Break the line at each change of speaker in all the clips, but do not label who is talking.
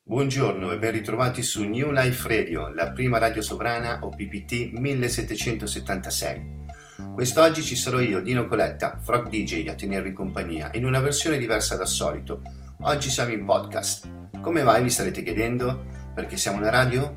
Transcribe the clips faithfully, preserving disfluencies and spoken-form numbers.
Buongiorno e ben ritrovati su New Life Radio, la prima radio sovrana o P P T millesettecentosettantasei. Quest'oggi ci sarò io, Dino Coletta, Frog D J, a tenervi compagnia, in una versione diversa dal solito. Oggi siamo in podcast. Come mai, vi starete chiedendo? Perché siamo una radio?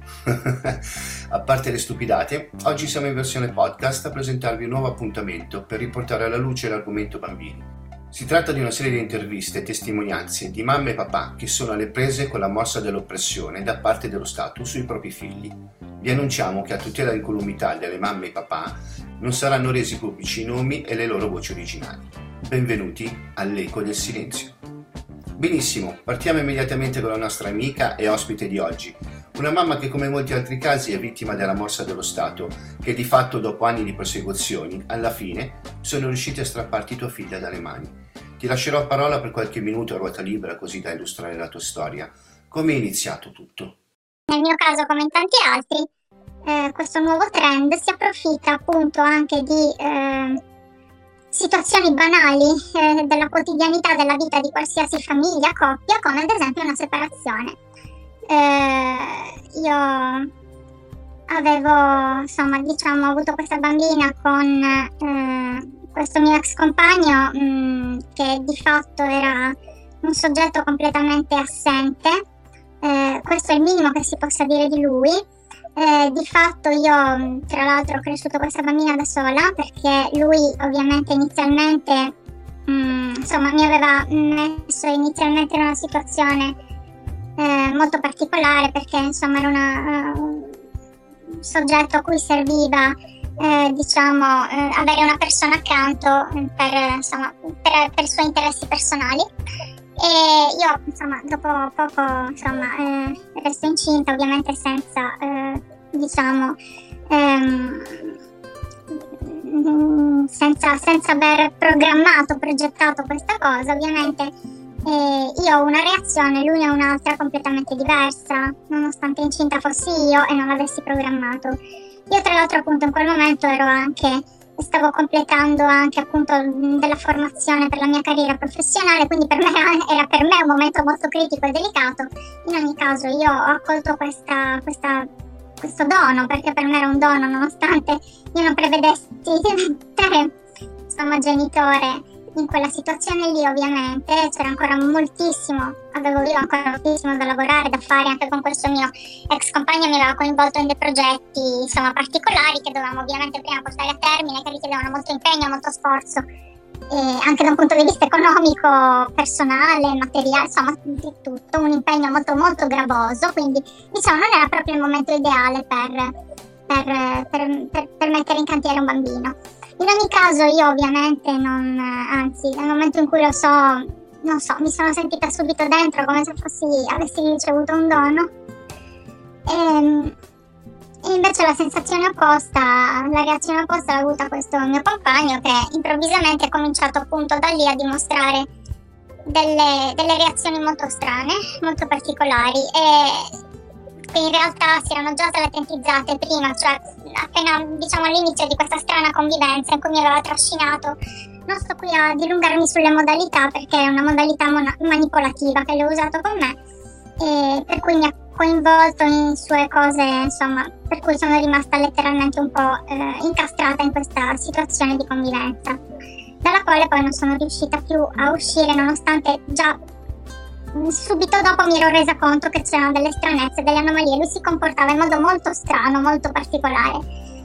A parte le stupidate, oggi siamo in versione podcast a presentarvi un nuovo appuntamento per riportare alla luce l'argomento bambini. Si tratta di una serie di interviste e testimonianze di mamme e papà che sono alle prese con la morsa dell'oppressione da parte dello Stato sui propri figli. Vi annunciamo che a tutela dell'incolumità delle mamme e papà non saranno resi pubblici i nomi e le loro voci originali. Benvenuti all'Eco del Silenzio. Benissimo, partiamo immediatamente con la nostra amica e ospite di oggi. Una mamma che, come in molti altri casi, è vittima della morsa dello Stato, che di fatto, dopo anni di persecuzioni, alla fine sono riusciti a strapparti tua figlia dalle mani. Ti lascerò a parola per qualche minuto a ruota libera, così da illustrare la tua storia. Come è iniziato tutto?
Nel mio caso, come in tanti altri, eh, questo nuovo trend si approfitta appunto anche di eh, situazioni banali eh, della quotidianità della vita di qualsiasi famiglia, coppia, come ad esempio una separazione. Eh, io avevo, insomma, diciamo, avuto questa bambina con eh, questo mio ex compagno mh, che di fatto era un soggetto completamente assente. Eh, questo è il minimo che si possa dire di lui. Eh, di fatto io, tra l'altro, ho cresciuto questa bambina da sola, perché lui ovviamente inizialmente mh, insomma mi aveva messo inizialmente in una situazione Eh, molto particolare, perché insomma era una, uh, un soggetto a cui serviva eh, diciamo eh, avere una persona accanto per, insomma, per, per i suoi interessi personali, e io insomma dopo poco insomma eh, resto incinta, ovviamente senza eh, diciamo ehm, senza, senza aver programmato, progettato questa cosa. Ovviamente E io ho una reazione, lui ha un'altra completamente diversa, nonostante incinta fossi io e non l'avessi programmato. Io tra l'altro appunto in quel momento ero anche, stavo completando anche appunto della formazione per la mia carriera professionale, quindi per me era per me un momento molto critico e delicato. In ogni caso io ho accolto questa, questa, questo dono, perché per me era un dono, nonostante io non prevedessi di diventare insomma genitore. In quella situazione lì ovviamente c'era ancora moltissimo, avevo io ancora moltissimo da lavorare, da fare. Anche con questo mio ex compagno mi aveva coinvolto in dei progetti insomma particolari che dovevamo ovviamente prima portare a termine, che richiedevano molto impegno, molto sforzo, e anche da un punto di vista economico, personale, materiale, insomma di tutto, un impegno molto molto gravoso, quindi diciamo non era proprio il momento ideale per, per, per, per, per mettere in cantiere un bambino. In ogni caso io ovviamente non, anzi nel momento in cui lo so, non so, mi sono sentita subito dentro come se fossi, avessi ricevuto un dono, e, e invece la sensazione opposta, la reazione opposta l'ha avuta questo mio compagno, che improvvisamente ha cominciato appunto da lì a dimostrare delle, delle reazioni molto strane, molto particolari, e che in realtà si erano già slatentizzate prima, cioè appena diciamo all'inizio di questa strana convivenza in cui mi aveva trascinato. Non sto qui a dilungarmi sulle modalità, perché è una modalità mon- manipolativa che lui ha usato con me, e per cui mi ha coinvolto in sue cose, insomma, per cui sono rimasta letteralmente un po' eh, incastrata in questa situazione di convivenza, dalla quale poi non sono riuscita più a uscire, nonostante già subito dopo mi ero resa conto che c'erano delle stranezze, delle anomalie. Lui si comportava in modo molto strano, molto particolare.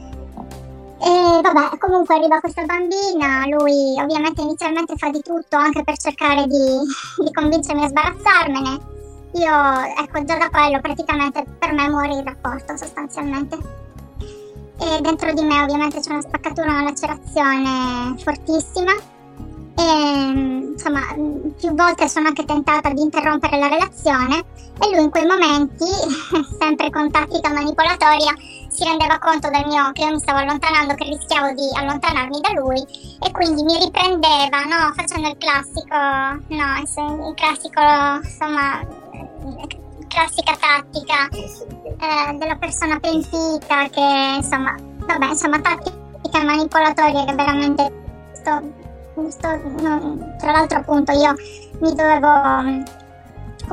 E vabbè, comunque arriva questa bambina, lui ovviamente inizialmente fa di tutto anche per cercare di, di convincermi a sbarazzarmene. Io, ecco, già da quello praticamente per me muore il rapporto sostanzialmente. E dentro di me ovviamente c'è una spaccatura, una lacerazione fortissima. E, insomma, più volte sono anche tentata di interrompere la relazione, e lui in quei momenti, sempre con tattica manipolatoria, si rendeva conto del mio, che io mi stavo allontanando, che rischiavo di allontanarmi da lui, e quindi mi riprendeva, no, facendo il classico, no, il classico, insomma, classica tattica eh, della persona pentita, che insomma, vabbè, insomma, tattica manipolatoria che veramente sto Sto, no, tra l'altro appunto io mi dovevo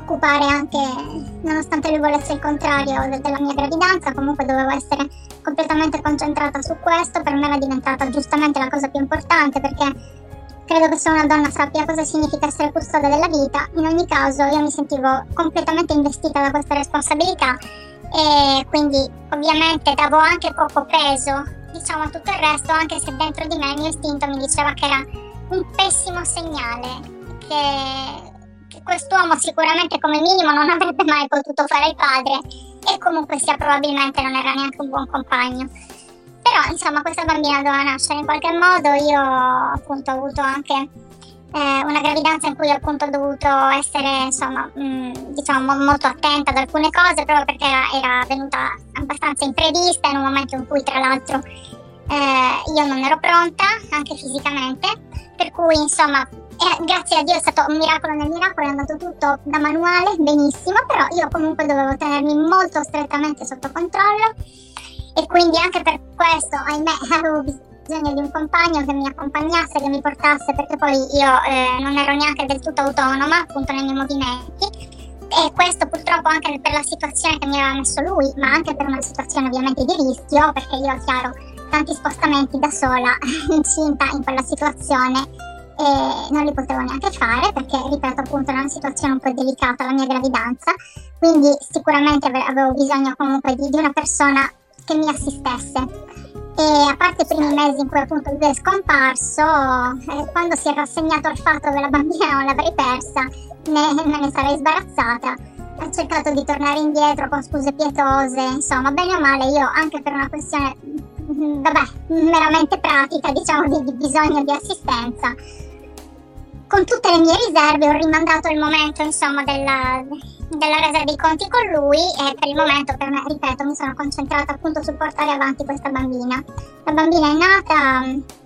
occupare anche, nonostante lui volesse il contrario de- della mia gravidanza, comunque dovevo essere completamente concentrata su questo. Per me era diventata giustamente la cosa più importante, perché credo che se una donna sappia cosa significa essere custode della vita, in ogni caso io mi sentivo completamente investita da questa responsabilità, e quindi ovviamente davo anche poco peso, diciamo, a tutto il resto, anche se dentro di me il mio istinto mi diceva che era un pessimo segnale, che, che quest'uomo sicuramente come minimo non avrebbe mai potuto fare il padre, e comunque sia probabilmente non era neanche un buon compagno. Però insomma questa bambina doveva nascere in qualche modo. Io appunto ho avuto anche eh, una gravidanza in cui ho appunto dovuto essere insomma mh, diciamo molto attenta ad alcune cose, proprio perché era, era venuta abbastanza imprevista, in un momento in cui tra l'altro eh, io non ero pronta anche fisicamente, per cui insomma eh, grazie a Dio è stato un miracolo nel miracolo, è andato tutto da manuale benissimo, però io comunque dovevo tenermi molto strettamente sotto controllo. E quindi anche per questo, ahimè, avevo bisogno di un compagno che mi accompagnasse, che mi portasse, perché poi io eh, non ero neanche del tutto autonoma appunto nei miei movimenti, e questo purtroppo anche per la situazione che mi aveva messo lui, ma anche per una situazione ovviamente di rischio, perché io, chiaro, tanti spostamenti da sola, incinta in quella situazione, e non li potevo neanche fare, perché ripeto appunto era una situazione un po' delicata la mia gravidanza, quindi sicuramente avevo bisogno comunque di, di una persona che mi assistesse. E a parte i primi mesi in cui appunto lui è scomparso, eh, quando si è rassegnato al fatto che la bambina non l'avrei persa, ne, me ne sarei sbarazzata, ho cercato di tornare indietro con scuse pietose, insomma bene o male io, anche per una questione vabbè meramente pratica, diciamo, di, di bisogno di assistenza, con tutte le mie riserve ho rimandato il momento insomma della, della resa dei conti con lui, e per il momento per me, ripeto, mi sono concentrata appunto sul portare avanti questa bambina. La bambina è nata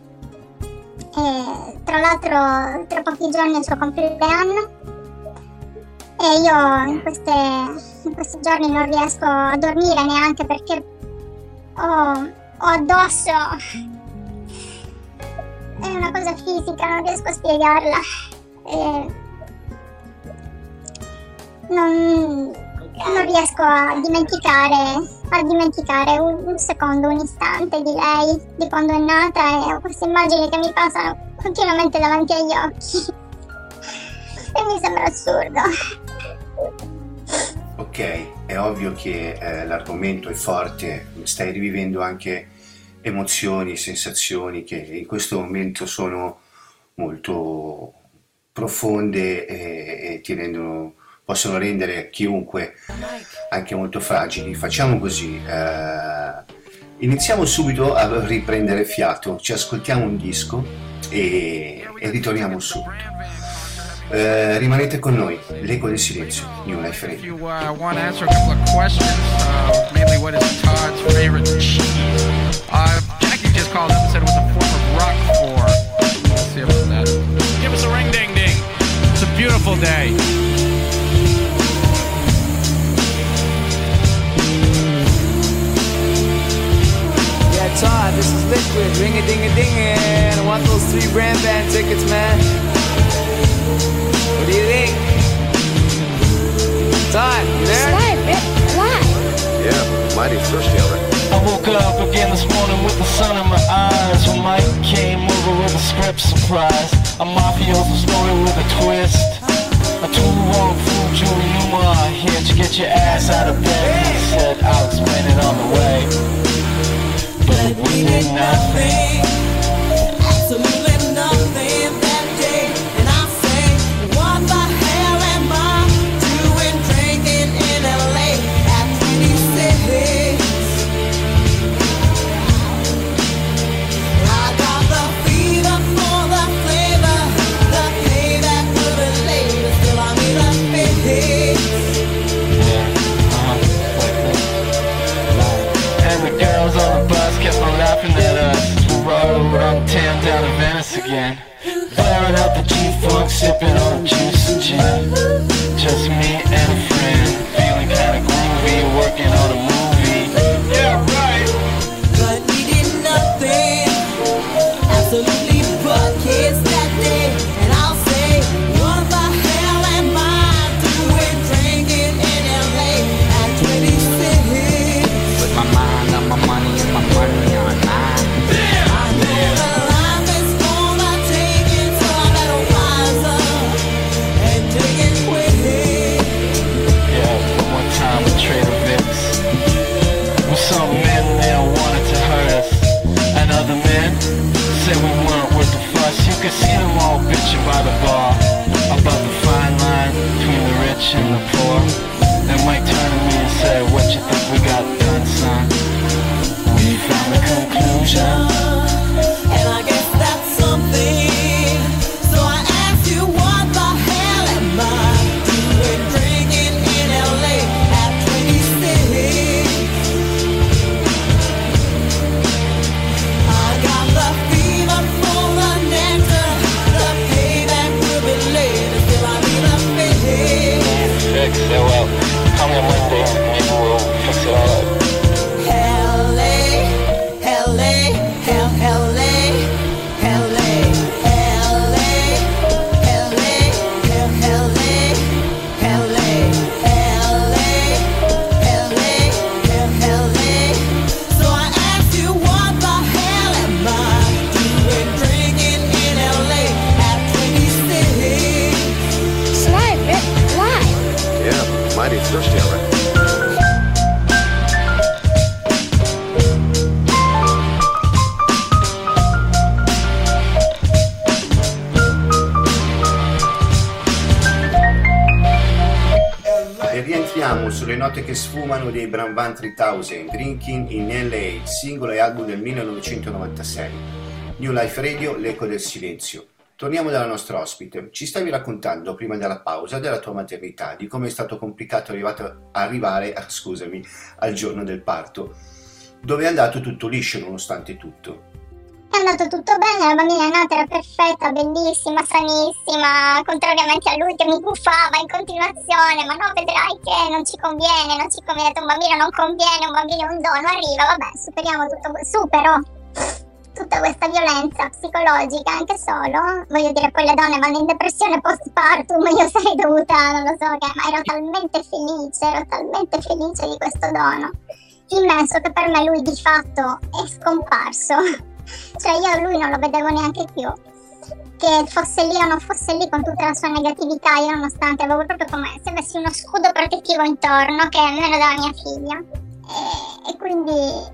e tra l'altro tra pochi giorni è il suo compleanno, e io in, queste, in questi giorni non riesco a dormire neanche perché ho, ho addosso, è una cosa fisica, non riesco a spiegarla. E non, non riesco a dimenticare, a dimenticare un, un secondo, un istante di lei, di quando è nata, e ho queste immagini che mi passano continuamente davanti agli occhi e mi sembra assurdo.
Ok, è ovvio che eh, l'argomento è forte, stai rivivendo anche emozioni, sensazioni che in questo momento sono molto profonde e, e ti rendono, possono rendere chiunque anche molto fragili. Facciamo così, eh, iniziamo subito a riprendere fiato, ci ascoltiamo un disco e, e ritorniamo subito. Uh, rimanete con noi, l'eco del silenzio, New Life Radio.
If you uh, want to answer a couple of questions, uh, mainly what is Todd's favorite cheese? Uh, Jackie just called up and said it was a form of Roquefort. Let's see if it's that. Give us a ring ding ding. It's a beautiful day.
Yeah, Todd, this is Liquid, ring a ding a ding, and I want those three brand band tickets, man. What do you think? Todd, you there?
Live, man. Live.
Yeah, mighty thirsty already.
I woke up again this morning with the sun in my eyes when Mike came over with a script surprise. A mafioso story with a twist. I told the wrong fool, Julie Newmar, here to get your ass out of bed. He said, I'll explain it on the way. But we did nothing, absolutely nothing that day. And I say, what the hell am I doing drinking in L A at twenty-six? I got the fever for the flavor, the payback for the labor, still I need a fix. And the girls on the bus kept on laughing at us. We rode on town down to Venice again, firing up the G-Funk, sipping on juice and gin. Just me and a friend, feeling kinda groovy, working on a movie. Yeah, right. But we did nothing, absolutely but kids that day. And I'll say, what the hell am I doing? me on Monday and maybe we'll fix it all up.
L A, L A, L L A, L A, L A, L A, L A, L A, L A, L A. So I asked you, what the hell am I doing drinking in L A at twenty-six?
It's live, Rick, live.
Yeah, mighty thirsty, all right. E rientriamo sulle note che sfumano dei Bram-Van tremila, Drinking in L A, singolo e album del millenovecentonovantasei. New Life Radio, l'eco del silenzio. Torniamo dalla nostra ospite. Ci stavi raccontando prima della pausa della tua maternità, di come è stato complicato arrivato, arrivare ah, scusami, al giorno del parto, dove è andato tutto liscio nonostante tutto.
È andato tutto bene, la bambina è nata, era perfetta, bellissima, sanissima, contrariamente a lui che mi buffava in continuazione, ma no, vedrai che non ci conviene, non ci conviene, un bambino non conviene, un bambino è un dono, arriva, vabbè, superiamo tutto, supero tutta questa violenza psicologica anche solo, voglio dire, poi le donne vanno in depressione postpartum, io sarei dovuta, non lo so che, ma ero talmente felice, ero talmente felice di questo dono immenso che per me lui di fatto è scomparso. Cioè io lui non lo vedevo neanche più, che fosse lì o non fosse lì con tutta la sua negatività, io nonostante avevo proprio come se avessi uno scudo protettivo intorno che almeno dalla mia figlia, e, e quindi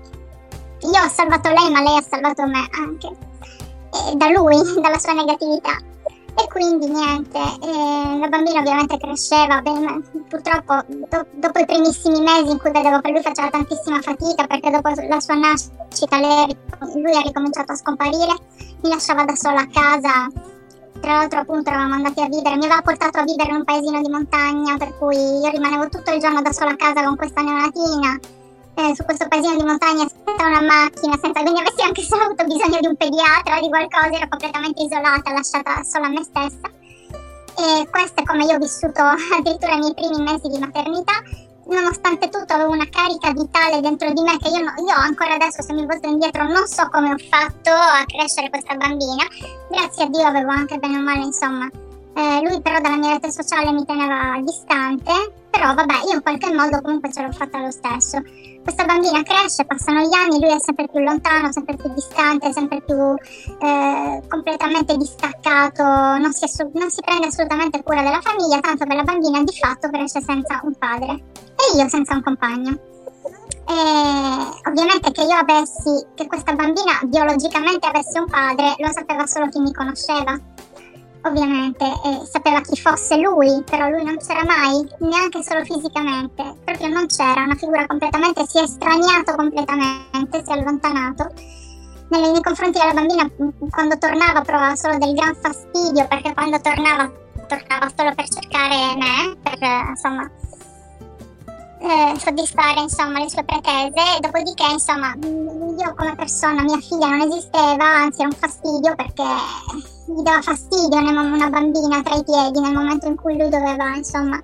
io ho salvato lei ma lei ha salvato me anche, e da lui, dalla sua negatività. E quindi niente, eh, la bambina ovviamente cresceva, bene, purtroppo do- dopo i primissimi mesi in cui vedevo che lui faceva tantissima fatica, perché dopo la sua nascita lei, lui ha ricominciato a scomparire, mi lasciava da sola a casa, tra l'altro appunto eravamo andati a vivere, mi aveva portato a vivere in un paesino di montagna, per cui io rimanevo tutto il giorno da sola a casa con questa neonatina, eh, su questo paesino di montagna senza una macchina, senza, quindi avessi anche solo avuto bisogno di un pediatra o di qualcosa, ero completamente isolata, lasciata sola a me stessa. E questo è come io ho vissuto addirittura nei primi mesi di maternità. Nonostante tutto avevo una carica vitale dentro di me che io, no, io ancora adesso, se mi volto indietro, non so come ho fatto a crescere questa bambina. Grazie a Dio avevo anche bene o male, insomma, eh, lui però dalla mia rete sociale mi teneva distante, però vabbè, io in qualche modo comunque ce l'ho fatta lo stesso. Questa bambina cresce, passano gli anni, lui è sempre più lontano, sempre più distante, sempre più eh, completamente distaccato, non si, assu- non si prende assolutamente cura della famiglia, tanto che la bambina di fatto cresce senza un padre e io senza un compagno. E ovviamente che io avessi, che questa bambina biologicamente avesse un padre, lo sapeva solo chi mi conosceva. Ovviamente, e sapeva chi fosse lui, però lui non c'era mai, neanche solo fisicamente, proprio non c'era, una figura completamente, si è estraniato completamente, si è allontanato. Nei, nei confronti della bambina, quando tornava provava solo del gran fastidio, perché quando tornava, tornava solo per cercare me, per insomma eh, soddisfare insomma le sue pretese, dopodiché insomma io come persona, mia figlia non esisteva, anzi era un fastidio perché gli dava fastidio una bambina tra i piedi nel momento in cui lui doveva insomma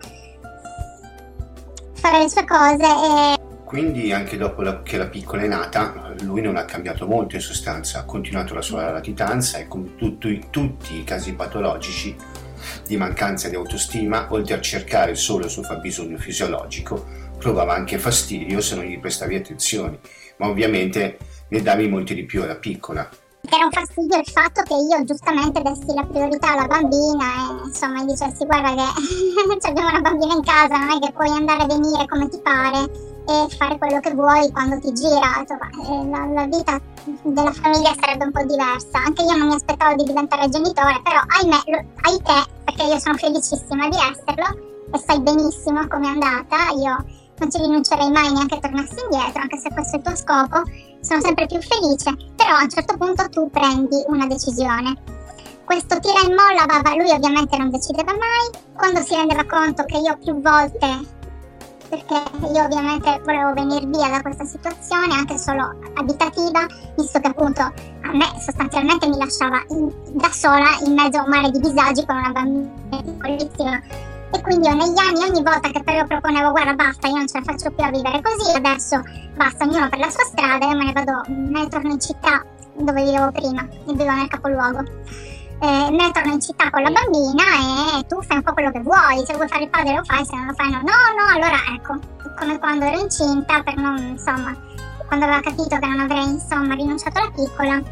fare le sue cose. E
quindi anche dopo la, che la piccola è nata, lui non ha cambiato molto in sostanza, ha continuato la sua latitanza e come tutti, tutti i casi patologici di mancanza di autostima, oltre a cercare solo il suo fabbisogno fisiologico, provava anche fastidio se non gli prestavi attenzioni, ma ovviamente ne davi molti di più alla piccola.
Era un fastidio il fatto che io giustamente dessi la priorità alla bambina e insomma dicessi guarda che abbiamo una bambina in casa, non è che puoi andare e venire come ti pare e fare quello che vuoi quando ti gira, insomma, la, la vita della famiglia sarebbe un po' diversa. Anche io non mi aspettavo di diventare genitore, però ahimè, lo, hai te, perché io sono felicissima di esserlo e sai benissimo com'è andata, io non ci rinuncerei mai neanche tornassi indietro, anche se questo è il tuo scopo, sono sempre più felice, però a un certo punto tu prendi una decisione. Questo tira e molla, va, va, lui ovviamente non decideva mai, quando si rendeva conto che io più volte, perché io ovviamente volevo venire via da questa situazione, anche solo abitativa, visto che appunto a me sostanzialmente mi lasciava in, da sola in mezzo a un mare di disagi con una bambina piccolissima, E quindi io negli anni, ogni volta che però proponevo guarda basta, io non ce la faccio più a vivere così, adesso basta, ognuno per la sua strada, io me ne vado, me ne torno in città dove vivevo prima, io vivo nel capoluogo, eh, me ne torno in città con la bambina e tu fai un po' quello che vuoi, se vuoi fare il padre lo fai, se non lo fai no, no, no, allora ecco, come quando ero incinta, per non, insomma, quando aveva capito che non avrei insomma rinunciato alla piccola,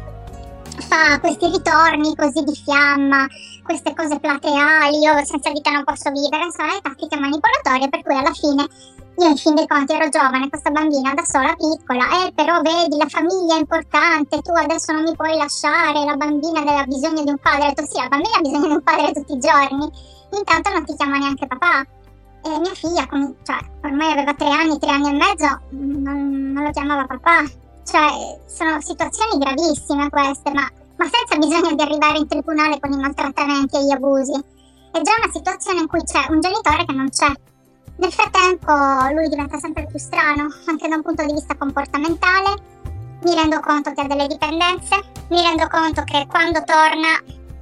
fa questi ritorni così di fiamma, queste cose plateali, io senza vita non posso vivere, insomma le tattiche manipolatorie, per cui alla fine io in fin dei conti ero giovane, questa bambina da sola piccola, eh però vedi la famiglia è importante, tu adesso non mi puoi lasciare, la bambina aveva bisogno di un padre, ho detto sì, la bambina ha bisogno di un padre tutti i giorni, intanto non ti chiama neanche papà. E mia figlia, cioè, ormai aveva tre anni, tre anni e mezzo, non, non lo chiamava papà. Cioè, sono situazioni gravissime queste, ma, ma senza bisogno di arrivare in tribunale con i maltrattamenti e gli abusi. È già una situazione in cui c'è un genitore che non c'è. Nel frattempo lui diventa sempre più strano, anche da un punto di vista comportamentale. Mi rendo conto che ha delle dipendenze, mi rendo conto che quando torna,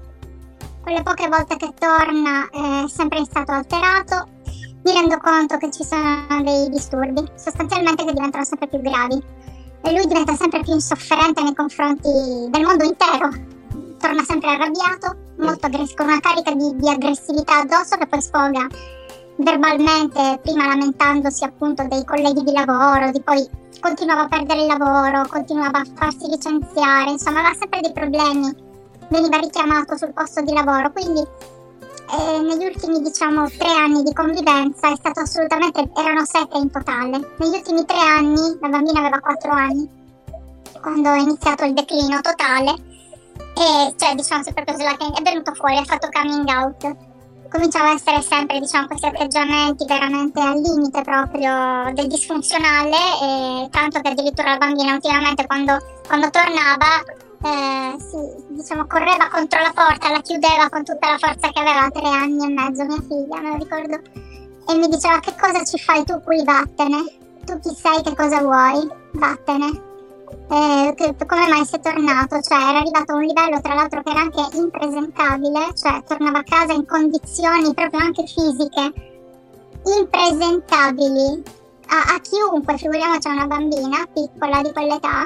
quelle poche volte che torna, è sempre in stato alterato. Mi rendo conto che ci sono dei disturbi, sostanzialmente che diventano sempre più gravi. E lui diventa sempre più insofferente nei confronti del mondo intero, torna sempre arrabbiato, molto aggress- con una carica di, di aggressività addosso che poi sfoga verbalmente, prima lamentandosi appunto dei colleghi di lavoro, di poi continuava a perdere il lavoro, continuava a farsi licenziare, insomma aveva sempre dei problemi, veniva richiamato sul posto di lavoro, quindi eh, negli ultimi diciamo tre anni di convivenza è stato assolutamente, erano sette in totale, negli ultimi tre anni, la bambina aveva quattro anni quando è iniziato il declino totale e cioè diciamo si è proprio svelato, è venuto fuori, ha fatto coming out, cominciava a essere sempre diciamo questi atteggiamenti veramente al limite proprio del disfunzionale, e tanto che addirittura la bambina ultimamente quando, quando tornava Eh, sì, diciamo correva contro la porta, la chiudeva con tutta la forza che aveva, a tre anni e mezzo, mia figlia, me lo ricordo, e mi diceva che cosa ci fai tu qui, vattene, tu chi sei, che cosa vuoi, vattene, eh, che, come mai sei tornato, cioè era arrivato a un livello tra l'altro che era anche impresentabile, cioè tornava a casa in condizioni proprio anche fisiche impresentabili a, a chiunque, figuriamoci a una bambina piccola di quell'età.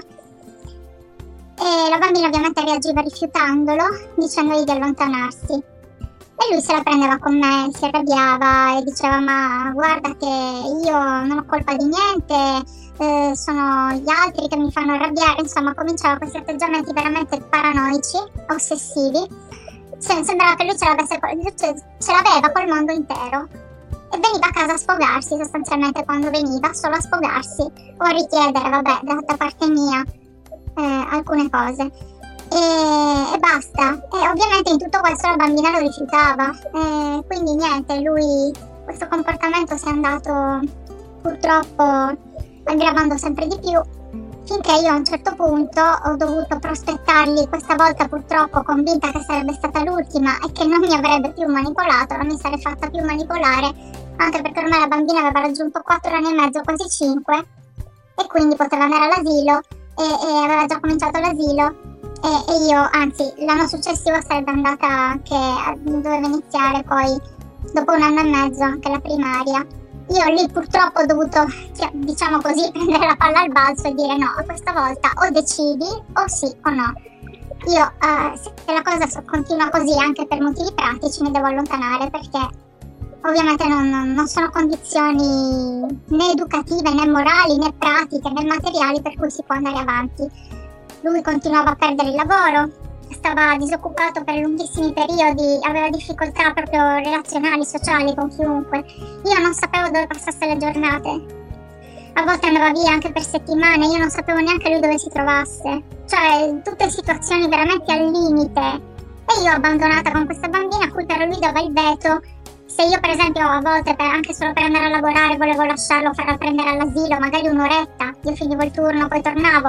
E la bambina ovviamente reagiva rifiutandolo, dicendogli di allontanarsi. E lui se la prendeva con me, si arrabbiava e diceva ma guarda che io non ho colpa di niente, eh, sono gli altri che mi fanno arrabbiare, insomma cominciava questi atteggiamenti veramente paranoici, ossessivi. Cioè, sembrava che lui ce l'avesse, ce l'aveva col mondo intero. E veniva a casa a sfogarsi sostanzialmente quando veniva, solo a sfogarsi o a richiedere, vabbè, da, da parte mia, Eh, alcune cose e, e basta, e ovviamente in tutto questo la bambina lo rifiutava, e quindi niente, lui questo comportamento si è andato purtroppo aggravando sempre di più, finché io a un certo punto ho dovuto prospettargli, questa volta purtroppo convinta che sarebbe stata l'ultima e che non mi avrebbe più manipolato, non mi sarei fatta più manipolare, anche perché ormai la bambina aveva raggiunto quattro anni e mezzo, quasi cinque, e quindi poteva andare all'asilo. E, e aveva già cominciato l'asilo e, e io, anzi l'anno successivo sarebbe andata anche a, doveva iniziare poi dopo un anno e mezzo anche la primaria. Io lì purtroppo ho dovuto, diciamo così, prendere la palla al balzo e dire no, questa volta o decidi o sì o no. Io uh, se la cosa continua così anche per motivi pratici mi devo allontanare, perché ovviamente non, non sono condizioni né educative, né morali, né pratiche, né materiali per cui si può andare avanti. Lui continuava a perdere il lavoro, stava disoccupato per lunghissimi periodi, aveva difficoltà proprio relazionali, sociali con chiunque. Io non sapevo dove passasse le giornate. A volte andava via anche per settimane, io non sapevo neanche lui dove si trovasse. Cioè, tutte situazioni veramente al limite. E io abbandonata con questa bambina a cui però lui dava il veto. Se io per esempio a volte per, anche solo per andare a lavorare volevo lasciarlo, farlo prendere all'asilo, magari un'oretta, io finivo il turno, poi tornavo.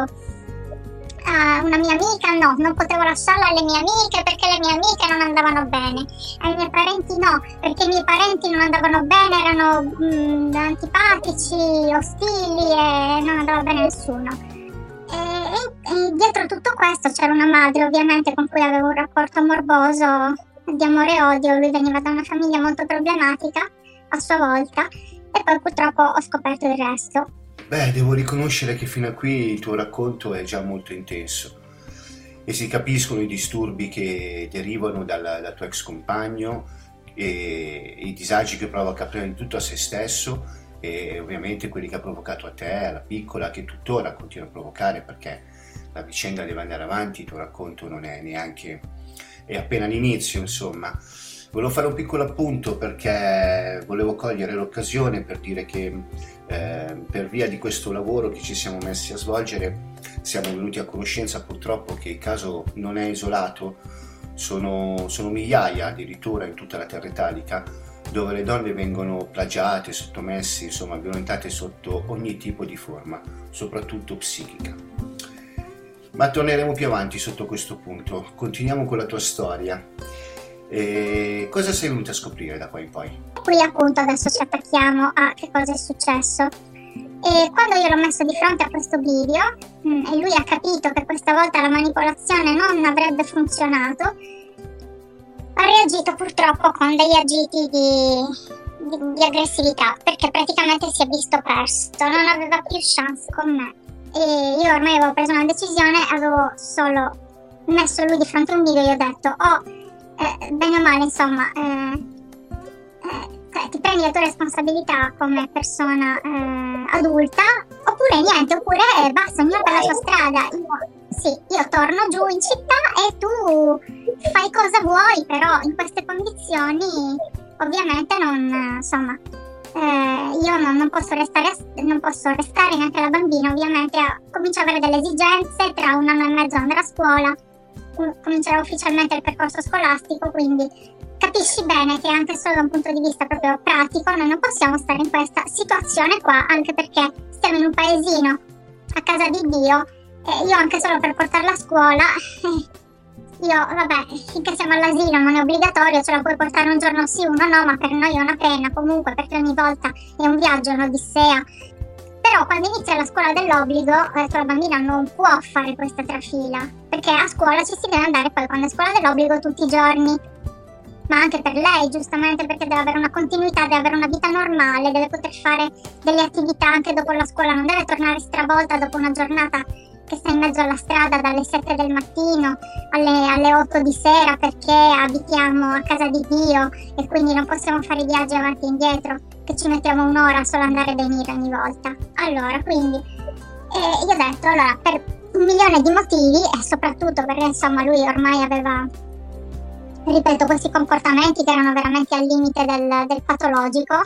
Uh, una mia amica no, non potevo lasciarla alle mie amiche perché le mie amiche non andavano bene, ai miei parenti no, perché i miei parenti non andavano bene, erano mh, antipatici, ostili e non andava bene nessuno. E, e, e dietro tutto questo c'era una madre ovviamente con cui avevo un rapporto morboso di amore e odio. Lui veniva da una famiglia molto problematica a sua volta e poi purtroppo ho scoperto il resto.
Beh, devo riconoscere che fino a qui il tuo racconto è già molto intenso e si capiscono i disturbi che derivano dal, dal tuo ex compagno e i disagi che provoca prima di tutto a se stesso e ovviamente quelli che ha provocato a te, alla piccola, che tuttora continua a provocare, perché la vicenda deve andare avanti, il tuo racconto non è neanche, è appena all'inizio, insomma. Volevo fare un piccolo appunto perché volevo cogliere l'occasione per dire che eh, per via di questo lavoro che ci siamo messi a svolgere siamo venuti a conoscenza purtroppo che il caso non è isolato, sono, sono migliaia addirittura in tutta la terra italica dove le donne vengono plagiate, sottomesse, insomma violentate sotto ogni tipo di forma, soprattutto psichica. Ma torneremo più avanti sotto questo punto, continuiamo con la tua storia. E cosa sei venuta a scoprire da qua in poi?
Qui appunto adesso ci attacchiamo a che cosa è successo. E quando io l'ho messo di fronte a questo video mh, e lui ha capito che questa volta la manipolazione non avrebbe funzionato, ha reagito purtroppo con degli agiti di, di, di aggressività, perché praticamente si è visto perso, non aveva più chance con me. E io ormai avevo preso una decisione, avevo solo messo lui di fronte a un video e gli ho detto oh, Eh, bene o male, insomma, eh, eh, ti prendi la tua responsabilità come persona eh, adulta, oppure niente, oppure eh, basta, ognuno per la sua strada. Io, sì, io torno giù in città e tu fai cosa vuoi, però in queste condizioni ovviamente non, insomma, eh, io non, non, posso restare, non posso restare neanche la bambina, ovviamente comincia ad avere delle esigenze, tra un anno e mezzo andrà a scuola, comincerà ufficialmente il percorso scolastico, quindi capisci bene che anche solo da un punto di vista proprio pratico noi non possiamo stare in questa situazione qua, anche perché stiamo in un paesino a casa di Dio e io anche solo per portarla a scuola io vabbè, finché siamo all'asilo non è obbligatorio, ce la puoi portare un giorno sì, uno no, ma per noi è una pena comunque, perché ogni volta è un viaggio, un'odissea. Però quando inizia la scuola dell'obbligo, eh, la bambina non può fare questa trafila, perché a scuola ci si deve andare poi quando è scuola dell'obbligo tutti i giorni. Ma anche per lei, giustamente, perché deve avere una continuità, deve avere una vita normale, deve poter fare delle attività anche dopo la scuola, non deve tornare stravolta dopo una giornata che sta in mezzo alla strada dalle sette del mattino alle, alle otto di sera, perché abitiamo a casa di Dio e quindi non possiamo fare i viaggi avanti e indietro, che ci mettiamo un'ora solo andare e venire ogni volta. Allora, quindi, eh, io ho detto, allora, per un milione di motivi e soprattutto perché insomma lui ormai aveva, ripeto, questi comportamenti che erano veramente al limite del, del patologico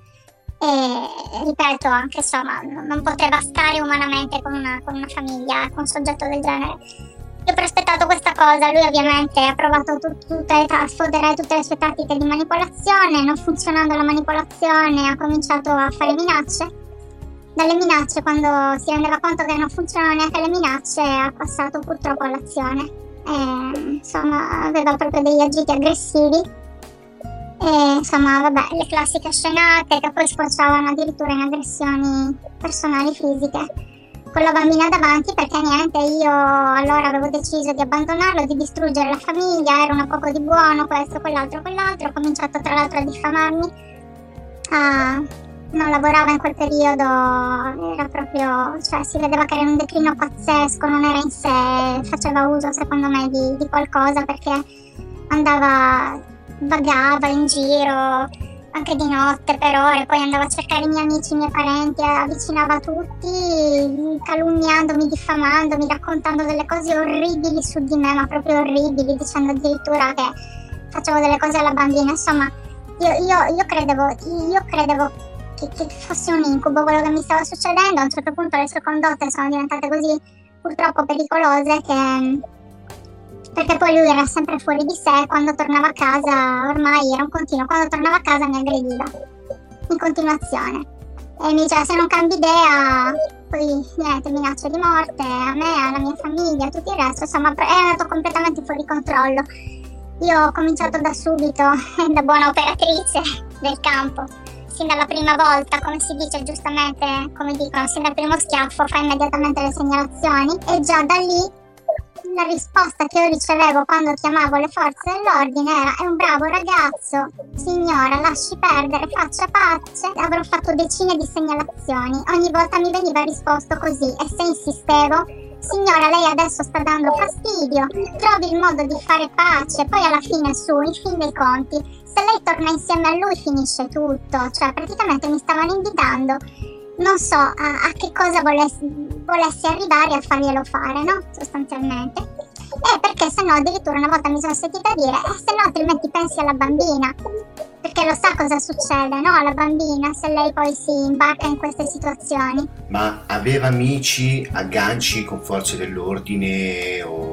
e ripeto anche insomma non poteva stare umanamente con una, con una famiglia, con un soggetto del genere. Io ho prospettato questa cosa, lui ovviamente ha provato tut, tutte, a sfoderare tutte le sue tattiche di manipolazione, non funzionando la manipolazione ha cominciato a fare minacce. Dalle minacce, quando si rendeva conto che non funzionavano neanche le minacce, ha passato purtroppo all'azione. E, insomma, aveva proprio degli agiti aggressivi. E insomma, vabbè, le classiche scenate che poi sfociavano addirittura in aggressioni personali fisiche con la bambina davanti, perché niente, io allora avevo deciso di abbandonarlo, di distruggere la famiglia, ero una poco di buono, questo, quell'altro, quell'altro, ho cominciato tra l'altro a diffamarmi, ah, non lavorava in quel periodo, era proprio, cioè si vedeva che era in un declino pazzesco, non era in sé, faceva uso secondo me di, di qualcosa, perché andava, vagava in giro anche di notte per ore, poi andava a cercare i miei amici, i miei parenti, avvicinava tutti calunniandomi, diffamandomi, raccontando delle cose orribili su di me, ma proprio orribili, dicendo addirittura che facevo delle cose alla bambina. Insomma, io, io, io credevo io credevo che, che fosse un incubo quello che mi stava succedendo. A un certo punto le sue condotte sono diventate così purtroppo pericolose che, perché poi lui era sempre fuori di sé, quando tornava a casa ormai era un continuo, quando tornava a casa mi aggrediva in continuazione e mi diceva se non cambi idea poi niente, minacce di morte a me, alla mia famiglia, a tutto il resto, insomma è andato completamente fuori controllo. Io ho cominciato da subito, da buona operatrice del campo, sin dalla prima volta, come si dice giustamente, come dicono, sin dal primo schiaffo fa immediatamente le segnalazioni e già da lì la risposta che io ricevevo quando chiamavo le forze dell'ordine era: è un bravo ragazzo, signora, lasci perdere, faccia pace. Avrò fatto decine di segnalazioni, ogni volta mi veniva risposto così, e se insistevo: signora, lei adesso sta dando fastidio, trovi il modo di fare pace, poi alla fine, su, in fin dei conti, se lei torna insieme a lui finisce tutto. Cioè praticamente mi stavano invitando, non so a, a che cosa volessi, volessi arrivare a farglielo fare, no? Sostanzialmente. E perché se no addirittura una volta mi sono sentita dire: eh, se no altrimenti pensi alla bambina, perché lo sa cosa succede, no? Alla bambina se lei poi si imbarca in queste situazioni.
Ma aveva amici, agganci con forze dell'ordine o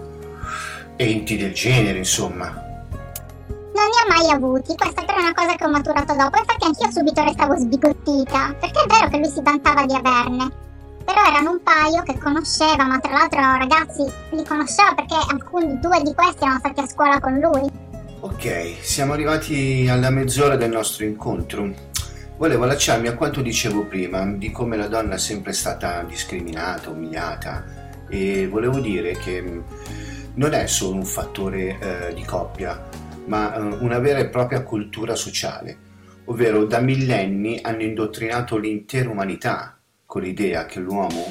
enti del genere, insomma?
Non ne ho mai avuti, questa però è una cosa che ho maturato dopo, infatti anch'io subito restavo sbigottita, perché è vero che lui si vantava di averne, però erano un paio che conosceva, ma tra l'altro erano ragazzi, li conosceva perché alcuni, due di questi erano stati a scuola con lui.
Ok, siamo arrivati alla mezz'ora del nostro incontro. Volevo allacciarmi a quanto dicevo prima, di come la donna è sempre stata discriminata, umiliata, e volevo dire che non è solo un fattore eh, di coppia, ma una vera e propria cultura sociale, ovvero da millenni hanno indottrinato l'intera umanità con l'idea che l'uomo,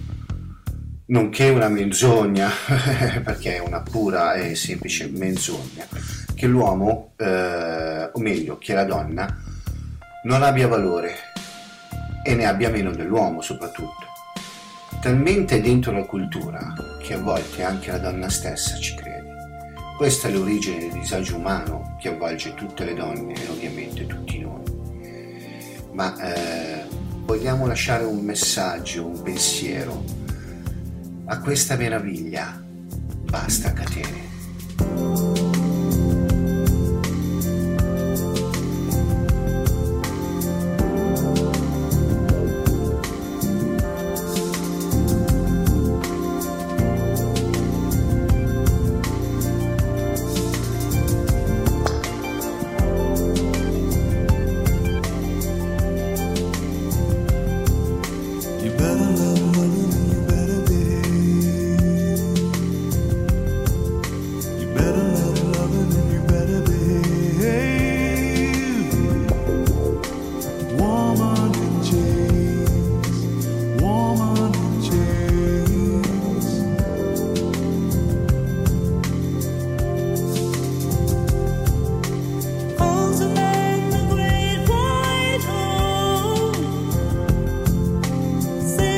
nonché una menzogna, perché è una pura e semplice menzogna, che l'uomo, eh, o meglio, che la donna, non abbia valore e ne abbia meno dell'uomo soprattutto. Talmente dentro la cultura che a volte anche la donna stessa ci crede. Questa è l'origine del disagio umano che avvolge tutte le donne e ovviamente tutti noi. Ma eh, vogliamo lasciare un messaggio, un pensiero a questa meraviglia. Basta catene.
Say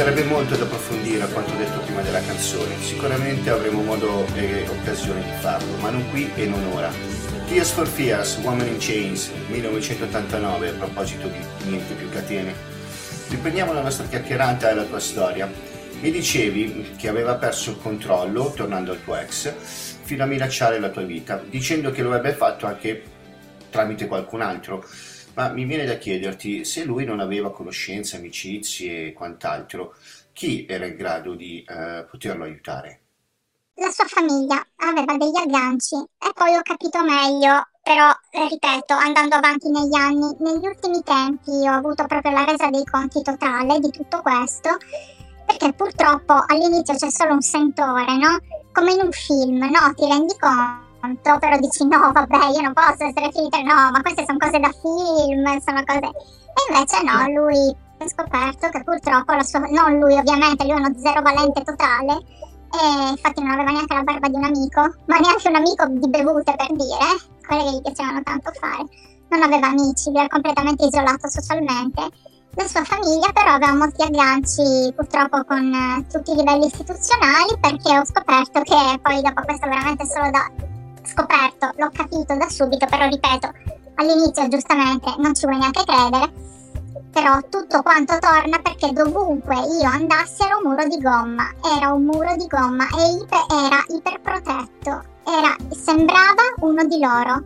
sarebbe molto da approfondire a quanto detto prima della canzone, sicuramente avremo modo e occasione di farlo, ma non qui e non ora. Tears for Fears, Woman in Chains, millenovecentottantanove, a proposito di niente più catene. Riprendiamo la nostra chiacchierata e la tua storia. Mi dicevi che aveva perso il controllo, tornando al tuo ex, fino a minacciare la tua vita, dicendo che lo avrebbe fatto anche tramite qualcun altro. Ma mi viene da chiederti, se lui non aveva conoscenze, amicizie e quant'altro, chi era in grado di eh, poterlo aiutare?
La sua famiglia aveva degli agganci e poi ho capito meglio, però eh, ripeto, andando avanti negli anni, negli ultimi tempi ho avuto proprio la resa dei conti totale di tutto questo, perché purtroppo all'inizio c'è solo un sentore, no? Come in un film, no? Ti rendi conto, però dici no, vabbè, io non posso essere finita, no, ma queste sono cose da film, sono cose... E invece no, lui ha scoperto che purtroppo la sua... non lui ovviamente, lui è uno zero valente totale, e infatti non aveva neanche la barba di un amico, ma neanche un amico di bevute, per dire, quelle che gli piacevano tanto fare. Non aveva amici, lui era completamente isolato socialmente. La sua famiglia però aveva molti agganci purtroppo con eh, tutti i livelli istituzionali, perché ho scoperto che poi dopo questo veramente solo da scoperto, l'ho capito da subito, però ripeto, all'inizio giustamente non ci vuoi neanche credere, però tutto quanto torna perché dovunque io andassi era un muro di gomma, era un muro di gomma e iper, era iperprotetto, era, sembrava uno di loro,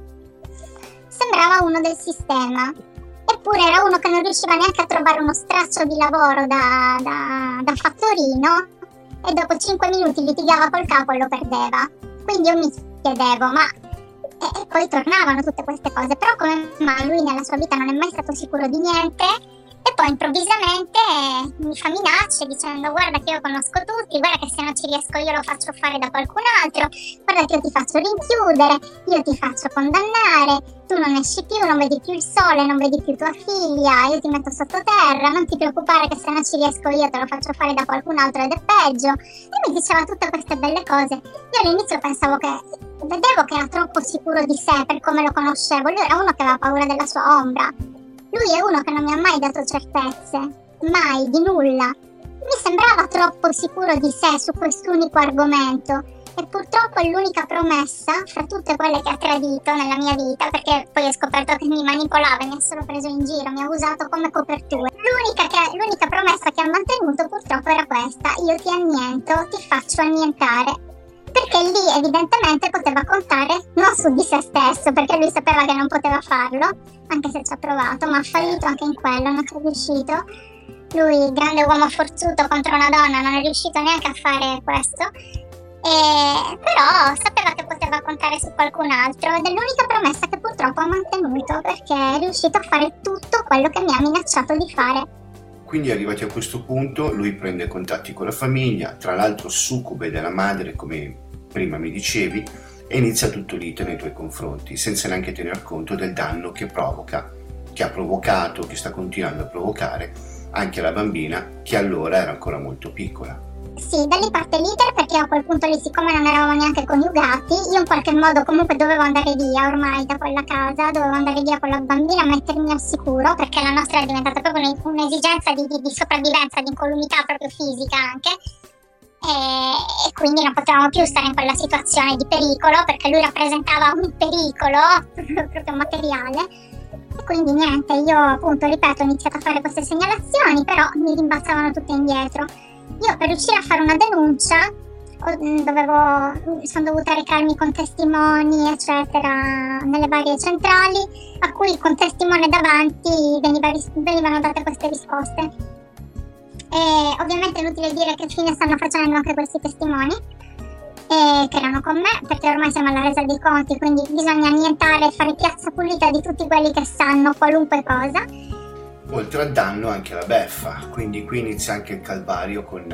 sembrava uno del sistema, eppure era uno che non riusciva neanche a trovare uno straccio di lavoro da, da, da fattorino e dopo cinque minuti litigava col capo e lo perdeva. Quindi io mi chiedevo, ma e, e poi tornavano tutte queste cose, però come mai lui nella sua vita non è mai stato sicuro di niente e poi improvvisamente mi fa minacce dicendo guarda che io conosco tutti, guarda che se non ci riesco io lo faccio fare da qualcun altro, guarda che io ti faccio rinchiudere, io ti faccio condannare, tu non esci più, non vedi più il sole, non vedi più tua figlia, io ti metto sottoterra, non ti preoccupare che se non ci riesco io te lo faccio fare da qualcun altro ed è peggio. E mi diceva tutte queste belle cose. Io all'inizio pensavo che, vedevo che era troppo sicuro di sé per come lo conoscevo, lui era uno che aveva paura della sua ombra. Lui è uno che non mi ha mai dato certezze, mai, di nulla. Mi sembrava troppo sicuro di sé su quest'unico argomento e purtroppo è l'unica promessa fra tutte quelle che ha tradito nella mia vita, perché poi ho scoperto che mi manipolava e mi ha solo preso in giro, mi ha usato come copertura. L'unica, che, l'unica promessa che ha mantenuto purtroppo era questa: io ti anniento, ti faccio annientare. Perché lì evidentemente poteva contare non su di se stesso, perché lui sapeva che non poteva farlo, anche se ci ha provato, ma ha fallito anche in quello, non è riuscito. Lui, grande uomo forzuto contro una donna, non è riuscito neanche a fare questo, e... però sapeva che poteva contare su qualcun altro ed è l'unica promessa che purtroppo ha mantenuto, perché è riuscito a fare tutto quello che mi ha minacciato di fare.
Quindi arrivati a questo punto lui prende contatti con la famiglia, tra l'altro succube della madre come prima mi dicevi, e inizia tutto l'iter nei tuoi confronti senza neanche tener conto del danno che provoca, che ha provocato, che sta continuando a provocare anche alla bambina, che allora era ancora molto piccola.
Sì, da lì parte l'iter, perché a quel punto lì, siccome non eravamo neanche coniugati, io in qualche modo comunque dovevo andare via ormai da quella casa, dovevo andare via con la bambina, mettermi al sicuro, perché la nostra è diventata proprio un'esigenza di, di, di sopravvivenza, di incolumità proprio fisica anche, e, e quindi non potevamo più stare in quella situazione di pericolo, perché lui rappresentava un pericolo proprio materiale. E quindi niente, io appunto, ripeto, ho iniziato a fare queste segnalazioni, però mi rimbalzavano tutte indietro. Io per riuscire a fare una denuncia dovevo, sono dovuta recarmi con testimoni eccetera nelle varie centrali, a cui con testimone davanti veniva, venivano date queste risposte. E ovviamente è inutile dire che fine stanno facendo anche questi testimoni e che erano con me, perché ormai siamo alla resa dei conti, quindi bisogna annientare e fare piazza pulita di tutti quelli che sanno qualunque cosa.
Oltre al danno anche la beffa, quindi qui inizia anche il calvario con,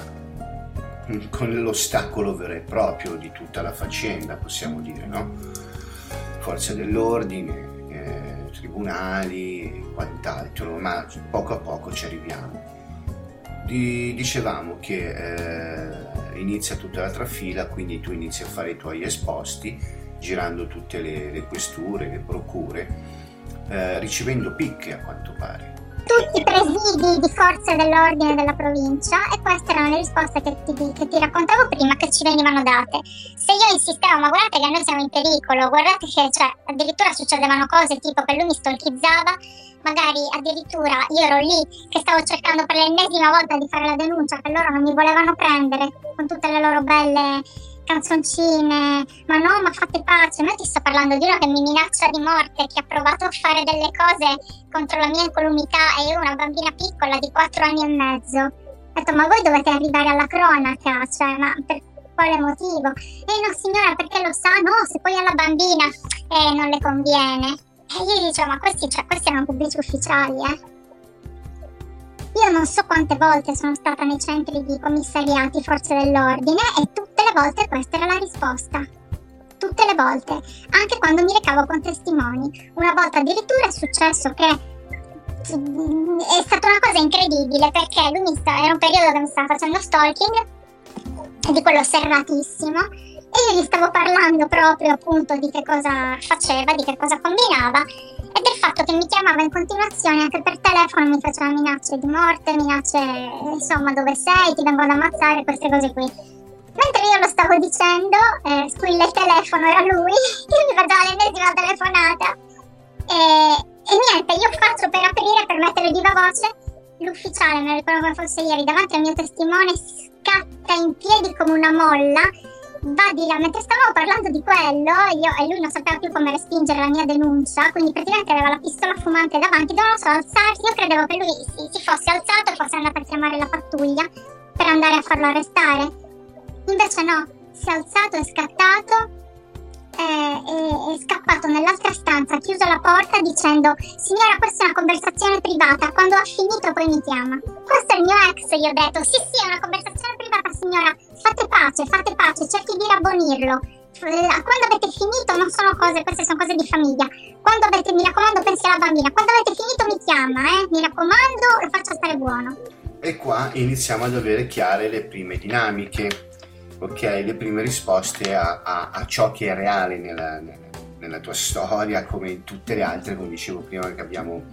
uh, con l'ostacolo vero e proprio di tutta la faccenda, possiamo dire, no? Forze dell'ordine, eh, tribunali e quant'altro, ma poco a poco ci arriviamo. Di, dicevamo che eh, inizia tutta la trafila, quindi tu inizi a fare i tuoi esposti, girando tutte le, le questure, le procure, eh, ricevendo picche a quanto pare.
tutti i presidi di forze dell'ordine della provincia, e queste erano le risposte che ti, che ti raccontavo prima, che ci venivano date. Se io insistevo, ma guardate che noi siamo in pericolo, guardate che, cioè, addirittura succedevano cose tipo che lui mi stalkizzava, magari addirittura io ero lì che stavo cercando per l'ennesima volta di fare la denuncia, che loro non mi volevano prendere con tutte le loro belle canzoncine, ma no, ma fate pace, ma io ti sto parlando di uno che mi minaccia di morte, che ha provato a fare delle cose contro la mia incolumità, e io una bambina piccola di quattro anni e mezzo. Ho detto, ma voi dovete arrivare alla cronaca, cioè, ma per quale motivo? Eh no signora, perché lo sa, no, se poi alla bambina eh, non le conviene. E io dicevo, ma questi, cioè, questi erano pubblici ufficiali, eh. Io non so quante volte sono stata nei centri di commissariati forze dell'ordine, e tutte le volte questa era la risposta. Tutte le volte, anche quando mi recavo con testimoni. Una volta addirittura è successo che è stata una cosa incredibile, perché lui mi sta, era un periodo che mi stava facendo stalking, e di quello serratissimo, e io gli stavo parlando proprio appunto di che cosa faceva, di che cosa combinava, e del fatto che mi chiamava in continuazione anche per telefono, mi faceva minacce di morte, minacce, insomma, dove sei, ti vengo ad ammazzare, queste cose qui. Mentre io lo stavo dicendo, eh, squilla il telefono, era lui che mi faceva l'ennesima telefonata, e, e niente, io faccio per aprire, per mettere viva voce, l'ufficiale, me lo ricordo come fosse ieri, davanti al mio testimone scatta in piedi come una molla, va di là, mentre stavamo parlando di quello, io e lui non sapeva più come respingere la mia denuncia, quindi praticamente aveva la pistola fumante davanti, doveva solo alzarsi. Io credevo che lui si, si fosse alzato e fosse andato a chiamare la pattuglia per andare a farlo arrestare, invece no, si è alzato, è scattato, è, è, è scappato nell'altra stanza, ha chiuso la porta dicendo, signora, questa è una conversazione privata, quando ha finito poi mi chiama. Questo è il mio ex, gli ho detto, sì sì, è una conversazione privata signora, fate pace, fate pace, cerchi di rabbonirlo, quando avete finito, non sono cose, queste sono cose di famiglia, quando avete, mi raccomando, pensi alla bambina, quando avete finito mi chiama, eh, mi raccomando, lo faccio stare buono.
E qua iniziamo ad avere chiare le prime dinamiche, ok, le prime risposte a, a, a ciò che è reale nella, nella, nella tua storia, come in tutte le altre, come dicevo prima, che abbiamo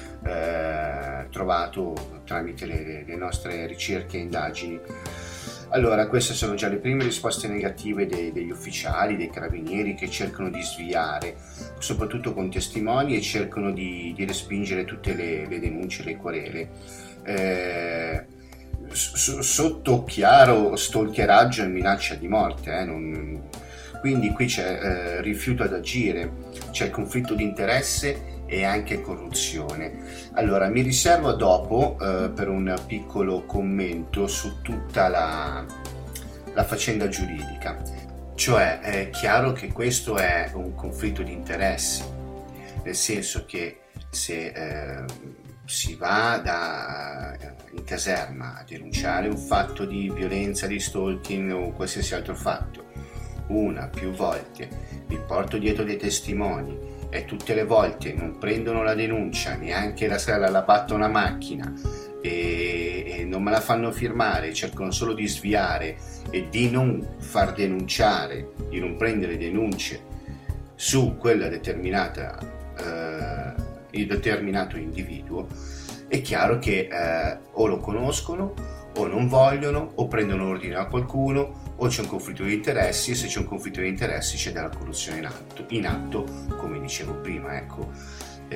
eh, trovato tramite le, le nostre ricerche e indagini. Allora, queste sono già le prime risposte negative dei, degli ufficiali, dei carabinieri, che cercano di sviare, soprattutto con testimoni, e cercano di, di respingere tutte le, le denunce, le querele. Eh, s- sotto chiaro stalkeraggio e minaccia di morte, eh, non... quindi qui c'è eh, rifiuto ad agire, c'è conflitto di interesse e anche corruzione. Allora, mi riservo dopo eh, per un piccolo commento su tutta la, la faccenda giuridica. Cioè, è chiaro che questo è un conflitto di interessi, nel senso che se eh, si va da, in caserma a denunciare un fatto di violenza, di stalking o qualsiasi altro fatto, una, più volte, mi porto dietro dei testimoni, e tutte le volte non prendono la denuncia, neanche la sera la batto una macchina e, e non me la fanno firmare, cercano solo di sviare e di non far denunciare, di non prendere denunce su quella determinata eh, il determinato individuo, è chiaro che eh, o lo conoscono o non vogliono, o prendono ordine a qualcuno, o c'è un conflitto di interessi, e se c'è un conflitto di interessi c'è della corruzione in atto, in atto come dicevo prima, ecco. E,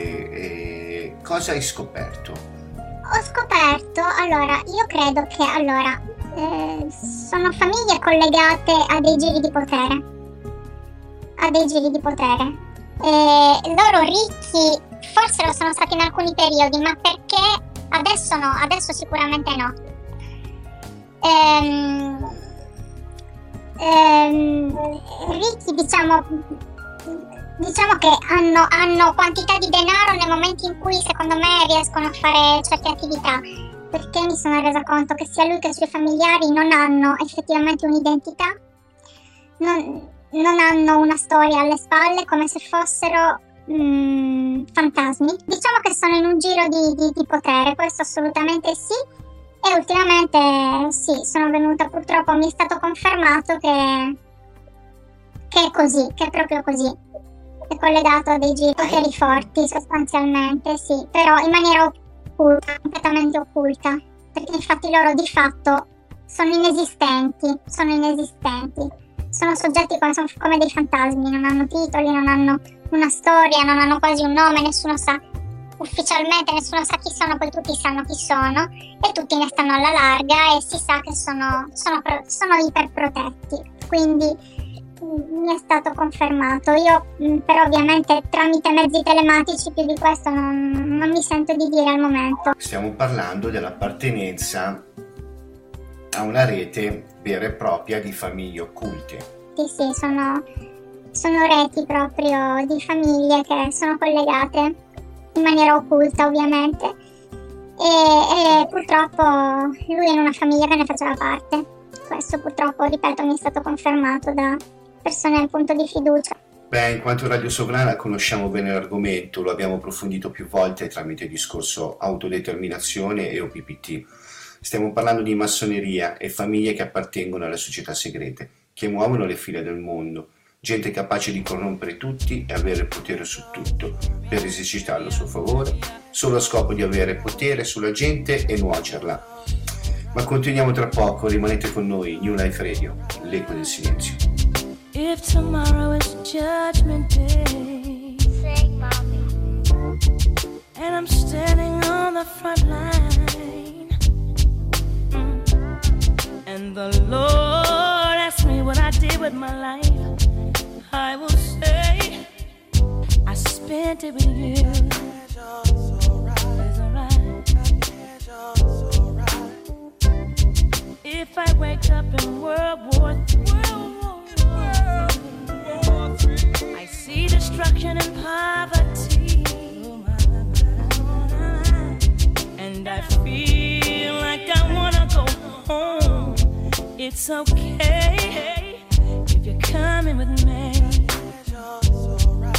e, cosa hai scoperto?
Ho scoperto, allora, io credo che, allora, eh, sono famiglie collegate a dei giri di potere, a dei giri di potere. E loro ricchi forse lo sono stati in alcuni periodi, ma perché adesso no, adesso sicuramente no. Ehm, ehm, ricchi, diciamo, diciamo che hanno, hanno quantità di denaro nei momenti in cui secondo me riescono a fare certe attività, perché mi sono resa conto che sia lui che i suoi familiari non hanno effettivamente un'identità, non, non hanno una storia alle spalle, come se fossero mh, fantasmi. Diciamo che sono in un giro di, di, di potere, questo assolutamente sì. E ultimamente sì, sono venuta, purtroppo mi è stato confermato che, che è così, che è proprio così. È collegato a dei giri poteri forti sostanzialmente, sì, però in maniera occulta, completamente occulta, perché infatti loro di fatto sono inesistenti, sono inesistenti, sono soggetti come, sono come dei fantasmi, non hanno titoli, non hanno una storia, non hanno quasi un nome, nessuno sa ufficialmente, nessuno sa chi sono, poi tutti sanno chi sono e tutti ne stanno alla larga e si sa che sono, sono, sono iperprotetti, quindi mi è stato confermato. Io però ovviamente tramite mezzi telematici più di questo non, non mi sento di dire al momento.
Stiamo parlando dell'appartenenza a una rete vera e propria di famiglie occulte.
Sì, sì, sono, sono reti proprio di famiglie che sono collegate in maniera occulta ovviamente e, e purtroppo lui è in una famiglia che ne faceva parte. Questo purtroppo, ripeto, mi è stato confermato da persone al punto di fiducia.
Beh, in quanto Radio Sovrana conosciamo bene l'argomento, lo abbiamo approfondito più volte tramite il discorso autodeterminazione e O P P T. Stiamo parlando di massoneria e famiglie che appartengono alle società segrete, che muovono le file del mondo, gente capace di corrompere tutti e avere potere su tutto, per esercitarlo a suo favore, solo a scopo di avere potere sulla gente e nuocerla. Ma continuiamo tra poco, rimanete con noi, New Life Radio, l'eco del silenzio.
If tomorrow is judgment day,
Sing, mommy.
and I'm standing on the front line, mm, and the Lord asks me what I did with my life, I will say I spent it with you. It's alright. If I wake up in World War Three, I see destruction and poverty, and I feel like I wanna go home. It's okay if you're coming with me. It's alright.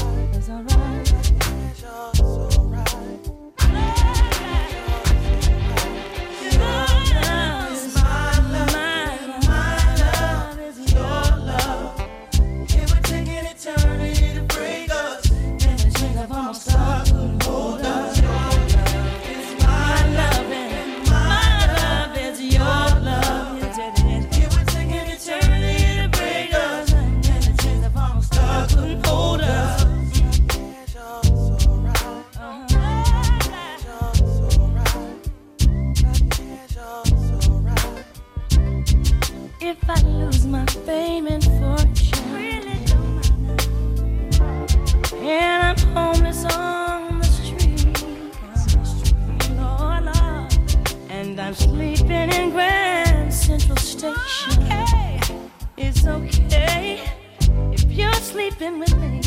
If I lose my fame and fortune, really don't matter, and I'm homeless on the street, Lord, Lord, and I'm sleeping in Grand Central Station, okay. It's okay if you're sleeping with me.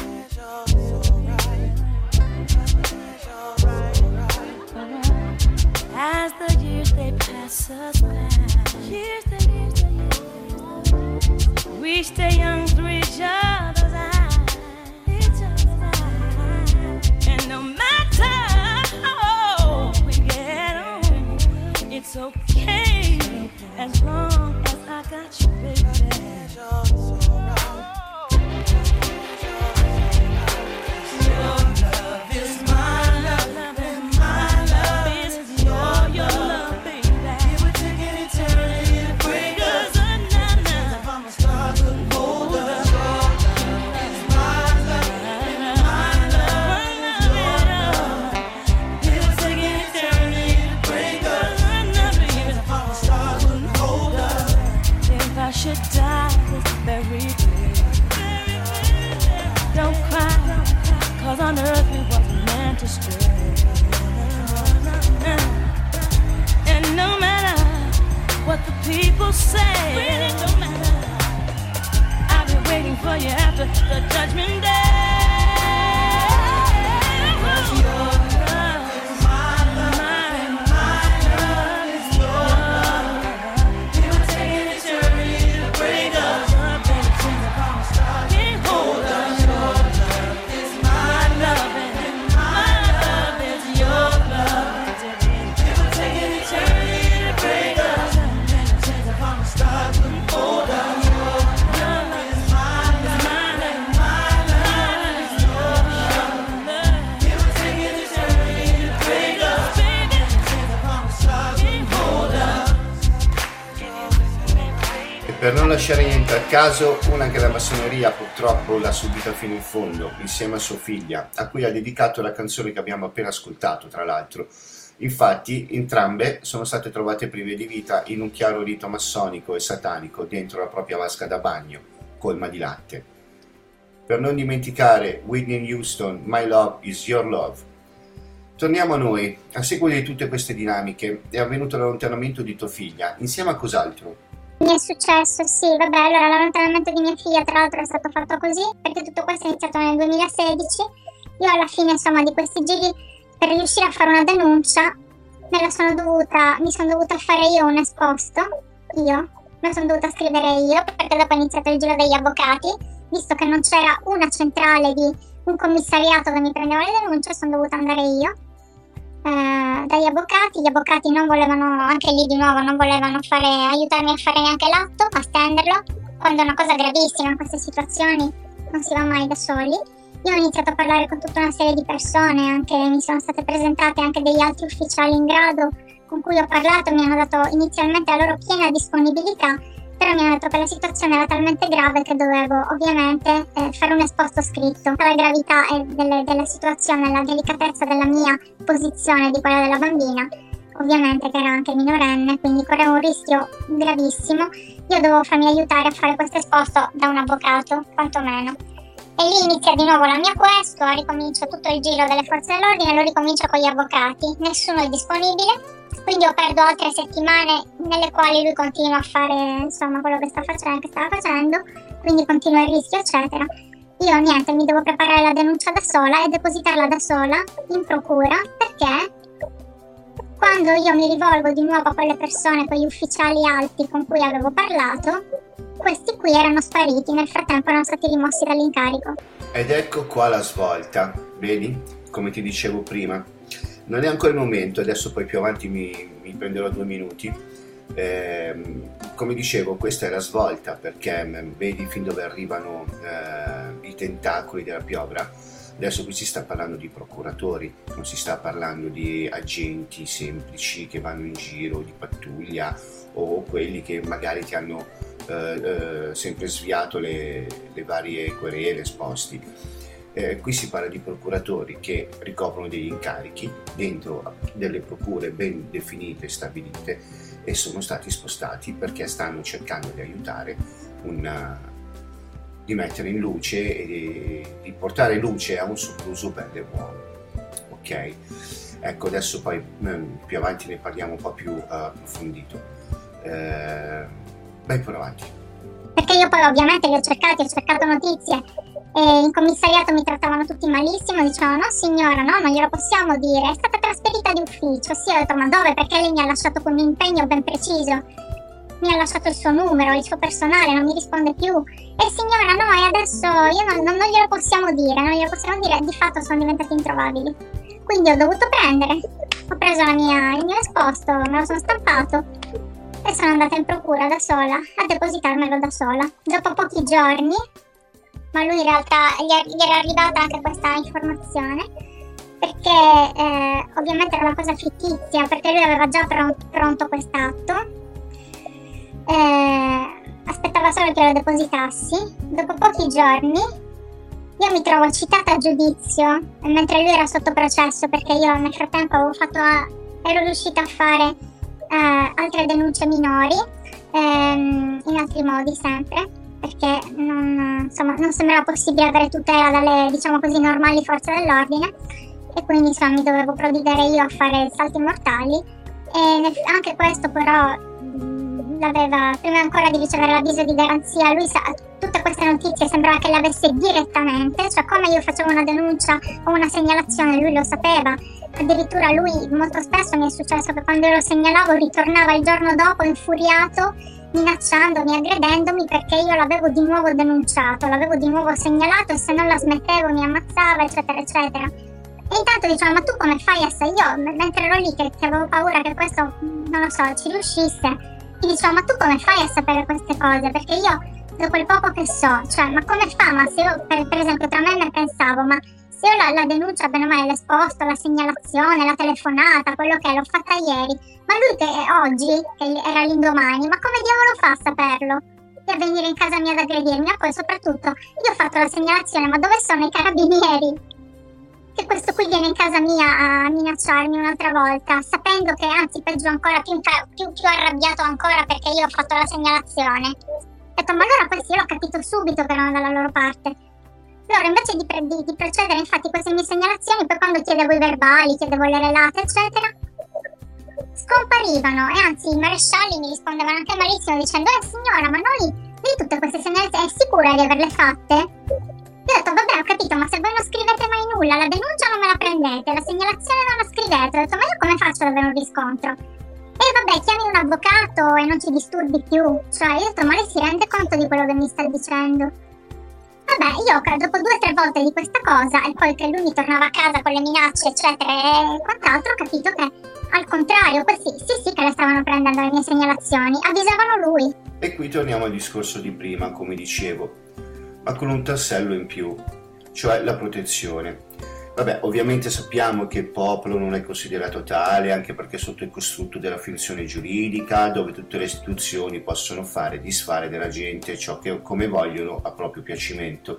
As the years they pass us by, years they years they years, we stay young through each other's eyes, each other's eyes. And no matter how old we get on, it's okay as long as I got you, baby. Should die this very day. Don't cry, cause on earth we wasn't meant to stay. And no matter what the people say, really don't matter, I'll be waiting for you after the judgment day. Cause your love is my love, my, my love is your love. You were taking eternity to break us up, and the chains of our stars can't hold us. Your love is my love, and my love is your love. You were taking eternity to break us up, and the chains of our stars couldn't hold us. Your love is my love, my love, my love.
Per non lasciare niente al caso, una che la massoneria purtroppo l'ha subita fino in fondo, insieme a sua figlia, a cui ha dedicato la canzone che abbiamo appena ascoltato, tra l'altro. Infatti, entrambe sono state trovate prive di vita in un chiaro rito massonico e satanico dentro la propria vasca da bagno, colma di latte. Per non dimenticare Whitney Houston, My Love is Your Love. Torniamo a noi. A seguito di tutte queste dinamiche è avvenuto l'allontanamento di tua figlia, insieme a cos'altro?
Mi è successo, sì, vabbè, allora l'allontanamento di mia figlia tra l'altro è stato fatto così, perché tutto questo è iniziato nel duemilasedici. Io alla fine, insomma, di questi giri, per riuscire a fare una denuncia, me la sono dovuta, mi sono dovuta fare io un esposto, io, me la sono dovuta scrivere io, perché dopo è iniziato il giro degli avvocati, visto che non c'era una centrale di un commissariato che mi prendeva le denunce, sono dovuta andare io. Uh, dagli avvocati, gli avvocati non volevano, anche lì di nuovo, non volevano fare, aiutarmi a fare neanche l'atto, a stenderlo, quando è una cosa gravissima. In queste situazioni non si va mai da soli. Io ho iniziato a parlare con tutta una serie di persone, anche mi sono state presentate anche degli altri ufficiali in grado con cui ho parlato, mi hanno dato inizialmente la loro piena disponibilità, però mi hanno detto che la situazione era talmente grave che dovevo ovviamente eh, fare un esposto scritto. La gravità e delle, della situazione, la delicatezza della mia posizione, di quella della bambina, ovviamente che era anche minorenne, quindi correvo un rischio gravissimo. Io dovevo farmi aiutare a fare questo esposto da un avvocato, quantomeno. E lì inizia di nuovo la mia questo, ricomincio tutto il giro delle forze dell'ordine, lo ricomincio con gli avvocati, nessuno è disponibile. Quindi io perdo altre settimane nelle quali lui continua a fare, insomma, quello che sta facendo, che stava facendo, quindi continua il rischio, eccetera. Io niente, mi devo preparare la denuncia da sola e depositarla da sola in procura, perché quando io mi rivolgo di nuovo a quelle persone, quegli ufficiali alti con cui avevo parlato, questi qui erano spariti, nel frattempo erano stati rimossi dall'incarico.
Ed ecco qua la svolta, vedi? Come ti dicevo prima. Non è ancora il momento, adesso poi più avanti mi, mi prenderò due minuti. Eh, come dicevo, questa è la svolta, perché mh, vedi fin dove arrivano eh, i tentacoli della piovra. Adesso qui si sta parlando di procuratori, non si sta parlando di agenti semplici che vanno in giro, di pattuglia, o quelli che magari ti hanno eh, eh, sempre sviato le, le varie querele, esposti. Eh, qui si parla di procuratori che ricoprono degli incarichi dentro delle procure ben definite e stabilite e sono stati spostati perché stanno cercando di aiutare una, di mettere in luce e di, di portare luce a un sopruso bello e buono. Ok? Ecco, adesso poi più avanti ne parliamo un po' più uh, approfondito. Eh, vai pure avanti.
Perché io poi ovviamente li ho cercati, ho cercato notizie. E in commissariato mi trattavano tutti malissimo, dicevano no signora, no, non glielo possiamo dire, è stata trasferita di ufficio. Sì, ho detto ma dove? Perché lei mi ha lasciato con un impegno ben preciso, mi ha lasciato il suo numero, il suo personale, non mi risponde più. E signora no, e adesso io non, non, non glielo possiamo dire, non glielo possiamo dire, di fatto sono diventati introvabili. Quindi ho dovuto prendere, ho preso la mia, il mio esposto, me lo sono stampato e sono andata in procura da sola a depositarmelo da sola. Dopo pochi giorni, ma lui in realtà gli, gli era arrivata anche questa informazione, perché eh, ovviamente era una cosa fittizia, perché lui aveva già pronto, pronto quest'atto, eh, aspettava solo che lo depositassi. Dopo pochi giorni io mi trovo citata a giudizio, mentre lui era sotto processo, perché io nel frattempo avevo fatto a, ero riuscita a fare eh, altre denunce minori, ehm, in altri modi sempre, perché non, insomma, non sembrava possibile avere tutela dalle, diciamo così, normali forze dell'ordine, e quindi insomma mi dovevo prodigare io a fare salti mortali. E nel, anche questo però mh, l'aveva, prima ancora di ricevere l'avviso di garanzia, lui sa, tutte queste notizie sembrava che le avesse direttamente, cioè come io facevo una denuncia o una segnalazione lui lo sapeva. Addirittura lui molto spesso mi è successo che quando io lo segnalavo ritornava il giorno dopo infuriato, minacciandomi, aggredendomi perché io l'avevo di nuovo denunciato, l'avevo di nuovo segnalato e se non la smettevo mi ammazzava, eccetera eccetera. E intanto diciamo, ma tu come fai a sapere? Io mentre ero lì che, che avevo paura che questo, non lo so, ci riuscisse, gli dicevo, ma tu come fai a sapere queste cose? Perché io dopo il poco che so, cioè ma come fa? Ma se io per, per esempio tra me ne pensavo, ma se io la, la denuncia bene o male, l'esposto, la segnalazione, la telefonata, quello che è, l'ho fatta ieri, ma lui che è oggi, che era l'indomani, ma come diavolo fa a saperlo? a venire in casa mia ad aggredirmi. E poi soprattutto io ho fatto la segnalazione, ma dove sono i carabinieri? Che questo qui viene in casa mia a minacciarmi un'altra volta, sapendo che, anzi peggio ancora, più, più, più arrabbiato ancora perché io ho fatto la segnalazione. Ho detto, ma allora questi io l'ho capito subito che erano dalla loro parte. Loro invece di, pre- di, di procedere infatti queste mie segnalazioni, poi quando chiedevo i verbali, chiedevo le relate eccetera, scomparivano, e anzi i marescialli mi rispondevano anche malissimo dicendo, eh signora, ma noi di tutte queste segnalazioni è sicura di averle fatte? Io ho detto, vabbè, ho capito, ma se voi non scrivete mai nulla, la denuncia non me la prendete, la segnalazione non la scrivete. Ho detto, ma io come faccio ad avere un riscontro? E vabbè, chiami un avvocato e non ci disturbi più. Cioè, io ho detto, ma lei si rende conto di quello che mi sta dicendo? Vabbè, io dopo due o tre volte di questa cosa, e poi che lui mi tornava a casa con le minacce, eccetera, e quant'altro, ho capito che, al contrario, questi sì sì che le stavano prendendo le mie segnalazioni, avvisavano lui.
E qui torniamo al discorso di prima, come dicevo, ma con un tassello in più, cioè la protezione. Vabbè, ovviamente sappiamo che il popolo non è considerato tale, anche perché è sotto il costrutto della finzione giuridica, dove tutte le istituzioni possono fare e disfare della gente ciò che come vogliono a proprio piacimento.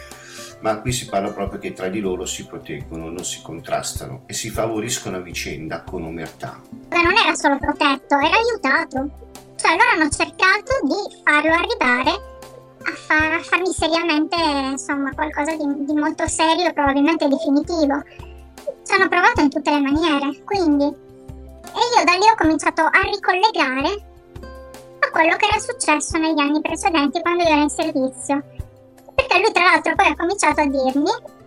Ma qui si parla proprio che tra di loro si proteggono, non si contrastano e si favoriscono a vicenda con omertà.
Ma non era solo protetto, era aiutato. Cioè loro hanno cercato di farlo arrivare A, far, a farmi seriamente, insomma, qualcosa di, di molto serio e probabilmente definitivo. Ci hanno provato in tutte le maniere, quindi. E io da lì ho cominciato a ricollegare a quello che era successo negli anni precedenti quando io ero in servizio. Perché lui tra l'altro poi ha cominciato a dirmi,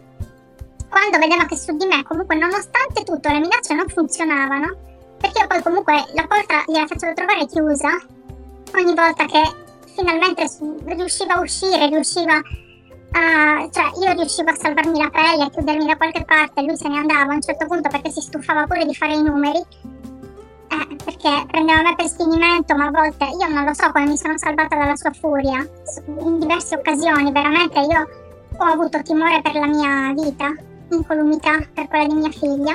quando vedeva che su di me comunque nonostante tutto le minacce non funzionavano, perché io poi comunque la porta gliela facevo trovare chiusa ogni volta che finalmente riusciva a uscire, riusciva a, cioè io riuscivo a salvarmi la pelle, a chiudermi da qualche parte, lui se ne andava a un certo punto perché si stufava pure di fare i numeri, eh, perché prendeva me per sfinimento, ma a volte io non lo so come mi sono salvata dalla sua furia, in diverse occasioni, veramente io ho avuto timore per la mia vita, incolumità per quella di mia figlia,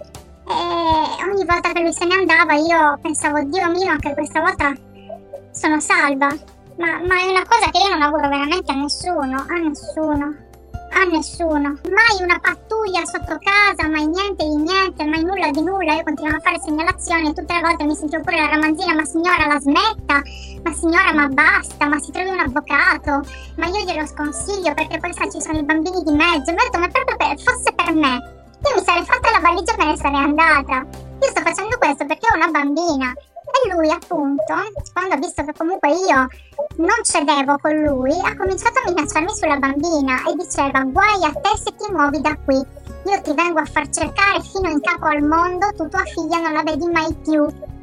e ogni volta che lui se ne andava io pensavo, Dio mio, anche questa volta sono salva. Ma, ma è una cosa che io non auguro veramente a nessuno, a nessuno, a nessuno. Mai una pattuglia sotto casa, mai niente di niente, mai nulla di nulla. Io continuavo a fare segnalazioni e tutte le volte mi sentivo pure la ramanzina, ma signora la smetta, ma signora ma basta, ma si trovi un avvocato, ma io glielo sconsiglio perché poi sa ci sono i bambini di mezzo. Mi ho detto, ma proprio per, fosse per me, io mi sarei fatta la valigia e me ne sarei andata. Io sto facendo questo perché ho una bambina. E lui appunto, quando ha visto che comunque io non cedevo con lui, ha cominciato a minacciarmi sulla bambina e diceva, guai a te se ti muovi da qui, io ti vengo a far cercare fino in capo al mondo, tu tua figlia non la vedi mai più,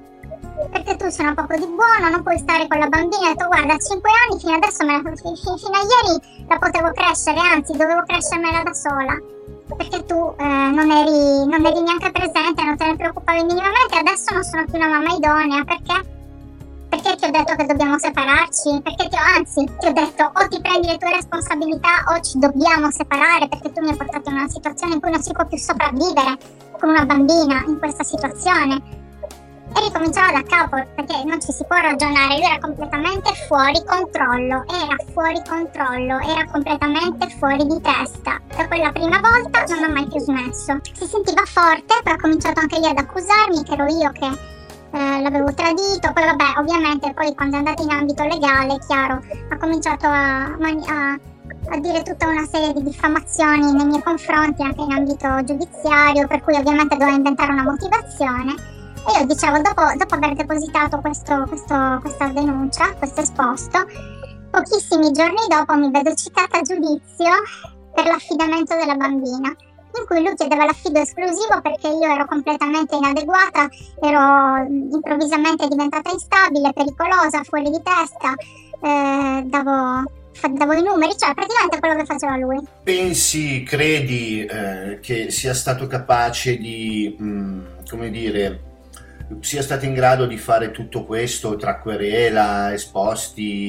perché tu sei un poco di buono, non puoi stare con la bambina. Ho detto, guarda, a cinque anni fino adesso me la, fino, fino a ieri la potevo crescere, anzi dovevo crescermela da sola, perché tu eh, non, eri, non eri neanche presente, non te ne preoccupavi minimamente. Adesso non sono più una mamma idonea. Perché? Perché ti ho detto che dobbiamo separarci? Perché ti ho, anzi, ti ho detto o ti prendi le tue responsabilità o ci dobbiamo separare, perché tu mi hai portato in una situazione in cui non si può più sopravvivere con una bambina in questa situazione. E ricominciava da capo, perché non ci si può ragionare. Lui era completamente fuori controllo, era fuori controllo, era completamente fuori di testa. Da quella prima volta non ha mai più smesso. Si sentiva forte, poi ha cominciato anche lì ad accusarmi che ero io che eh, l'avevo tradito. Poi vabbè, ovviamente poi quando è andato in ambito legale, chiaro, ha cominciato a, a, a dire tutta una serie di diffamazioni nei miei confronti, anche in ambito giudiziario, per cui ovviamente doveva inventare una motivazione. E io dicevo, dopo, dopo aver depositato questo, questo, questa denuncia, questo esposto, pochissimi giorni dopo mi vedo citata a giudizio per l'affidamento della bambina, in cui lui chiedeva l'affido esclusivo perché io ero completamente inadeguata, ero improvvisamente diventata instabile, pericolosa, fuori di testa, eh, davo... davo i numeri, cioè praticamente quello che faceva lui.
Pensi, credi eh, che sia stato capace di, mh, come dire, sia stato in grado di fare tutto questo tra querela, esposti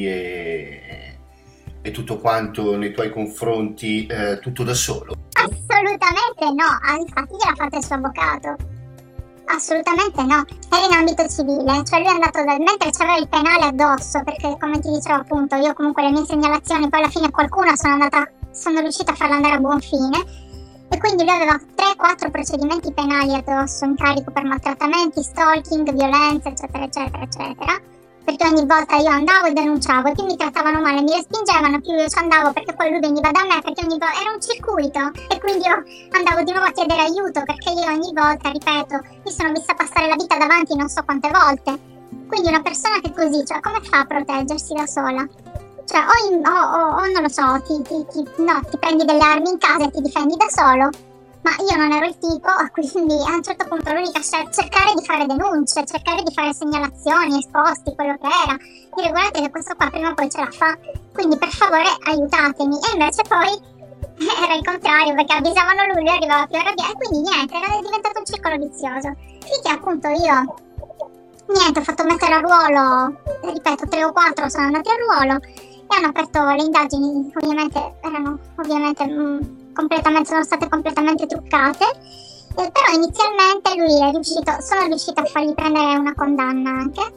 e, e tutto quanto nei tuoi confronti, eh, tutto da solo?
Assolutamente no, infatti gliel'ha fatto il suo avvocato. Assolutamente no, era in ambito civile, cioè lui è andato dal, mentre c'aveva il penale addosso, perché come ti dicevo appunto io comunque le mie segnalazioni poi alla fine qualcuna sono andata, sono riuscita a farla andare a buon fine, e quindi lui aveva tre quattro procedimenti penali addosso in carico per maltrattamenti, stalking, violenza eccetera eccetera eccetera, perché ogni volta io andavo e denunciavo e più mi trattavano male, mi respingevano, più io ci andavo perché poi lui veniva da me, perché ogni volta era un circuito e quindi io andavo di nuovo a chiedere aiuto, perché io ogni volta, ripeto, mi sono vista passare la vita davanti non so quante volte, quindi una persona che così, cioè come fa a proteggersi da sola? Cioè o, in, o, o, o non lo so, ti, ti, ti, no, ti prendi delle armi in casa e ti difendi da solo, ma io non ero il tipo, quindi a un certo punto l'unica scelta cercare di fare denunce, cercare di fare segnalazioni, esposti, quello che era, dire guardate che questo qua prima o poi ce la fa, quindi per favore aiutatemi, e invece poi era il contrario, perché avvisavano lui, lui arrivava più arrabbiato, e quindi niente, era diventato un circolo vizioso, finché appunto io niente, ho fatto mettere a ruolo, ripeto, tre o quattro sono andati a ruolo e hanno aperto le indagini, ovviamente erano ovviamente mh, completamente, sono state completamente truccate, eh, però inizialmente lui è riuscito, sono riuscita a fargli prendere una condanna anche,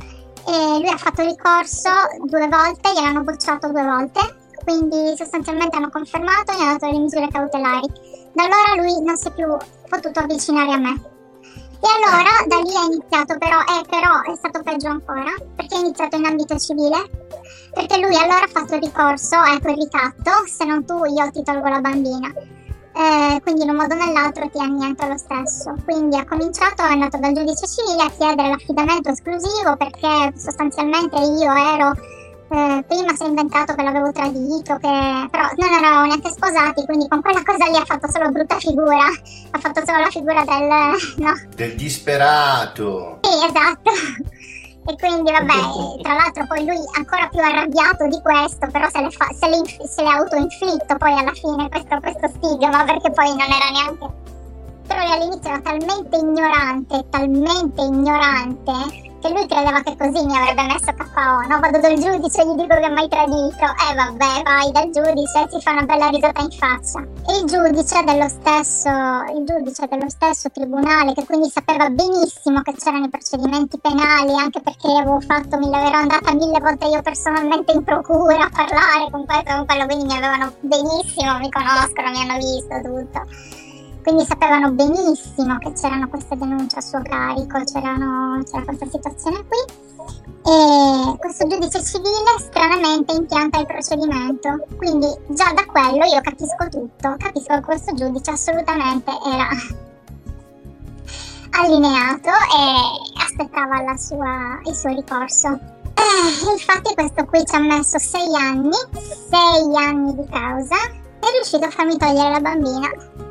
e lui ha fatto ricorso due volte, gliel'hanno bocciato due volte, quindi sostanzialmente hanno confermato e hanno dato le misure cautelari. Da allora lui non si è più potuto avvicinare a me. E allora da lì è iniziato, però, eh, però è stato peggio ancora, perché è iniziato in ambito civile, perché lui allora ha fatto ricorso, ecco il ricatto, se non tu io ti tolgo la bambina, eh, quindi in un modo o nell'altro ti anniento lo stesso, quindi ha cominciato, è andato dal giudice civile a chiedere l'affidamento esclusivo, perché sostanzialmente io ero, eh, prima si è inventato che l'avevo tradito, che però non eravamo neanche sposati, quindi con quella cosa lì ha fatto solo brutta figura, ha fatto solo la figura del, no?
Del disperato.
Sì, esatto. E quindi vabbè, tra l'altro poi lui ancora più arrabbiato di questo, però se l'è, fa- se l'è, inf- se l'è autoinflitto poi alla fine questo, questo stigma, perché poi non era neanche... Però lui all'inizio era talmente ignorante, talmente ignorante, che lui credeva che così mi avrebbe messo K O, no? Vado dal giudice e gli dico che mi hai tradito, e eh, vabbè, vai dal giudice e ti fa una bella risata in faccia. E il giudice dello stesso, il giudice dello stesso tribunale, che quindi sapeva benissimo che c'erano i procedimenti penali, anche perché avevo fatto, mi ero andata mille volte io personalmente in procura a parlare con questo, con quello, quindi mi avevano benissimo, mi conoscono, mi hanno visto tutto. Quindi sapevano benissimo che c'erano queste denunce a suo carico, c'erano, c'era questa situazione qui, e questo giudice civile stranamente impianta il procedimento, quindi già da quello io capisco tutto, capisco che questo giudice assolutamente era allineato e aspettava la sua, il suo ricorso. Eh, infatti questo qui ci ha messo sei anni, sei anni di causa, è riuscito a farmi togliere la bambina.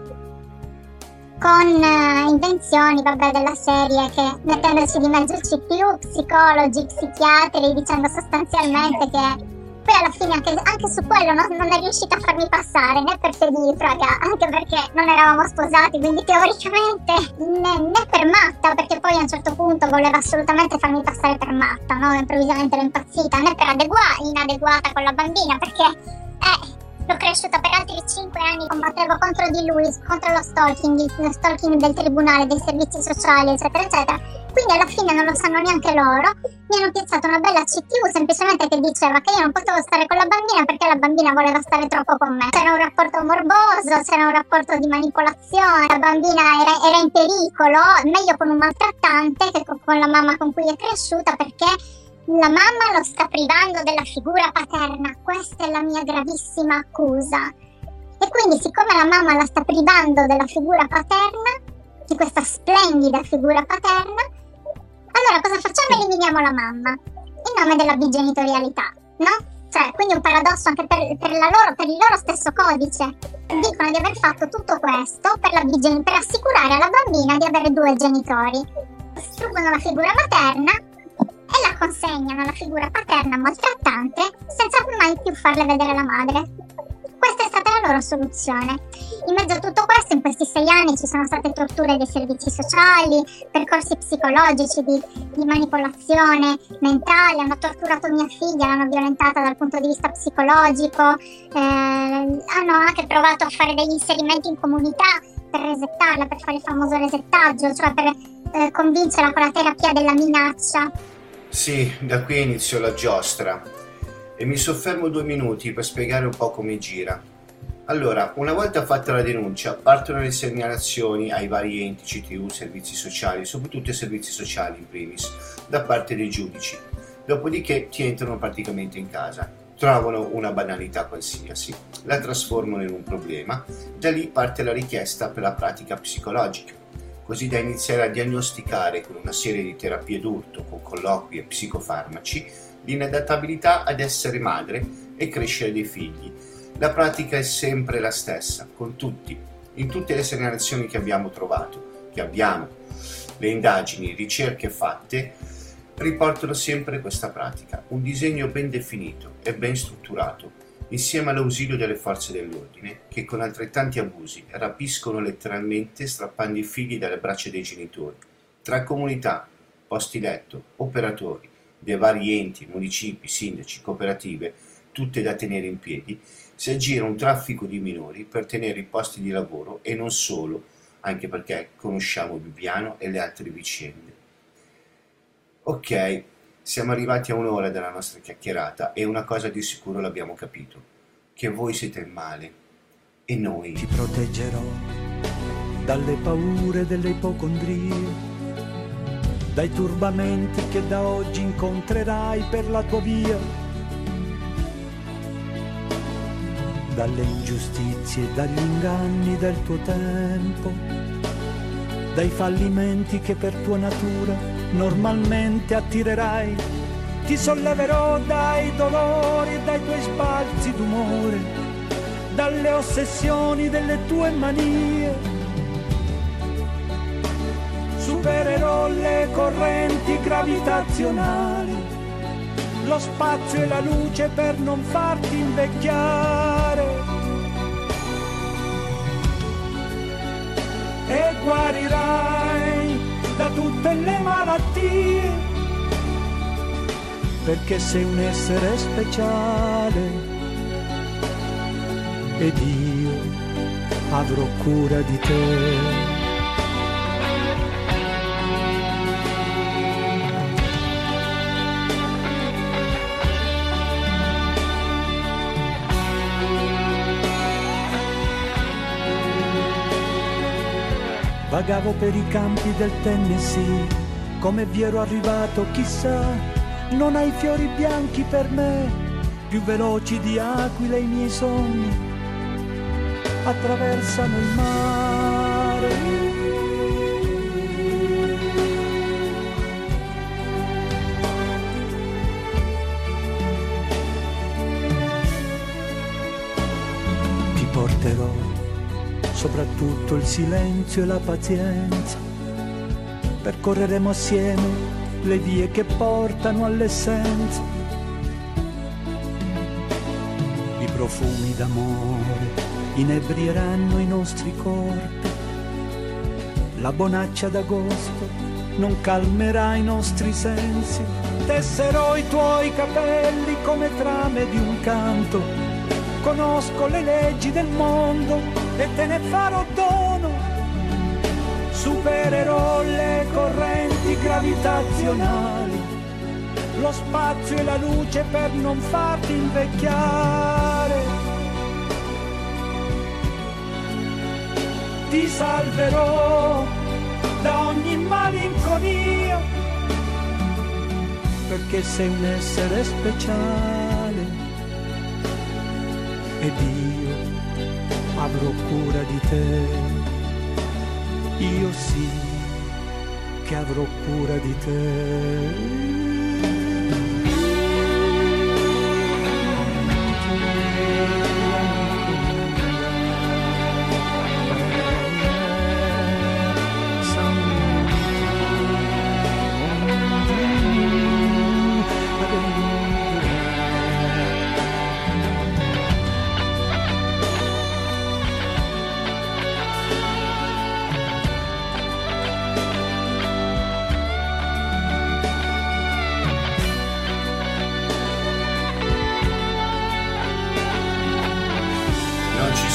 Con uh, invenzioni, vabbè, della serie, che mettendoci di mezzo C P U, psicologi, psichiatri, dicendo sostanzialmente che poi alla fine anche, anche su quello no, non è riuscita a farmi passare, né per fedeli, raga, anche perché non eravamo sposati, quindi teoricamente né, né per matta, perché poi a un certo punto voleva assolutamente farmi passare per matta, no? Improvvisamente ero impazzita, né per adegua- inadeguata con la bambina, perché eh l'ho cresciuta per altri cinque anni, combattevo contro di lui, contro lo stalking, lo stalking del tribunale, dei servizi sociali, eccetera, eccetera. Quindi alla fine non lo sanno neanche loro. Mi hanno piazzato una bella C T U semplicemente che diceva che io non potevo stare con la bambina perché la bambina voleva stare troppo con me. C'era un rapporto morboso, c'era un rapporto di manipolazione, la bambina era, era in pericolo, meglio con un maltrattante che con la mamma con cui è cresciuta, perché la mamma lo sta privando della figura paterna, questa è la mia gravissima accusa. E quindi siccome la mamma la sta privando della figura paterna, di questa splendida figura paterna, allora cosa facciamo? Eliminiamo la mamma, in nome della bigenitorialità, no? Cioè, quindi un paradosso anche per, per, la loro, per il loro stesso codice. Dicono di aver fatto tutto questo per, la bigen- per assicurare alla bambina di avere due genitori. Distruggono la figura materna e la consegnano alla figura paterna maltrattante senza mai più farle vedere la madre. Questa è stata la loro soluzione. In mezzo a tutto questo, in questi sei anni ci sono state torture dei servizi sociali, percorsi psicologici di, di manipolazione mentale, hanno torturato mia figlia, l'hanno violentata dal punto di vista psicologico, eh, hanno anche provato a fare degli inserimenti in comunità per resettarla, per fare il famoso resettaggio, cioè per eh, convincerla con la terapia della minaccia.
Sì, da qui inizio la giostra e mi soffermo due minuti per spiegare un po' come gira. Allora, una volta fatta la denuncia, partono le segnalazioni ai vari enti, C T U, servizi sociali, soprattutto i servizi sociali in primis, da parte dei giudici. Dopodiché ti entrano praticamente in casa, trovano una banalità qualsiasi, la trasformano in un problema, da lì parte la richiesta per la pratica psicologica, così da iniziare a diagnosticare con una serie di terapie d'urto, con colloqui e psicofarmaci, l'inadettabilità ad essere madre e crescere dei figli. La pratica è sempre la stessa, con tutti, in tutte le segnalazioni che abbiamo trovato, che abbiamo, le indagini, ricerche fatte, riportano sempre questa pratica, un disegno ben definito e ben strutturato, insieme all'ausilio delle forze dell'ordine, che con altrettanti abusi rapiscono letteralmente strappando i figli dalle braccia dei genitori, tra comunità, posti letto, operatori, dei vari enti, municipi, sindaci, cooperative, tutte da tenere in piedi, si aggira un traffico di minori per tenere i posti di lavoro e non solo, anche perché conosciamo Bibbiano e le altre vicende. Ok, siamo arrivati a un'ora della nostra chiacchierata e una cosa di sicuro l'abbiamo capito, che voi siete il male e noi
ti proteggerò dalle paure delle ipocondrie, dai turbamenti che da oggi incontrerai per la tua via, dalle ingiustizie e dagli inganni del tuo tempo, dai fallimenti che per tua natura normalmente attirerai. Ti solleverò dai dolori e dai tuoi sbalzi d'umore, dalle ossessioni delle tue manie. Supererò le correnti gravitazionali, lo spazio e la luce per non farti invecchiare. E guarirai da tutte le malattie, perché sei un essere speciale ed io avrò cura di te. Vagavo per i campi del Tennessee, come vi ero arrivato chissà, non hai fiori bianchi per me, più veloci di aquile i miei sogni, attraversano il mare. Ti porterò soprattutto il silenzio e la pazienza, percorreremo assieme le vie che portano all'essenza. I profumi d'amore inebrieranno i nostri corpi, la bonaccia d'agosto non calmerà i nostri sensi. Tesserò i tuoi capelli come trame di un canto, conosco le leggi del mondo e te ne farò dono. Supererò le correnti gravitazionali, lo spazio e la luce per non farti invecchiare. Ti salverò da ogni malinconia, perché sei un essere speciale ed io avrò cura di te. Io sì che avrò cura di te.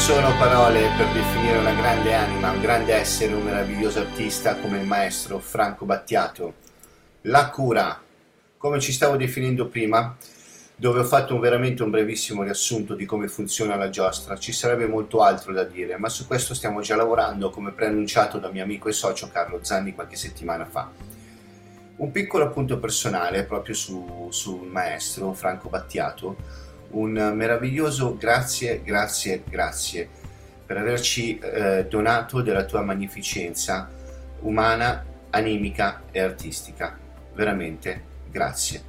sono parole per definire una grande anima, un grande essere, un meraviglioso artista come il maestro Franco Battiato. La cura, come ci stavo definendo prima, dove ho fatto un, veramente un brevissimo riassunto di come funziona la giostra. Ci sarebbe molto altro da dire, ma su questo stiamo già lavorando, come preannunciato da mio amico e socio Carlo Zanni qualche settimana fa. Un piccolo appunto personale proprio su, sul maestro Franco Battiato, un meraviglioso grazie, grazie, grazie per averci eh, donato della tua magnificenza umana, animica e artistica. Veramente grazie.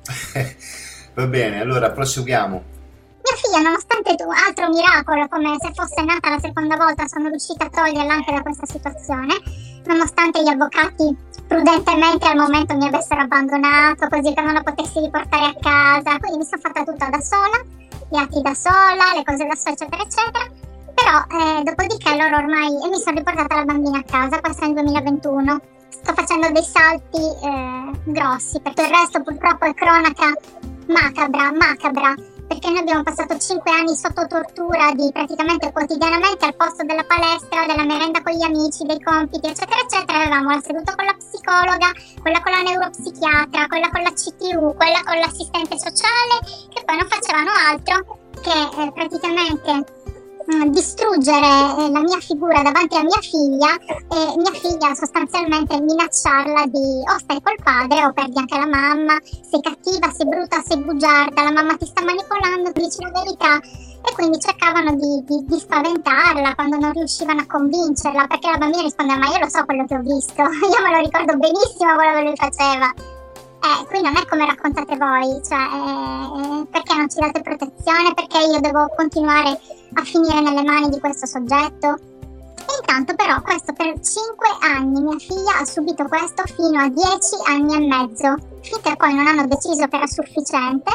Va bene, allora proseguiamo.
Mia figlia, nonostante tu, altro miracolo, come se fosse nata la seconda volta, sono riuscita a toglierla anche da questa situazione, nonostante gli avvocati prudentemente al momento mi avessero abbandonato, così che non la potessi riportare a casa, quindi mi sono fatta tutta da sola, gli atti da sola, le cose da sola, eccetera, eccetera. Però, eh, dopodiché loro ormai, e mi sono riportata la bambina a casa, questo è il duemilaventuno. Sto facendo dei salti eh, grossi, perché il resto purtroppo è cronaca macabra, macabra, perché noi abbiamo passato cinque anni sotto tortura di praticamente quotidianamente al posto della palestra, della merenda con gli amici, dei compiti, eccetera, eccetera. Avevamo la seduta con la psicologa, quella con la neuropsichiatra, quella con la C T U, quella con l'assistente sociale, che poi non facevano altro che eh, praticamente distruggere la mia figura davanti a mia figlia e mia figlia sostanzialmente minacciarla di o stai col padre o perdi anche la mamma, sei cattiva, sei brutta, sei bugiarda, la mamma ti sta manipolando, dici la verità. E quindi cercavano di, di, di spaventarla quando non riuscivano a convincerla, perché la bambina rispondeva: ma io lo so quello che ho visto, io me lo ricordo benissimo quello che lui faceva. Eh, qui non è come raccontate voi, cioè eh, perché non ci date protezione, perché io devo continuare a finire nelle mani di questo soggetto. E intanto però questo per cinque anni, mia figlia ha subito questo fino a dieci anni e mezzo, finché poi non hanno deciso che era sufficiente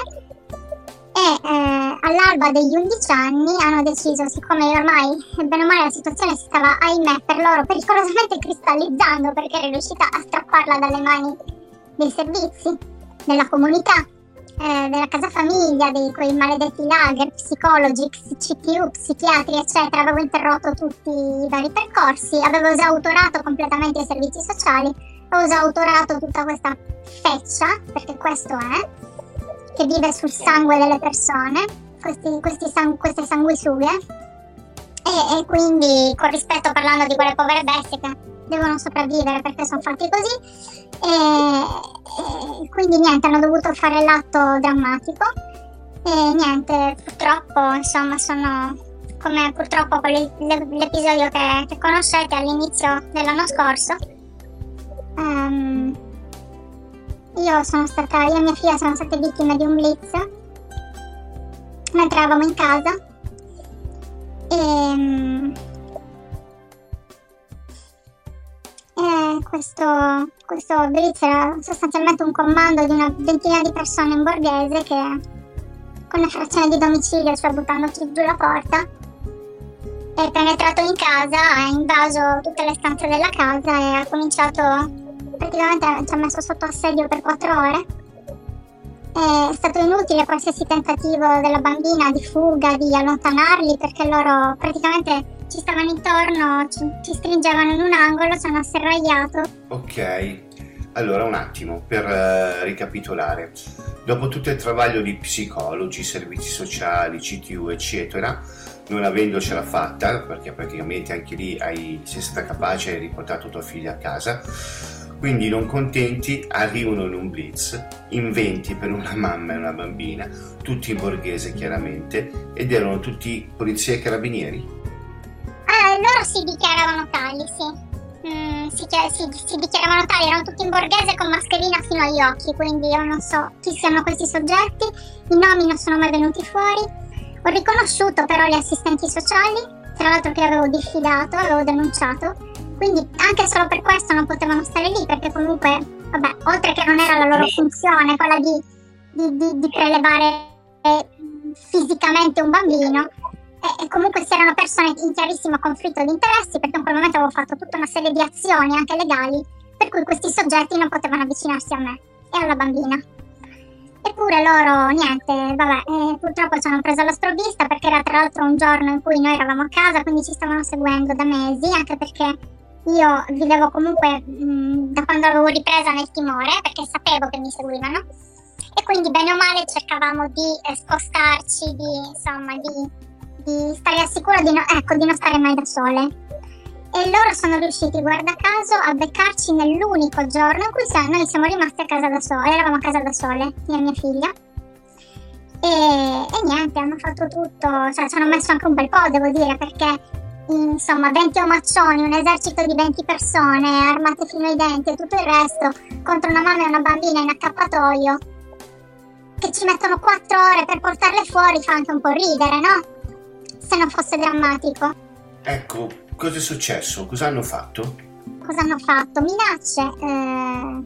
e eh, all'alba degli undici anni hanno deciso, siccome ormai bene o male la situazione si stava, ahimè, per loro pericolosamente cristallizzando, perché ero riuscita a strapparla dalle mani dei servizi, della comunità, eh, della casa famiglia, di quei maledetti lager, psicologi, C T U, psichiatri, eccetera. Avevo interrotto tutti i vari percorsi, avevo esautorato completamente i servizi sociali, avevo esautorato tutta questa feccia, perché questo è, che vive sul sangue delle persone, questi, questi sang- queste sanguisughe, e, e quindi, con rispetto, parlando di quelle povere bestie che devono sopravvivere perché sono fatti così, e, e quindi niente, hanno dovuto fare l'atto drammatico e niente, purtroppo insomma sono come purtroppo quelli, l'episodio che, che conoscete all'inizio dell'anno scorso. Um, io sono stata, io e mia figlia siamo state vittime di un blitz mentre eravamo in casa e um, Eh, questo, questo blitz era sostanzialmente un comando di una ventina di persone in borghese che con effrazione di domicilio, cioè buttandoci giù la porta, è penetrato in casa, ha invaso tutte le stanze della casa e ha cominciato, praticamente ci ha messo sotto assedio per quattro ore. È stato inutile qualsiasi tentativo della bambina di fuga, di allontanarli, perché loro praticamente ci stavano intorno, ci, ci stringevano in un angolo, ci hanno asserragliato.
Ok, allora un attimo per uh, ricapitolare. Dopo tutto il travaglio di psicologi, servizi sociali, C T U, eccetera, non avendocela fatta, perché praticamente anche lì hai, sei stata capace e hai riportato tua figlia a casa, quindi non contenti arrivano in un blitz, in venti per una mamma e una bambina, tutti in borghese chiaramente, ed erano tutti polizia e carabinieri.
Ah, loro si dichiaravano tali, sì. Mm, si, si, si dichiaravano tali, erano tutti in borghese con mascherina fino agli occhi, quindi io non so chi siano questi soggetti, i nomi non sono mai venuti fuori. Ho riconosciuto però gli assistenti sociali, tra l'altro che avevo diffidato, avevo denunciato, quindi anche solo per questo non potevano stare lì, perché comunque, vabbè, oltre che non era la loro funzione, quella di, di, di, di prelevare fisicamente un bambino, e, e comunque si erano persone in chiarissimo conflitto di interessi, perché in quel momento avevo fatto tutta una serie di azioni anche legali per cui questi soggetti non potevano avvicinarsi a me e alla bambina. E Eppure loro, niente, vabbè, eh, purtroppo ci hanno preso alla sprovvista, perché era tra l'altro un giorno in cui noi eravamo a casa, quindi ci stavano seguendo da mesi, anche perché io vivevo comunque mh, da quando avevo ripresa nel timore, perché sapevo che mi seguivano, e quindi bene o male cercavamo di eh, spostarci, di insomma di, di stare al sicuro, di, no, ecco, di non stare mai da sole. E loro sono riusciti, guarda caso, a beccarci nell'unico giorno in cui siamo, noi siamo rimasti a casa da sole, eravamo a casa da sole, io e mia figlia. E, e niente, hanno fatto tutto, cioè ci hanno messo anche un bel po', devo dire, perché insomma venti omaccioni, un esercito di venti persone armate fino ai denti e tutto il resto contro una mamma e una bambina in accappatoio che ci mettono quattro ore per portarle fuori, fa anche un po' ridere, no? Se non fosse drammatico.
Ecco, cosa è successo? Cosa hanno fatto?
Cosa hanno fatto? Minacce. Eh,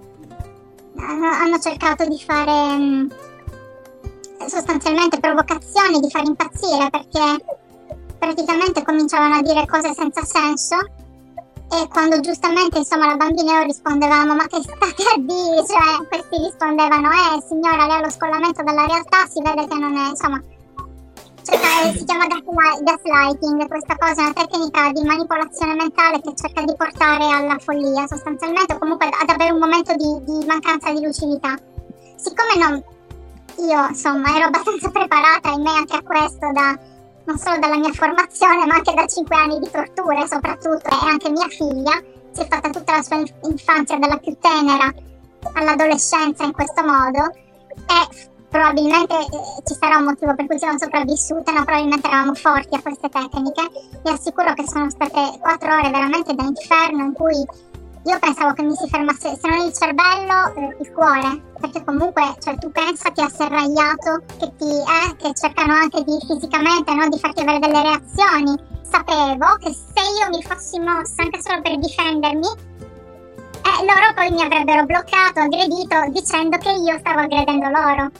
hanno cercato di fare mh, sostanzialmente provocazioni, di far impazzire, perché praticamente cominciavano a dire cose senza senso, e quando giustamente insomma la bambina e io rispondevamo ma che state a dire, cioè questi rispondevano eh signora, lei ha lo scollamento dalla realtà, si vede che non è, insomma, cioè, si chiama gaslighting, questa cosa è una tecnica di manipolazione mentale che cerca di portare alla follia sostanzialmente, o comunque ad avere un momento di, di mancanza di lucidità. Siccome non, io insomma ero abbastanza preparata, in me anche a questo, da non solo dalla mia formazione ma anche da cinque anni di torture soprattutto, e anche mia figlia si è fatta tutta la sua infanzia dalla più tenera all'adolescenza in questo modo, e probabilmente eh, ci sarà un motivo per cui siamo sopravvissute, no? Probabilmente eravamo forti a queste tecniche. Vi assicuro che sono state quattro ore veramente da inferno, in cui io pensavo che mi si fermasse, se non il cervello, eh, il cuore, perché comunque, cioè, tu pensati a serragliato che ti, eh, che cercano anche di fisicamente, no, di farti avere delle reazioni. Sapevo che se io mi fossi mossa anche solo per difendermi, eh, loro poi mi avrebbero bloccato, aggredito, dicendo che io stavo aggredendo loro.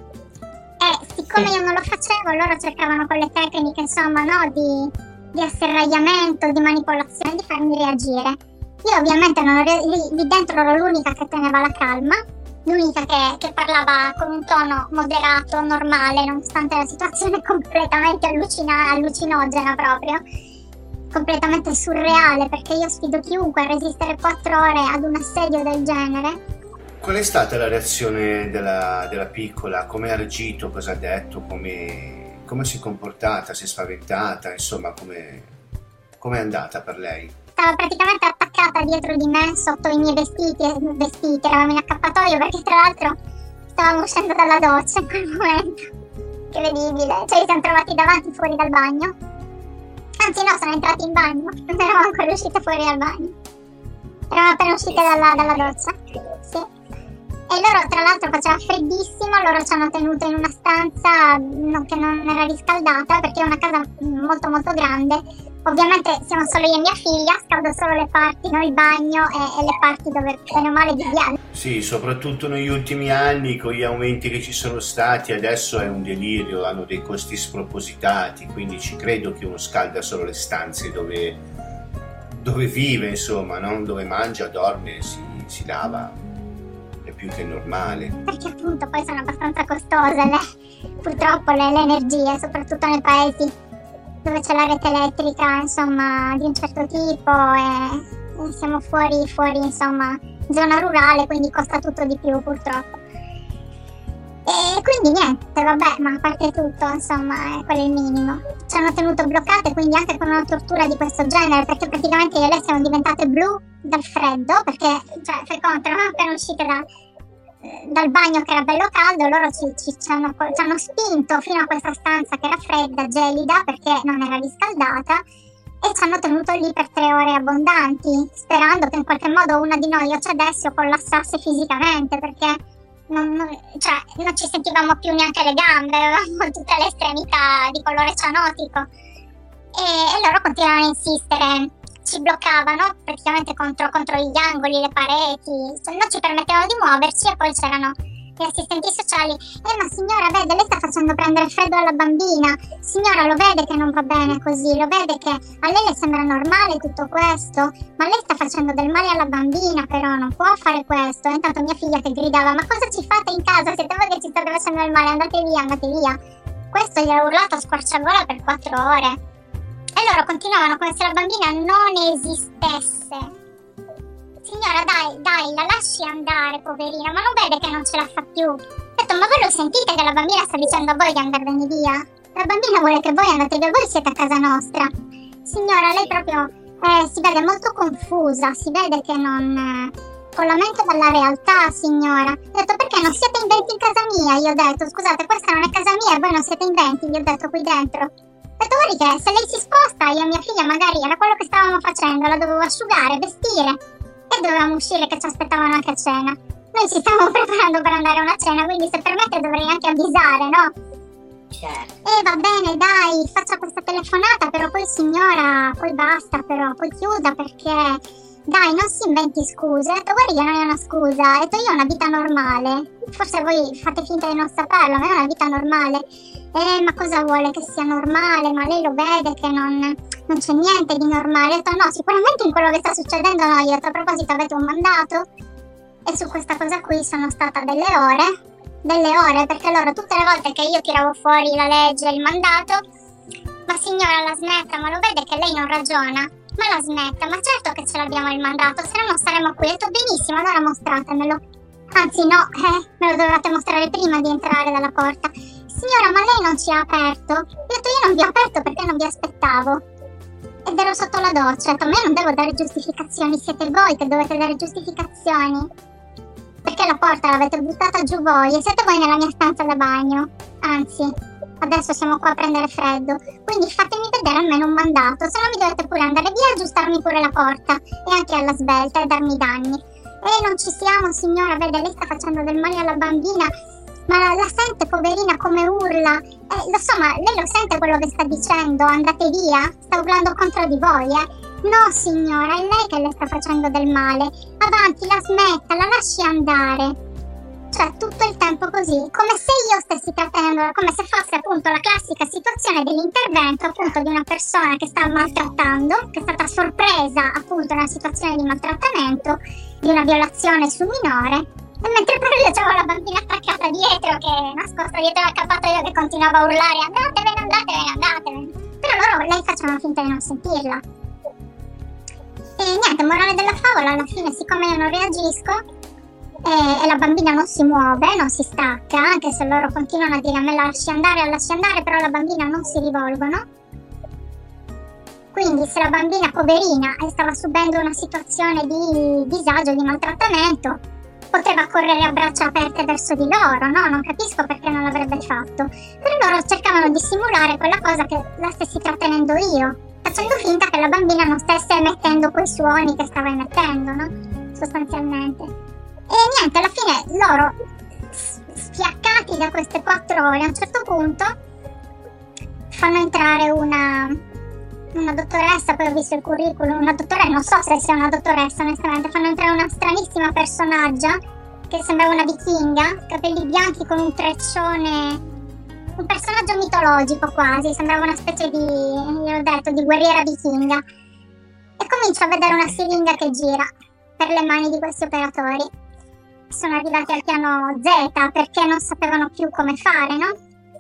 E siccome io non lo facevo, loro cercavano con le tecniche, insomma, no, di, di asserragliamento, di manipolazione, di farmi reagire. Io ovviamente non ero, lì, lì dentro ero l'unica che teneva la calma, l'unica che, che parlava con un tono moderato, normale, nonostante la situazione completamente allucina, allucinogena proprio, completamente surreale, perché io sfido chiunque a resistere quattro ore ad un assedio del genere.
Qual è stata la reazione della, della piccola? Come ha reagito? Cosa ha detto? Come, come si è comportata? Si è spaventata? Insomma, come è andata per lei?
Stava praticamente attaccata dietro di me sotto i miei vestiti, vestiti, eravamo in accappatoio perché tra l'altro stavamo uscendo dalla doccia in quel momento, che vedibile, cioè ci siamo trovati davanti fuori dal bagno, anzi no, sono entrati in bagno, non eravamo ancora uscite fuori dal bagno, eravamo appena uscite dalla, dalla doccia, sì. E loro tra l'altro faceva freddissimo, loro ci hanno tenuto in una stanza no, che non era riscaldata perché è una casa molto molto grande. Ovviamente siamo solo io e mia figlia, scaldo solo le parti, no, il bagno e, e le parti dove bene o male viviamo.
Sì, soprattutto negli ultimi anni con gli aumenti che ci sono stati, adesso è un delirio, hanno dei costi spropositati, quindi ci credo che uno scalda solo le stanze dove, dove vive, insomma, no? Dove mangia, dorme, si, si lava. Più che normale,
perché appunto poi sono abbastanza costose le, purtroppo le, le energie, soprattutto nei paesi dove c'è la rete elettrica insomma di un certo tipo e, e siamo fuori fuori insomma zona rurale, quindi costa tutto di più purtroppo. E quindi niente, vabbè, ma a parte tutto insomma quello è il minimo. Ci hanno tenuto bloccate, quindi anche con una tortura di questo genere, perché praticamente io e lei siamo diventate blu dal freddo, perché cioè fai conto, eravamo appena uscite da dal bagno che era bello caldo, loro ci, ci, ci, hanno, ci hanno spinto fino a questa stanza che era fredda, gelida, perché non era riscaldata, e ci hanno tenuto lì per tre ore abbondanti, sperando che in qualche modo una di noi o cedesse o collassasse fisicamente, perché non, non, cioè, non ci sentivamo più neanche le gambe, avevamo tutte le estremità di colore cianotico, e, e loro continuavano a insistere. Ci bloccavano praticamente contro, contro gli angoli, le pareti, cioè non ci permettevano di muoverci, e poi c'erano gli assistenti sociali: eh ma signora, vede, lei sta facendo prendere freddo alla bambina, signora, lo vede che non va bene così, lo vede che a lei le sembra normale tutto questo, ma lei sta facendo del male alla bambina, però non può fare questo. E intanto mia figlia che gridava: ma cosa ci fate in casa? Siete voi che ci state facendo del male, andate via, andate via. Questo gli ha urlato a squarciagola per quattro ore e loro continuavano come se la bambina non esistesse. Signora, dai, dai, la lasci andare, poverina, ma non vede che non ce la fa più? Ho detto: ma voi lo sentite che la bambina sta dicendo a voi di andarvene via? La bambina vuole che voi andate via, voi siete a casa nostra. Signora, lei proprio eh, si vede molto confusa, si vede che non... Eh, con la mente dalla realtà, signora. Ho detto: perché non siete in venti in casa mia? Io ho detto: scusate, questa non è casa mia e voi non siete in venti, gli ho detto qui dentro. Ho detto: guardi che se lei si sposta, io e mia figlia magari era quello che stavamo facendo, la dovevo asciugare, vestire e dovevamo uscire che ci aspettavano anche a cena. Noi ci stavamo preparando per andare a una cena, quindi se permette dovrei anche avvisare, no?
Certo.
Eh va bene, dai, faccia questa telefonata, però poi signora, poi basta, però poi chiuda, perché dai, non si inventi scuse. Ho detto: guardi che non è una scusa, ho detto: io ho una vita normale, forse voi fate finta di non saperlo, ma è una vita normale. Eh, ma cosa vuole che sia normale? Ma lei lo vede che non, non c'è niente di normale. Ho detto: no, sicuramente in quello che sta succedendo no. Io ho detto: a proposito, avete un mandato? E su questa cosa qui sono stata delle ore, delle ore, perché loro tutte le volte che io tiravo fuori la legge e il mandato: ma signora, la smetta, ma lo vede che lei non ragiona? Ma la smetta, ma certo che ce l'abbiamo il mandato, se no non saremmo qui. Ho detto: benissimo, allora mostratemelo. Anzi no, eh, me lo dovevate mostrare prima di entrare dalla porta. Signora, ma lei non ci ha aperto? Io ho detto: io non vi ho aperto perché non vi aspettavo ed ero sotto la doccia. Ho detto: a me non devo dare giustificazioni, siete voi che dovete dare giustificazioni, perché la porta l'avete buttata giù voi e siete voi nella mia stanza da bagno. Anzi, adesso siamo qua a prendere freddo, quindi fatemi vedere almeno un mandato, se no mi dovete pure andare via e aggiustarmi pure la porta e anche alla svelta e darmi danni. E non ci siamo, signora, vede, lei sta facendo del male alla bambina, ma la, la sente, poverina, come urla. Eh, lo so, ma lei lo sente quello che sta dicendo? Andate via? Sta urlando contro di voi, eh? No, signora, è lei che le sta facendo del male. Avanti, la smetta, la lasci andare. Cioè, tutto il tempo così, come se io stessi trattenendo, come se fosse appunto la classica situazione dell'intervento appunto di una persona che sta maltrattando, che è stata sorpresa appunto in una situazione di maltrattamento, di una violazione sul minore, e mentre però io avevo la bambina attaccata dietro, che nascosta dietro l'accappatoio, che continuava a urlare: andatevene, andatevene, andatevene. Però loro, lei facevano finta di non sentirla. E niente, morale della favola, alla fine, siccome io non reagisco e, e la bambina non si muove, non si stacca, anche se loro continuano a dire: a me lasci andare, lasci andare, però la bambina non si rivolgono. Quindi se la bambina, poverina, stava subendo una situazione di disagio, di maltrattamento, poteva correre a braccia aperte verso di loro, no? Non capisco perché non l'avrebbe fatto. Però loro cercavano di simulare quella cosa che la stessi trattenendo io, facendo finta che la bambina non stesse emettendo quei suoni che stava emettendo, no? Sostanzialmente. E niente, alla fine loro, sfiaccati da queste quattro ore, a un certo punto fanno entrare una, una dottoressa, poi ho visto il curriculum, una dottoressa, non so se sia una dottoressa onestamente, fanno entrare una stranissima personaggia che sembrava una vichinga, capelli bianchi con un treccione, un personaggio mitologico quasi, sembrava una specie di, io ho detto, di guerriera vichinga, e comincio a vedere una siringa che gira per le mani di questi operatori. Sono arrivati al piano Z perché non sapevano più come fare, no?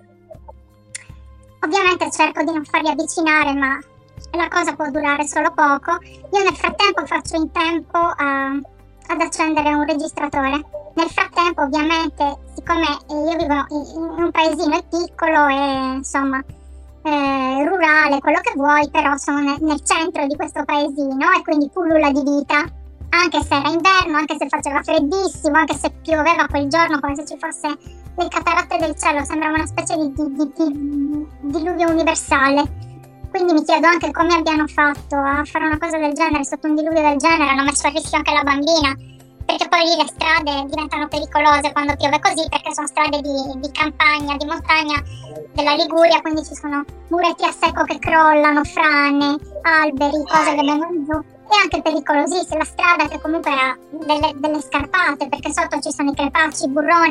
Ovviamente cerco di non farli avvicinare, ma la cosa può durare solo poco. Io nel frattempo faccio in tempo a, ad accendere un registratore. Nel frattempo, ovviamente, siccome io vivo in un paesino, è piccolo e insomma eh, rurale, quello che vuoi, però sono nel, nel centro di questo paesino e quindi pullula di vita. Anche se era inverno, anche se faceva freddissimo, anche se pioveva quel giorno come se ci fosse le cataratte del cielo, sembrava una specie di, di, di, di diluvio universale. Quindi mi chiedo anche come abbiano fatto a fare una cosa del genere, sotto un diluvio del genere, hanno messo a rischio anche la bambina, perché poi lì le strade diventano pericolose quando piove così, perché sono strade di, di campagna, di montagna della Liguria, quindi ci sono muretti a secco che crollano, frane, alberi, cose che vengono giù. E anche pericolosissima la strada, che comunque ha delle, delle scarpate, perché sotto ci sono i crepacci, i burroni,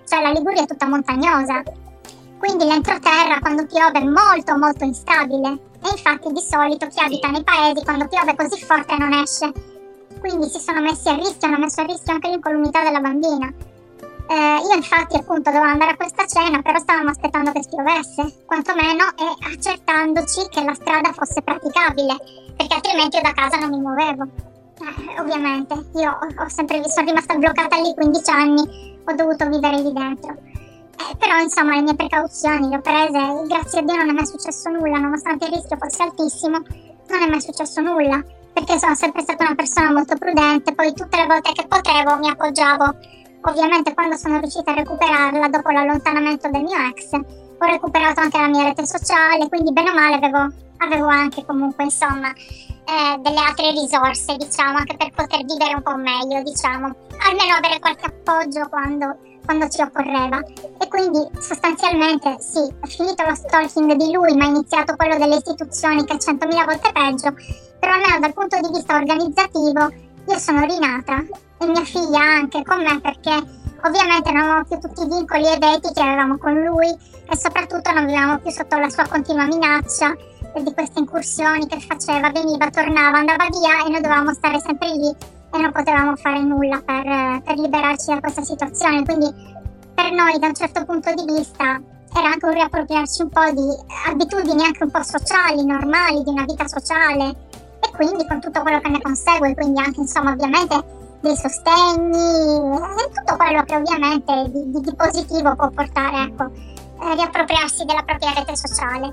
cioè la Liguria è tutta montagnosa, quindi l'entroterra quando piove è molto molto instabile e infatti di solito chi abita nei paesi quando piove così forte non esce, quindi si sono messi a rischio, hanno messo a rischio anche l'incolumità della bambina. Eh, io infatti appunto dovevo andare a questa cena, però stavamo aspettando che spiovesse, quantomeno, e accertandoci che la strada fosse praticabile, perché altrimenti io da casa non mi muovevo. Eh, ovviamente, io ho, ho sempre sono rimasta bloccata lì quindici anni, ho dovuto vivere lì dentro. Eh, però insomma le mie precauzioni le ho prese, grazie a Dio non è mai successo nulla, nonostante il rischio fosse altissimo, non è mai successo nulla, perché sono sempre stata una persona molto prudente, poi tutte le volte che potevo mi appoggiavo. Ovviamente quando sono riuscita a recuperarla dopo l'allontanamento del mio ex, ho recuperato anche la mia rete sociale, quindi bene o male avevo, avevo anche comunque insomma eh, delle altre risorse, diciamo, anche per poter vivere un po' meglio, diciamo, almeno avere qualche appoggio quando, quando ci occorreva. E quindi sostanzialmente sì, ho finito lo stalking di lui, ma è iniziato quello delle istituzioni che è centomila volte peggio, però almeno dal punto di vista organizzativo io sono rinata e mia figlia anche con me, perché ovviamente non avevamo più tutti i vincoli e veti che avevamo con lui e soprattutto non vivevamo più sotto la sua continua minaccia di queste incursioni che faceva, veniva, tornava, andava via e noi dovevamo stare sempre lì e non potevamo fare nulla per, per liberarci da questa situazione. Quindi per noi da un certo punto di vista era anche un riappropriarci un po' di abitudini anche un po' sociali, normali, di una vita sociale, e quindi con tutto quello che ne consegue, quindi anche insomma ovviamente dei sostegni e tutto quello che ovviamente di, di, di positivo può portare, ecco, eh, riappropriarsi della propria rete sociale.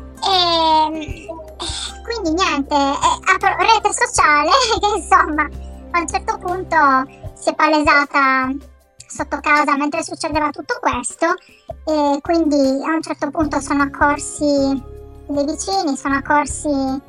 E quindi niente, eh, rete sociale che insomma a un certo punto si è palesata sotto casa mentre succedeva tutto questo, e quindi a un certo punto sono accorsi dei vicini, sono accorsi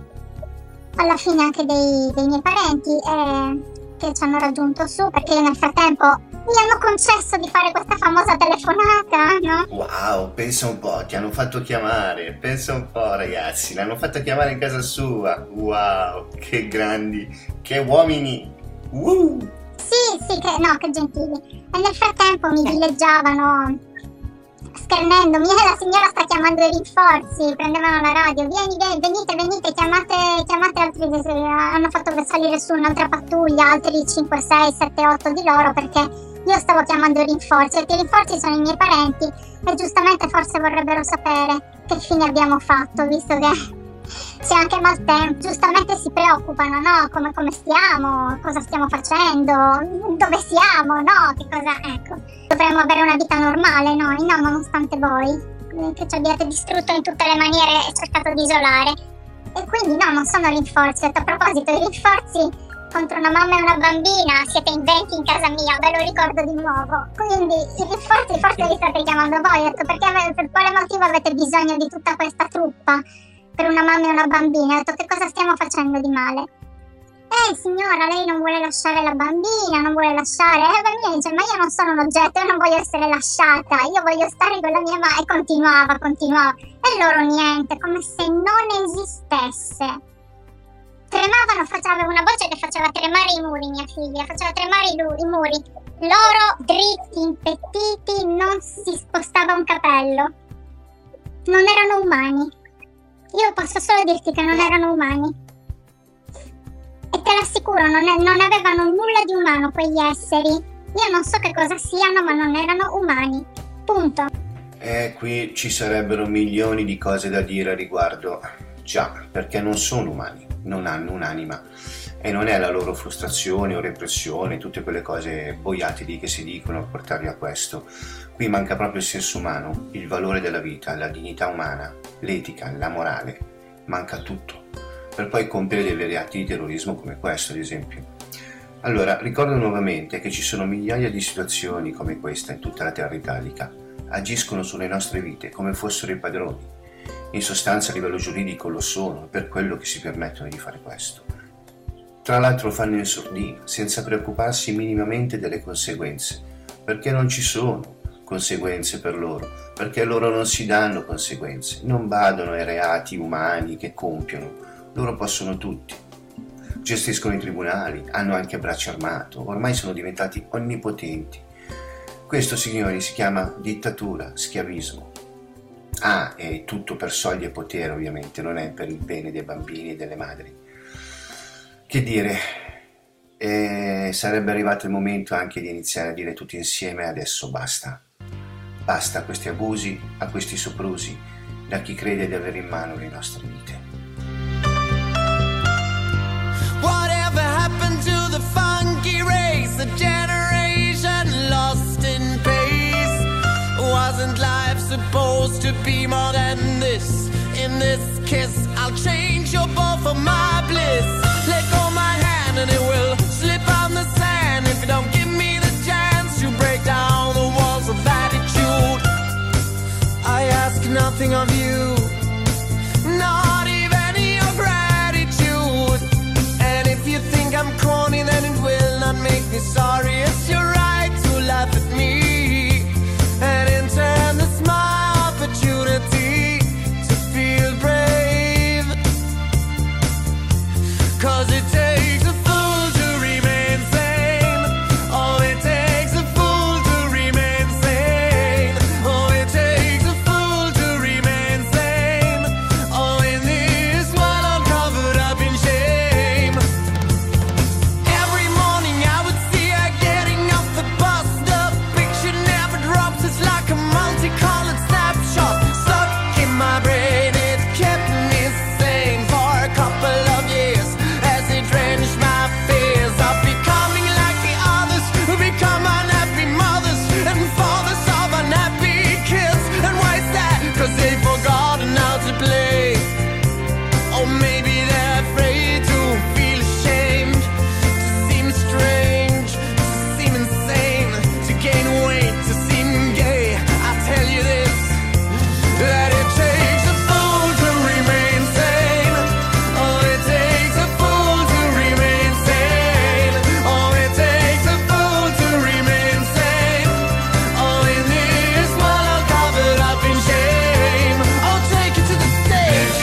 alla fine anche dei, dei miei parenti eh, che ci hanno raggiunto su, perché nel frattempo mi hanno concesso di fare questa famosa telefonata, no?
Wow, pensa un po', ti hanno fatto chiamare, pensa un po' ragazzi, l'hanno fatta chiamare in casa sua, wow, che grandi, che uomini, uh!
Sì, sì, che, no, che gentili. E nel frattempo mi dileggiavano schermendomi, eh, la signora sta chiamando i rinforzi, prendevano la radio, vieni, vieni, venite, venite, chiamate, chiamate altri, hanno fatto salire su un'altra pattuglia, altri cinque, sei, sette, otto di loro, perché io stavo chiamando i rinforzi, e i rinforzi sono i miei parenti, e giustamente forse vorrebbero sapere che fine abbiamo fatto, visto che c'è anche maltempo, giustamente si preoccupano, no? Come, come stiamo, cosa stiamo facendo, dove siamo, no? Che cosa, ecco, dovremmo avere una vita normale noi, no? Nonostante voi che ci abbiate distrutto in tutte le maniere e cercato di isolare. E quindi no, non sono rinforzi. A proposito, i rinforzi contro una mamma e una bambina, siete in venti in casa mia, ve lo ricordo di nuovo. Quindi i rinforzi forse li state chiamando voi, ho detto, perché per quale motivo avete bisogno di tutta questa truppa per una mamma e una bambina? Ho detto, che cosa stiamo facendo di male? Eh signora, lei non vuole lasciare la bambina, non vuole lasciare, e la bambina dice, ma io non sono un oggetto, io non voglio essere lasciata, io voglio stare con la mia mamma, e continuava, continuava, e loro niente, come se non esistesse. Tremavano, faceva una voce che faceva tremare i muri, mia figlia, faceva tremare i, lu- i muri, loro dritti, impettiti, non si spostava un capello, non erano umani. Io posso solo dirti che non erano umani. E te l'assicuro, non, è, non avevano nulla di umano quegli esseri. Io non so che cosa siano, ma non erano umani. Punto.
E qui ci sarebbero milioni di cose da dire a riguardo. Già, perché non sono umani, non hanno un'anima. E non è la loro frustrazione o repressione, tutte quelle cose boiate lì che si dicono a portarli a questo. Qui manca proprio il senso umano, il valore della vita, la dignità umana, l'etica, la morale. Manca tutto, per poi compiere dei reati di terrorismo come questo, ad esempio. Allora, ricordo nuovamente che ci sono migliaia di situazioni come questa in tutta la terra italica. Agiscono sulle nostre vite come fossero i padroni. In sostanza, a livello giuridico lo sono, per quello che si permettono di fare questo. Tra l'altro lo fanno in sordina, senza preoccuparsi minimamente delle conseguenze, perché non ci sono conseguenze per loro, perché loro non si danno conseguenze, non badano ai reati umani che compiono, loro possono tutti. Gestiscono i tribunali, hanno anche braccio armato, ormai sono diventati onnipotenti. Questo, signori, si chiama dittatura, schiavismo. Ah, e tutto per soldi e potere, ovviamente, non è per il bene dei bambini e delle madri. Che dire, eh, sarebbe arrivato il momento anche di iniziare a dire tutti insieme: adesso basta. Basta a questi abusi, a questi soprusi, da chi crede di avere in mano le nostre vite.
Whatever happened to the funky race, the generation lost in pace? Wasn't life supposed to be more than this? In this kiss, I'll change your ball for my bliss. Let go my hand and it will slip on the sand. If you don't give me the chance to break down the walls of attitude, I ask nothing of you, not even your gratitude. And if you think I'm corny, then it will not make me sorry. It's your right to laugh at me, and in turn it's my opportunity to feel brave. Cause it takes a fool to remain sane. Oh, it takes a fool to remain sane. Oh, it takes a fool to remain sane. Oh, in this world I'm covered up in shame. Every morning I would see her getting off the bus. The picture never drops, it's like a multicolored snapshot stuck in my brain. It kept me sane for a couple of years as it drenched my fears of becoming like the others who become unhappy mothers and fathers of unhappy kids. And why is that? Cause they've forgotten how to play. Or maybe they're afraid to feel ashamed, to seem strange, to seem insane, to gain weight, to seem gay. I tell you this, that it takes a fool to remain sane. Oh, it takes a fool to remain sane. Oh, it takes a fool to remain sane. Oh, in this world I'm covered up in shame. Oh, take it to the stage.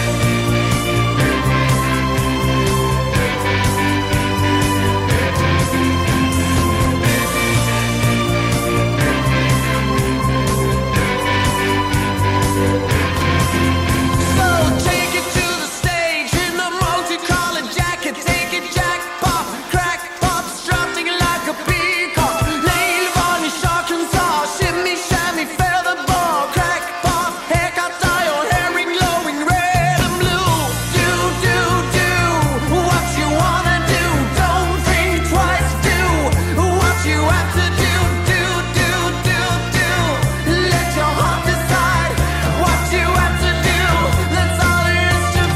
So take it to the stage in a multicolored jacket. Take it, jack, pop, crack, pop, strutting like a peacock. Nail varnish, shark and saw, shimmy, shammy, feather ball. Crack, pop, haircut, dye your herring, glowing red and blue. Do, do, do what you wanna do. Don't think twice, do what you have to do. Do, do, do, do. Let your heart decide what you have to do. That's all there is to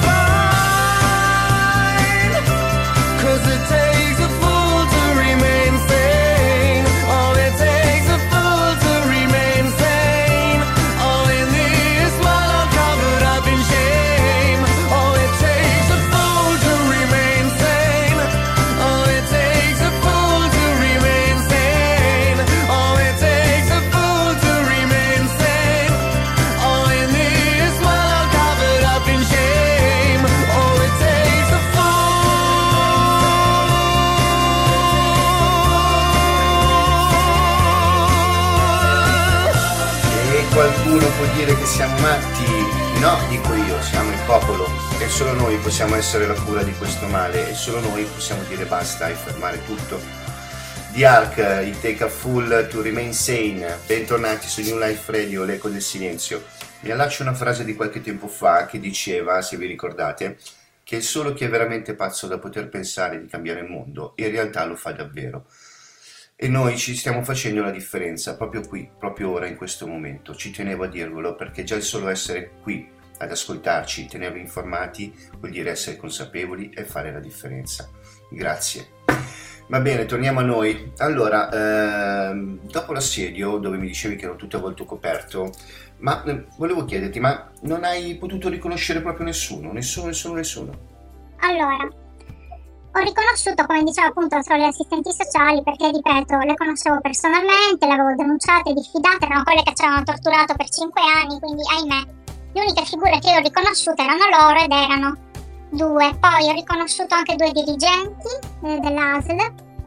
find. Cause it takes a fool to remain sane. Oh, it takes a fool to remain sane. Oh, in this world I'm covered up in shame. Oh, it takes a fool to remain sane. Oh, it takes a fool to remain sane. Oh, it takes a fool to remain sane. Oh, in this world I'm covered up in shame. Oh, it takes a fool.
E qualcuno può dire che siamo matti? No, dico io, siamo il popolo e solo noi possiamo essere la cura di questo male e solo noi possiamo dire basta e fermare tutto. The Ark, il Take a Fool to Remain Sane. Bentornati su New Life Radio, l'eco del silenzio. Mi allaccio una frase di qualche tempo fa che diceva, se vi ricordate, che solo chi è veramente pazzo da poter pensare di cambiare il mondo in realtà lo fa davvero. E noi ci stiamo facendo la differenza proprio qui, proprio ora, in questo momento. Ci tenevo a dirvelo perché già il solo essere qui ad ascoltarci, tenervi informati, vuol dire essere consapevoli e fare la differenza. Grazie. Va bene, torniamo a noi. Allora, ehm, dopo l'assedio, dove mi dicevi che ero tutto a volto coperto, ma eh, volevo chiederti, ma non hai potuto riconoscere proprio nessuno? Nessuno, nessuno, nessuno?
Allora, ho riconosciuto, come dicevo appunto, solo le assistenti sociali perché, ripeto, le conoscevo personalmente, le avevo denunciate, diffidate, erano quelle che ci avevano torturato per cinque anni, quindi ahimè, le uniche figure che io ho riconosciuto erano loro ed erano due. Poi ho riconosciuto anche due dirigenti eh, dell'A S L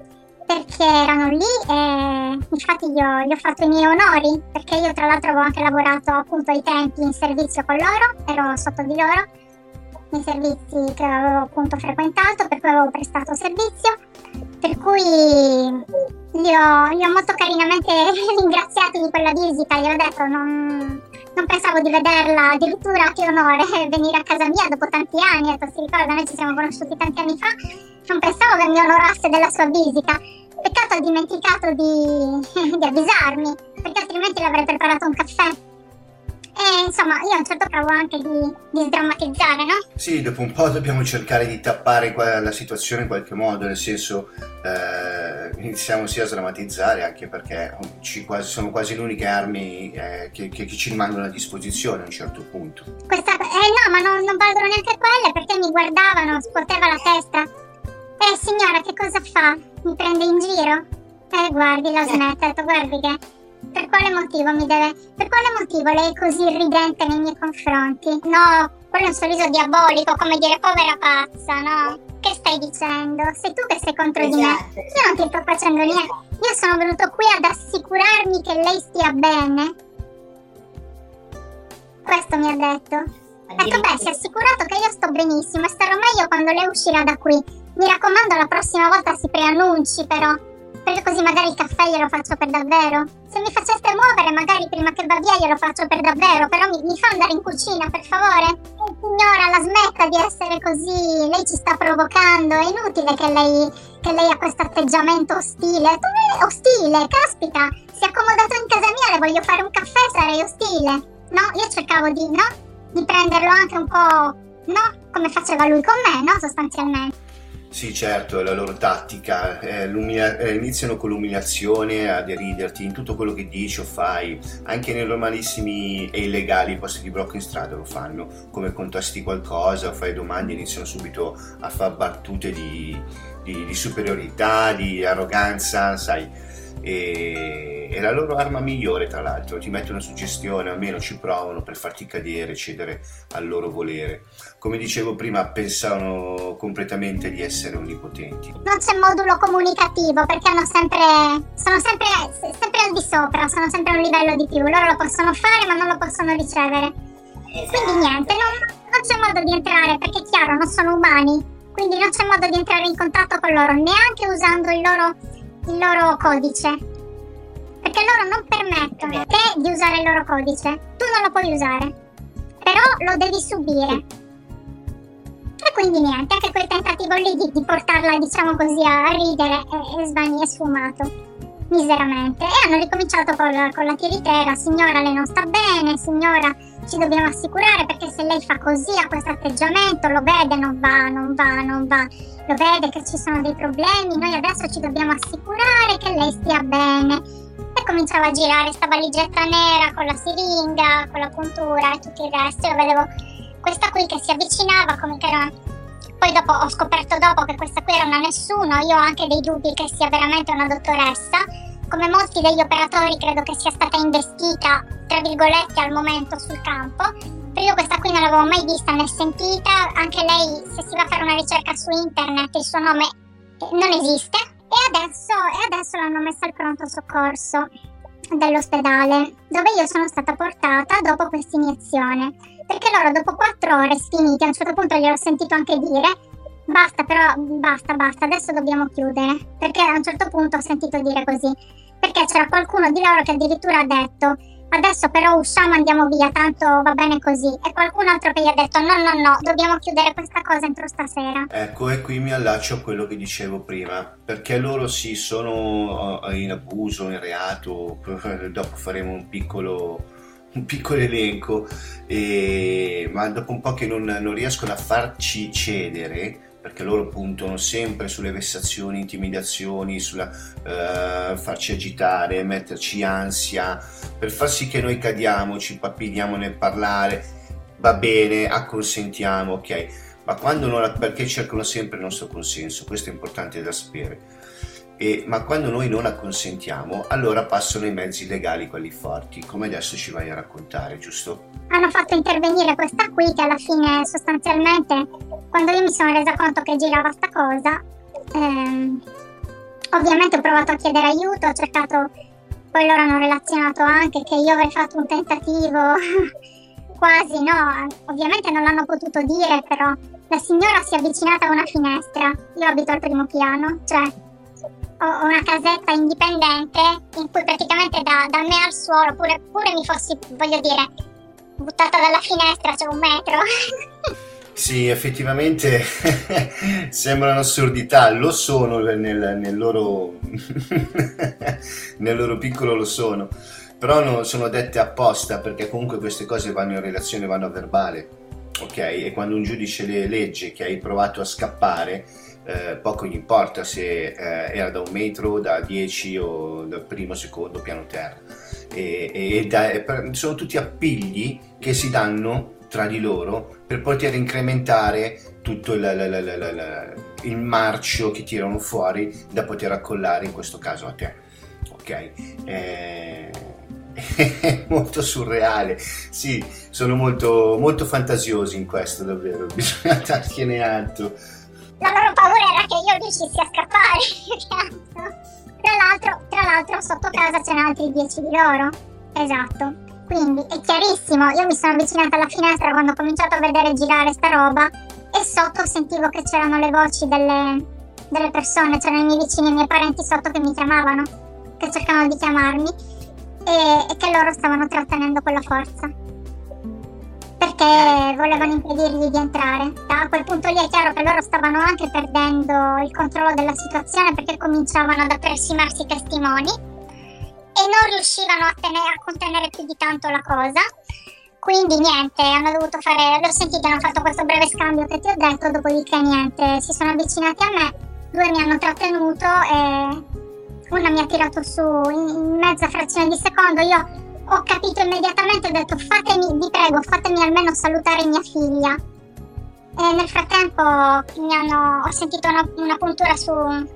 perché erano lì e infatti io gli ho fatto i miei onori, perché io tra l'altro avevo anche lavorato appunto ai tempi in servizio con loro, ero sotto di loro nei servizi che avevo appunto frequentato, per cui avevo prestato servizio, per cui li ho, li ho molto carinamente ringraziati di quella visita, gli ho detto non, non pensavo di vederla, addirittura che onore venire a casa mia dopo tanti anni, ho detto si ricorda, noi ci siamo conosciuti tanti anni fa, non pensavo che mi onorasse della sua visita, peccato ho dimenticato di, di avvisarmi, perché altrimenti le avrei preparato un caffè. E insomma, io a un certo provo anche di, di sdrammatizzare, no?
Sì, dopo un po' dobbiamo cercare di tappare qua- la situazione in qualche modo, nel senso eh, iniziamo sì a sdrammatizzare, anche perché ci quasi, sono quasi le uniche armi eh, che, che, che ci rimangono a disposizione a un certo punto.
Questa, eh no, ma non, non valgono neanche quelle, perché mi guardavano, scuoteva la testa. Eh signora, che cosa fa? Mi prende in giro? Eh guardi, la smetta, ho detto guardi che... Per quale motivo mi deve... Per quale motivo lei è così irridente nei miei confronti? No, quello è un sorriso diabolico, come dire povera pazza, no? Che stai dicendo? Sei tu che sei contro di me. Io non ti sto facendo niente. Io sono venuto qui ad assicurarmi che lei stia bene. Questo mi ha detto. Ha detto, beh, si è assicurato che io sto benissimo e starò meglio quando lei uscirà da qui. Mi raccomando, la prossima volta si preannunci, però. Perché così magari il caffè glielo faccio per davvero. Se mi faceste muovere magari prima che va via glielo faccio per davvero, però mi, mi fa andare in cucina per favore. Eh, signora, la smetta di essere così, lei ci sta provocando, è inutile che lei, che lei ha questo atteggiamento ostile. Tu è ostile, caspita, si è accomodato in casa mia, le voglio fare un caffè, sarei ostile. No, io cercavo di, no, di prenderlo anche un po', no, come faceva lui con me, no, sostanzialmente.
Sì, certo, è la loro tattica, eh, l'umilia- eh, iniziano con l'umiliazione, a deriderti in tutto quello che dici o fai, anche nei normalissimi e illegali posti di blocco in strada lo fanno, come contesti qualcosa o fai domande, iniziano subito a fare battute di, di, di superiorità, di arroganza, sai, e, e la loro arma migliore tra l'altro, ti mettono suggestione, almeno ci provano per farti cadere, cedere al loro volere. Come dicevo prima, pensano completamente di essere onnipotenti.
Non c'è modulo comunicativo perché hanno sempre, sono sempre, sempre al di sopra, sono sempre a un livello di più. Loro lo possono fare ma non lo possono ricevere. Quindi niente, non, non c'è modo di entrare perché è chiaro, non sono umani. Quindi non c'è modo di entrare in contatto con loro neanche usando il loro, il loro codice. Perché loro non permettono a te di usare il loro codice. Tu non lo puoi usare. Però lo devi subire. E quindi niente, anche quel tentativo lì di, di portarla, diciamo così, a ridere è, è svanito, è sfumato miseramente. E hanno ricominciato con, con la tiritera: signora, lei non sta bene, signora, ci dobbiamo assicurare perché se lei fa così, ha questo atteggiamento, lo vede, non va, non va, non va, lo vede che ci sono dei problemi, noi adesso ci dobbiamo assicurare che lei stia bene. E cominciava a girare sta valigetta nera con la siringa, con la puntura e tutto il resto. Io vedevo questa qui che si avvicinava come che era... Poi dopo ho scoperto dopo che questa qui era una nessuno. Io ho anche dei dubbi che sia veramente una dottoressa. Come molti degli operatori credo che sia stata investita, tra virgolette, al momento sul campo. Però io questa qui non l'avevo mai vista né sentita. Anche lei, se si va a fare una ricerca su internet, il suo nome non esiste. E adesso, e adesso l'hanno messa al pronto soccorso dell'ospedale, dove io sono stata portata dopo questa iniezione, perché loro dopo quattro ore sfinite, a un certo punto gliel'ho sentito anche dire: basta, però basta, basta, adesso dobbiamo chiudere, perché a un certo punto ho sentito dire così, perché c'era qualcuno di loro che addirittura ha detto: adesso però usciamo, andiamo via, tanto va bene così, e qualcun altro che gli ha detto: no, no, no, dobbiamo chiudere questa cosa entro stasera.
Ecco, e qui mi allaccio a quello che dicevo prima, perché loro sì, sono in abuso, in reato, dopo faremo un piccolo... un piccolo elenco, e... ma dopo un po' che non, non riescono a farci cedere, perché loro puntano sempre sulle vessazioni, intimidazioni, sulla uh, farci agitare, metterci ansia, per far sì che noi cadiamo, ci impapidiamo nel parlare, va bene, acconsentiamo, ok, ma quando non, perché cercano sempre il nostro consenso, questo è importante da sapere. E, ma quando noi non acconsentiamo, allora passano i mezzi legali, quelli forti, come adesso ci vai a raccontare, giusto?
Hanno fatto intervenire questa qui che alla fine sostanzialmente, quando io mi sono resa conto che girava sta cosa, ehm, ho Ovviamente ho provato a chiedere aiuto, ho cercato, poi loro hanno relazionato anche che io avrei fatto un tentativo, quasi no, ovviamente non l'hanno potuto dire, però la signora si è avvicinata a una finestra, io abito al primo piano, cioè ho una casetta indipendente in cui praticamente da, da me al suolo, pure, pure mi fossi, voglio dire, buttata dalla finestra, c'è un metro.
Sì, effettivamente sembrano assurdità, lo sono nel, nel, loro, nel loro piccolo, lo sono, però non sono dette apposta, perché comunque queste cose vanno in relazione, vanno a verbale, ok? E quando un giudice le legge che hai provato a scappare, eh, poco gli importa se eh, era da un metro, da dieci o dal primo, secondo piano terra, e, e da, sono tutti appigli che si danno tra di loro per poter incrementare tutto il, il, il, il marcio che tirano fuori da poter accollare in questo caso a te, ok? È, è molto surreale, sì, sono molto, molto fantasiosi in questo, davvero, bisogna dargliene atto.
La loro paura era che io riuscissi a scappare. Tra l'altro, tra l'altro sotto casa ce n'erano altri dieci di loro, esatto. Quindi è chiarissimo, io mi sono avvicinata alla finestra quando ho cominciato a vedere girare sta roba e sotto sentivo che c'erano le voci delle, delle persone, c'erano i miei vicini e i miei parenti sotto che mi chiamavano, che cercavano di chiamarmi e, e che loro stavano trattenendo quella forza perché volevano impedirgli di entrare. Da quel punto lì è chiaro che loro stavano anche perdendo il controllo della situazione perché cominciavano ad approssimarsi i testimoni e non riuscivano a, tenere, a contenere più di tanto la cosa, quindi niente, hanno dovuto fare, l'ho sentito, hanno fatto questo breve scambio che ti ho detto, dopodiché niente, si sono avvicinati a me, due mi hanno trattenuto e una mi ha tirato su in mezza frazione di secondo. Io ho capito immediatamente, ho detto fatemi, vi prego, fatemi almeno salutare mia figlia, e nel frattempo mi hanno, ho sentito una, una puntura su,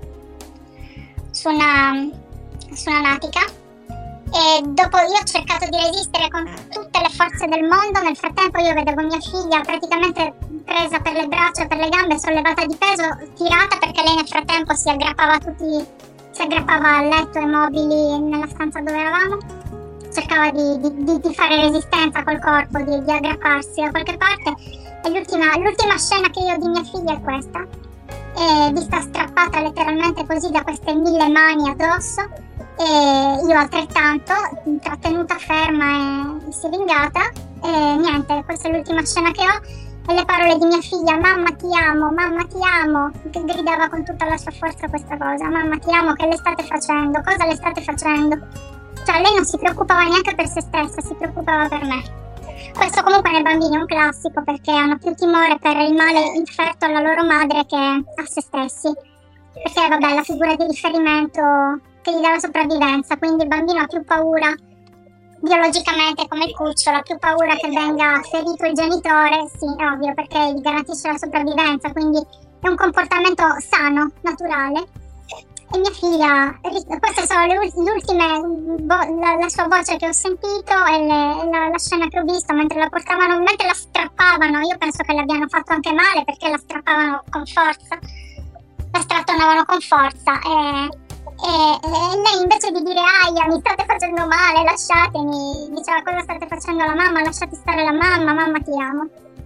su una, su una natica. E dopo io ho cercato di resistere con tutte le forze del mondo, nel frattempo io vedevo mia figlia praticamente presa per le braccia e per le gambe, sollevata di peso, tirata, perché lei nel frattempo si aggrappava a tutti, si aggrappava al letto e mobili nella stanza dove eravamo, cercava di, di, di fare resistenza col corpo, di, di aggrapparsi da qualche parte. E l'ultima, l'ultima scena che io ho di mia figlia è questa, e vista strappata letteralmente così da queste mille mani addosso. E io altrettanto, trattenuta ferma e siringata, e niente, questa è l'ultima scena che ho, e le parole di mia figlia, mamma ti amo, mamma ti amo, che gridava con tutta la sua forza questa cosa, mamma ti amo, che le state facendo, cosa le state facendo? Cioè lei non si preoccupava neanche per se stessa, si preoccupava per me. Questo comunque nei bambini è un classico, perché hanno più timore per il male inferto alla loro madre che a se stessi, perché vabbè, la figura di riferimento che gli dà la sopravvivenza, quindi il bambino ha più paura biologicamente, come il cucciolo, ha più paura che venga ferito il genitore, sì, è ovvio, perché gli garantisce la sopravvivenza, quindi è un comportamento sano, naturale. E mia figlia, queste sono le ultime, la, la sua voce che ho sentito e le, la, la scena che ho visto mentre la portavano, mentre la strappavano. Io penso che l'abbiano fatto anche male, perché la strappavano con forza, la strattonavano con forza e E, e lei invece di dire aia, mi state facendo male, lasciatemi, diceva cosa state facendo alla mamma, lasciate stare la mamma, mamma ti amo.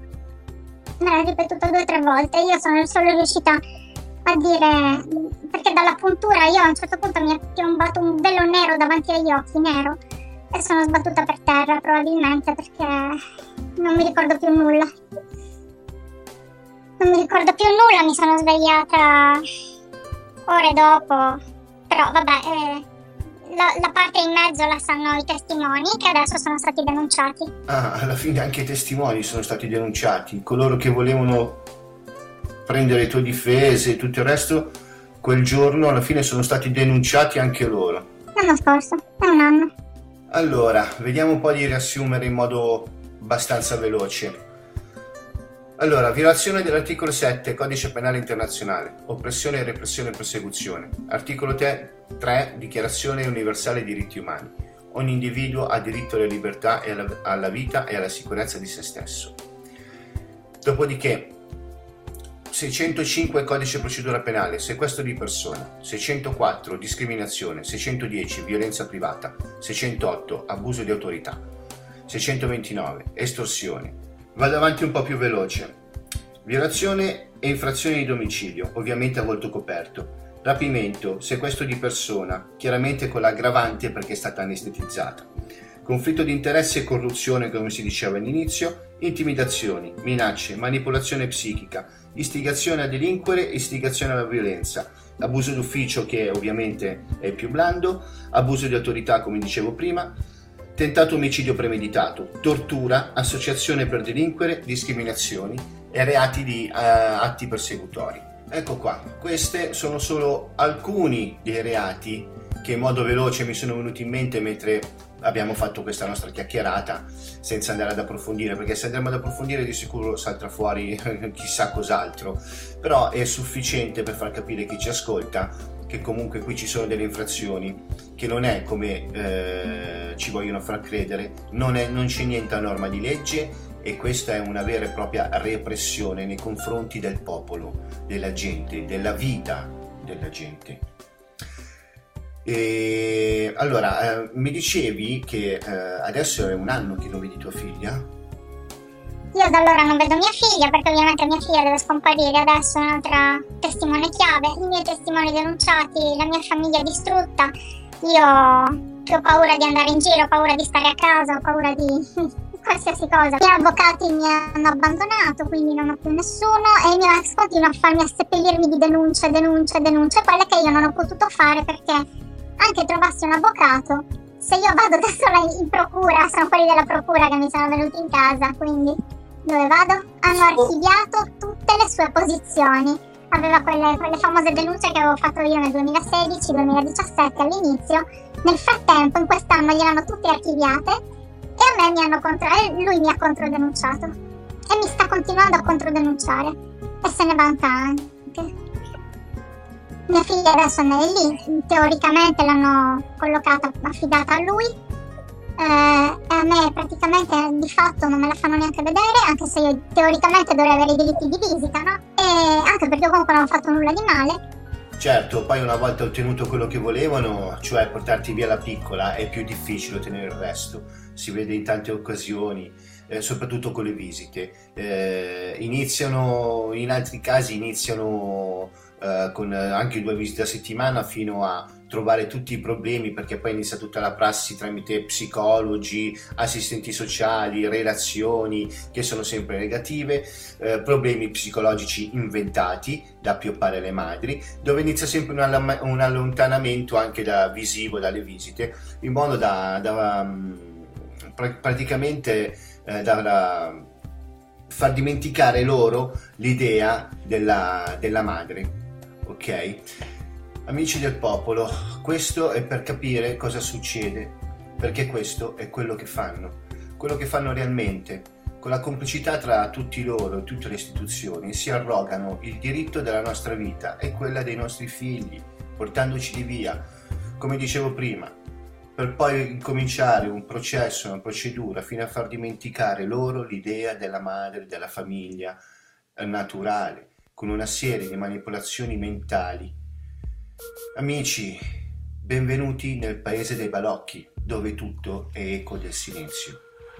Me l'ha ripetuto due o tre volte. Io sono solo riuscita a dire, perché dalla puntura io a un certo punto mi è piombato un velo nero davanti agli occhi, nero, e sono sbattuta per terra probabilmente perché non mi ricordo più nulla. Non mi ricordo più nulla, mi sono svegliata ore dopo. Però vabbè, eh, la, la parte in mezzo la sanno i testimoni, che adesso sono stati denunciati.
Ah, alla fine anche i testimoni sono stati denunciati, coloro che volevano prendere le tue difese e tutto il resto, quel giorno alla fine sono stati denunciati anche loro.
L'anno scorso, è un anno.
Allora, vediamo un po' di riassumere in modo abbastanza veloce. Allora, violazione dell'articolo sette, Codice Penale Internazionale, oppressione, repressione e persecuzione. Articolo tre, Dichiarazione Universale dei Diritti Umani. Ogni individuo ha diritto alla libertà e alla, alla vita e alla sicurezza di se stesso. Dopodiché, seicentocinque codice procedura penale, sequestro di persona, seicentoquattro discriminazione, seicentodieci violenza privata, seicentotto abuso di autorità, seicentoventinove estorsione. Vado avanti un po' più veloce. Violazione e infrazione di domicilio, ovviamente a volto coperto. Rapimento, sequestro di persona, chiaramente con l'aggravante perché è stata anestetizzata. Conflitto di interesse e corruzione, come si diceva all'inizio. Intimidazioni, minacce, manipolazione psichica, istigazione a delinquere, istigazione alla violenza, abuso d'ufficio, che ovviamente è più blando, abuso di autorità, come dicevo prima, tentato omicidio premeditato, tortura, associazione per delinquere, discriminazioni e reati di uh, atti persecutori. Ecco qua, questi sono solo alcuni dei reati che in modo veloce mi sono venuti in mente mentre abbiamo fatto questa nostra chiacchierata, senza andare ad approfondire, perché se andremo ad approfondire di sicuro salta fuori chissà cos'altro, però è sufficiente per far capire chi ci ascolta che comunque qui ci sono delle infrazioni, che non è come eh, ci vogliono far credere, non, è, non c'è niente a norma di legge, e questa è una vera e propria repressione nei confronti del popolo, della gente, della vita della gente. E allora, eh, mi dicevi che eh, adesso è un anno che non vedi tua figlia?
Io da allora non vedo mia figlia, perché ovviamente mia figlia deve scomparire. Adesso è un'altra testimone chiave, i miei testimoni denunciati, la mia famiglia distrutta. Io che ho paura di andare in giro, ho paura di stare a casa, ho paura di qualsiasi cosa. I miei avvocati mi hanno abbandonato, quindi non ho più nessuno, e il mio ex continua a farmi a seppellirmi di denunce, denunce, denunce, quelle che io non ho potuto fare perché anche trovassi un avvocato, se io vado da sola in procura, sono quelli della procura che mi sono venuti in casa, quindi dove vado? Hanno archiviato tutte le sue posizioni. Aveva quelle, quelle famose denunce che avevo fatto io nel duemilasedici duemiladiciassette all'inizio. Nel frattempo, in quest'anno gliel'hanno tutte archiviate e a me mi hanno contro... lui mi ha controdenunciato e mi sta continuando a controdenunciare e se ne vanta anche. Mia figlia adesso è lì, teoricamente l'hanno collocata, affidata a lui, eh, e a me praticamente di fatto non me la fanno neanche vedere, anche se io teoricamente dovrei avere i diritti di visita, no? E anche perché comunque non ho fatto nulla di male.
Certo, poi una volta ottenuto quello che volevano, cioè portarti via la piccola, è più difficile ottenere il resto. Si vede in tante occasioni, eh, soprattutto con le visite. Eh, iniziano, in altri casi iniziano eh, con anche due visite a settimana fino a trovare tutti i problemi, perché poi inizia tutta la prassi tramite psicologi, assistenti sociali, relazioni che sono sempre negative, eh, problemi psicologici inventati da appioppare le madri, dove inizia sempre un, all- un allontanamento anche da visivo dalle visite, in modo da, da um, pr- praticamente eh, da, da far dimenticare loro l'idea della, della madre, ok? Amici del popolo, questo è per capire cosa succede, perché questo è quello che fanno, quello che fanno realmente. Con la complicità tra tutti loro e tutte le istituzioni si arrogano il diritto della nostra vita e quella dei nostri figli, portandoci di via, come dicevo prima, per poi cominciare un processo, una procedura, fino a far dimenticare loro l'idea della madre, della famiglia naturale, con una serie di manipolazioni mentali. Amici, benvenuti nel paese dei balocchi, dove tutto è eco del silenzio.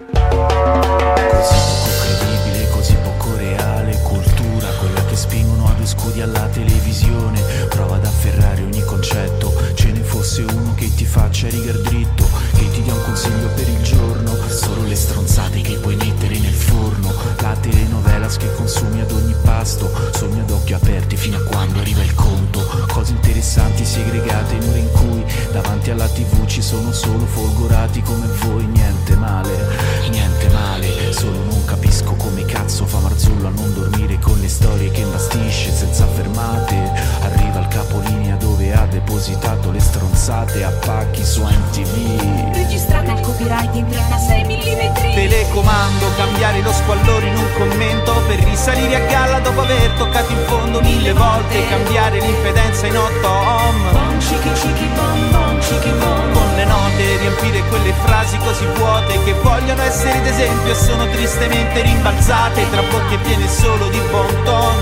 Così poco credibile, così poco reale, cultura, quella che spingono a due scudi alla televisione. Prova ad afferrare ogni concetto, ce ne fosse uno che ti faccia rigar dritto, che ti dia un consiglio per il giorno. Solo le stronzate che puoi mettere nel forno, la telenovelas che consumi ad ogni pasto, sogni ad occhi aperti fino a quando arriva il conto. Cose interessanti segregate in ore in cui davanti alla tivù ci sono solo folgorati come voi. Niente male, niente male, solo non capisco come cazzo fa Marzullo a non dormire con le storie che imbastisce senza fermate. Arriva al capolinea dove ha depositato le stronzate a pacchi su M T V.
Registrata il copyright in trentasei millimetri.
Telecomando, cambiare lo squallore in un commento per risalire a galla dopo aver toccato il fondo mille volte. Cambiare l'impedenza in otto ohm.
Bom, ciki, ciki, bom, bom,
Con le note riempire quelle frasi così vuote che vogliono essere d'esempio e sono tristemente rimbalzate tra bocche piene solo di bon ton.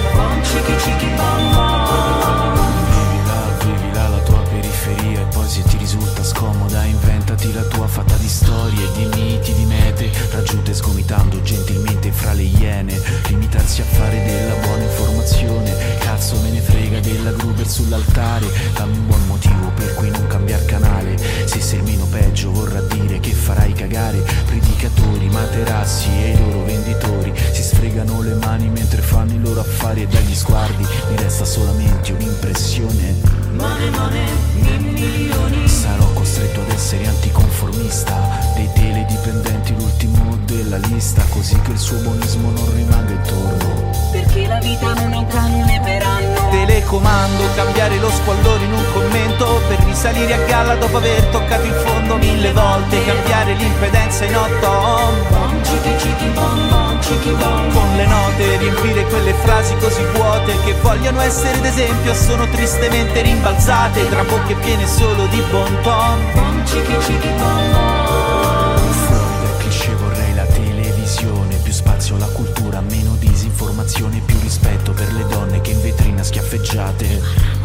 Vivila la tua periferia e poi se ti risulta scomoda inventati la tua fatta di storie, di miti, di mete raggiunte sgomitando gentilmente fra le iene. Limitarsi a fare della buona informazione, cazzo me ne frega della Gruber sull'altare. Dammi un buon motivo per cui non cambiar canale. Se sei il meno peggio vorrà dire che farai cagare. Predicatori, materassi e i loro venditori si sfregano le mani mentre fanno i loro affari e dagli sguardi mi resta solamente un'impressione.
Money, money, milioni.
Sarò costretto ad essere anticonformista, dei teledipendenti l'ultimo della lista, così che il suo buonismo non rimanga intorno.
Perché la vita non ha un canone per anno.
Telecomando, cambiare lo squallore in un commento per risalire a galla dopo aver toccato il fondo mille volte. Cambiare l'impedenza in otto ohm.
Bom, ciki, ciki, bom, bom, ciki, bom.
Con le note riempire quelle frasi così vuote che vogliono essere d'esempio e sono tristemente rimbalzate tra bocche piene solo di bon ton.
Bom, ciki, ciki, bom, bom.
Fuori dal cliché vorrei la televisione, più spazio alla cultura, meno disinformazione, più rispetto per le donne che in vetrina schiaffeggiate.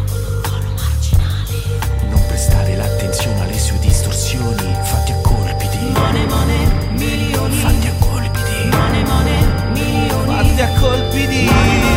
Non prestare l'attenzione alle sue distorsioni, fatti a colpi di
Money, money, milioni.
fatti a colpi di
Money, money, milioni.
Fatti a colpi di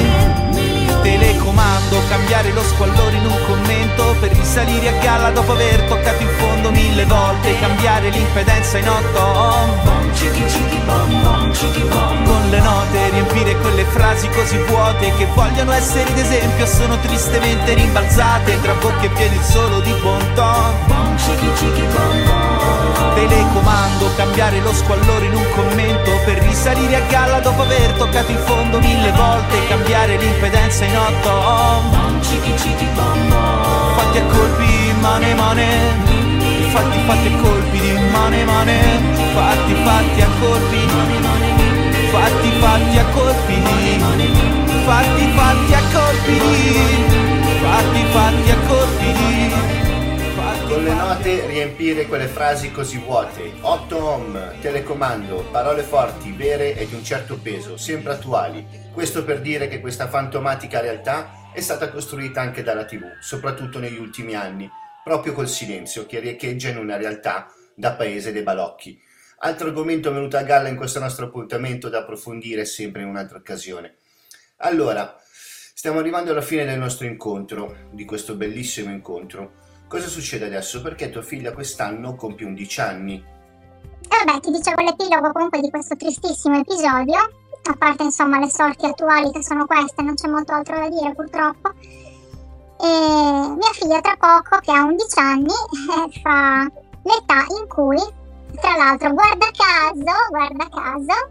telecomando, cambiare lo squallore in un commento per risalire a galla dopo aver toccato il fondo mille volte. Cambiare l'impedenza in otto ohm.
Bom, ciki, ciki, bom, bom, ciki, bom.
Con le note riempire quelle frasi così vuote che vogliono essere d'esempio e sono tristemente rimbalzate tra bocche piene solo di bon ton.
Bom, ciki, ciki, bom, bom.
Telecomando, cambiare lo squallore in un commento per risalire a galla dopo aver toccato il fondo mille volte. Cambiare l'impedenza in otto ohm.
Bom, ciki, ciki, bom, bom.
Fatti a colpi, mane mane. Fatti, fatti a colpi di mane mane. Fatti, fatti a colpi. Fatti, fatti a colpi di. Fatti, fatti a colpi di. Fatti, fatti a colpi di.
Con le note riempire quelle frasi così vuote. otto ohm, telecomando, parole forti, vere e di un certo peso, sempre attuali. Questo per dire che questa fantomatica realtà è stata costruita anche dalla tivù, soprattutto negli ultimi anni, proprio col silenzio che riecheggia in una realtà da paese dei balocchi. Altro argomento venuto a galla in questo nostro appuntamento da approfondire sempre in un'altra occasione. Allora, stiamo arrivando alla fine del nostro incontro, di questo bellissimo incontro. Cosa succede adesso? Perché tua figlia quest'anno compie undici anni.
E vabbè, ti dicevo l'epilogo comunque di questo tristissimo episodio, a parte insomma le sorti attuali che sono queste, non c'è molto altro da dire purtroppo. E mia figlia tra poco, che ha undici anni, fa l'età in cui, tra l'altro, guarda caso, guarda caso,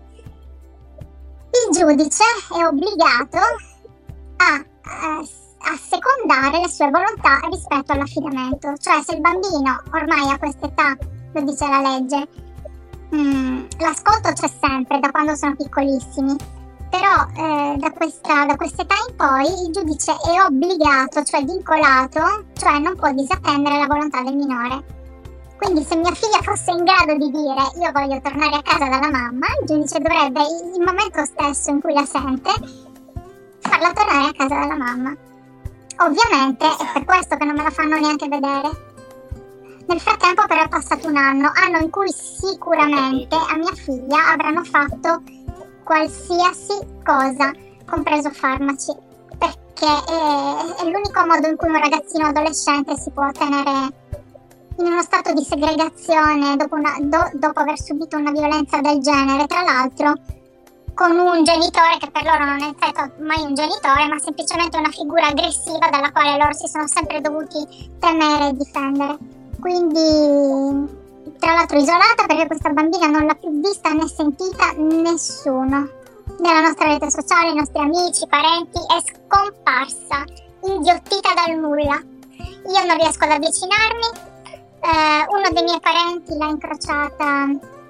il giudice è obbligato a, a a secondare le sue volontà rispetto all'affidamento. Cioè, se il bambino ormai a quest'età, lo dice la legge, mh, l'ascolto c'è sempre da quando sono piccolissimi, però eh, da questa da quest'età in poi il giudice è obbligato, cioè vincolato, cioè non può disattendere la volontà del minore. Quindi se mia figlia fosse in grado di dire io voglio tornare a casa dalla mamma, il giudice dovrebbe, il momento stesso in cui la sente, farla tornare a casa dalla mamma. Ovviamente è per questo che non me la fanno neanche vedere. Nel frattempo però è passato un anno, anno in cui sicuramente a mia figlia avranno fatto qualsiasi cosa, compreso farmaci, perché è, è l'unico modo in cui un ragazzino adolescente si può tenere in uno stato di segregazione dopo, una, do, dopo aver subito una violenza del genere, tra l'altro con un genitore che per loro non è stato mai un genitore, ma semplicemente una figura aggressiva dalla quale loro si sono sempre dovuti temere e difendere. Quindi, tra l'altro isolata, perché questa bambina non l'ha più vista né sentita nessuno. Nella nostra rete sociale, i nostri amici, parenti, è scomparsa, inghiottita dal nulla. Io non riesco ad avvicinarmi, eh, uno dei miei parenti l'ha incrociata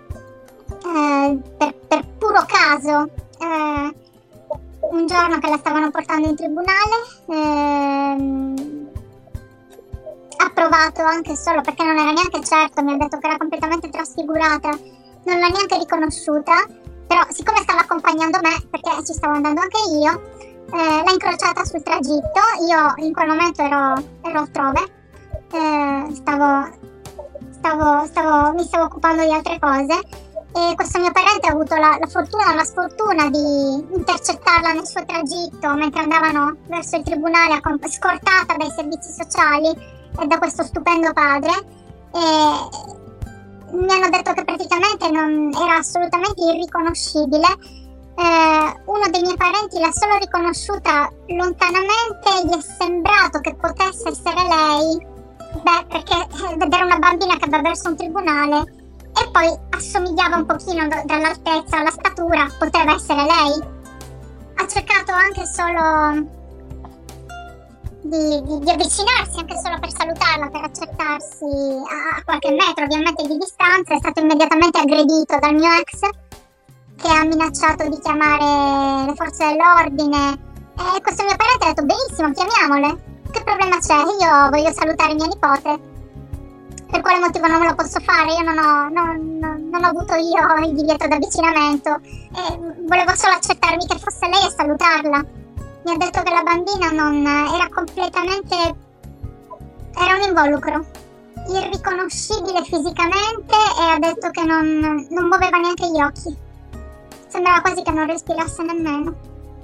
Eh, per, per puro caso eh, un giorno che la stavano portando in tribunale, eh, provato anche solo perché non era neanche certo, mi ha detto che era completamente trasfigurata, non l'ha neanche riconosciuta, però siccome stava accompagnando me, perché ci stavo andando anche io, eh, l'ha incrociata sul tragitto. Io in quel momento ero, ero altrove, eh, stavo, stavo, stavo, mi stavo occupando di altre cose, e questo mio parente ha avuto la, la fortuna o la sfortuna di intercettarla nel suo tragitto mentre andavano verso il tribunale, accom- scortata dai servizi sociali e da questo stupendo padre, e mi hanno detto che praticamente non era assolutamente irriconoscibile. Eh, uno dei miei parenti l'ha solo riconosciuta lontanamente, gli è sembrato che potesse essere lei, beh, perché vedere una bambina che va verso un tribunale e poi assomigliava un pochino d- dall'altezza alla statura, poteva essere lei. Ha cercato anche solo Di, di, di avvicinarsi, anche solo per salutarla, per accertarsi a, a qualche metro ovviamente di distanza. È stato immediatamente aggredito dal mio ex, che ha minacciato di chiamare le forze dell'ordine, e questo mio parente ha detto benissimo, chiamiamole, che problema c'è, io voglio salutare mia nipote, per quale motivo non me lo posso fare, io non ho, non, non, non ho avuto io il divieto d'avvicinamento e volevo solo accertarmi che fosse lei e salutarla. Mi ha detto che la bambina non era completamente, era un involucro, irriconoscibile fisicamente, e ha detto che non, non muoveva neanche gli occhi, sembrava quasi che non respirasse nemmeno,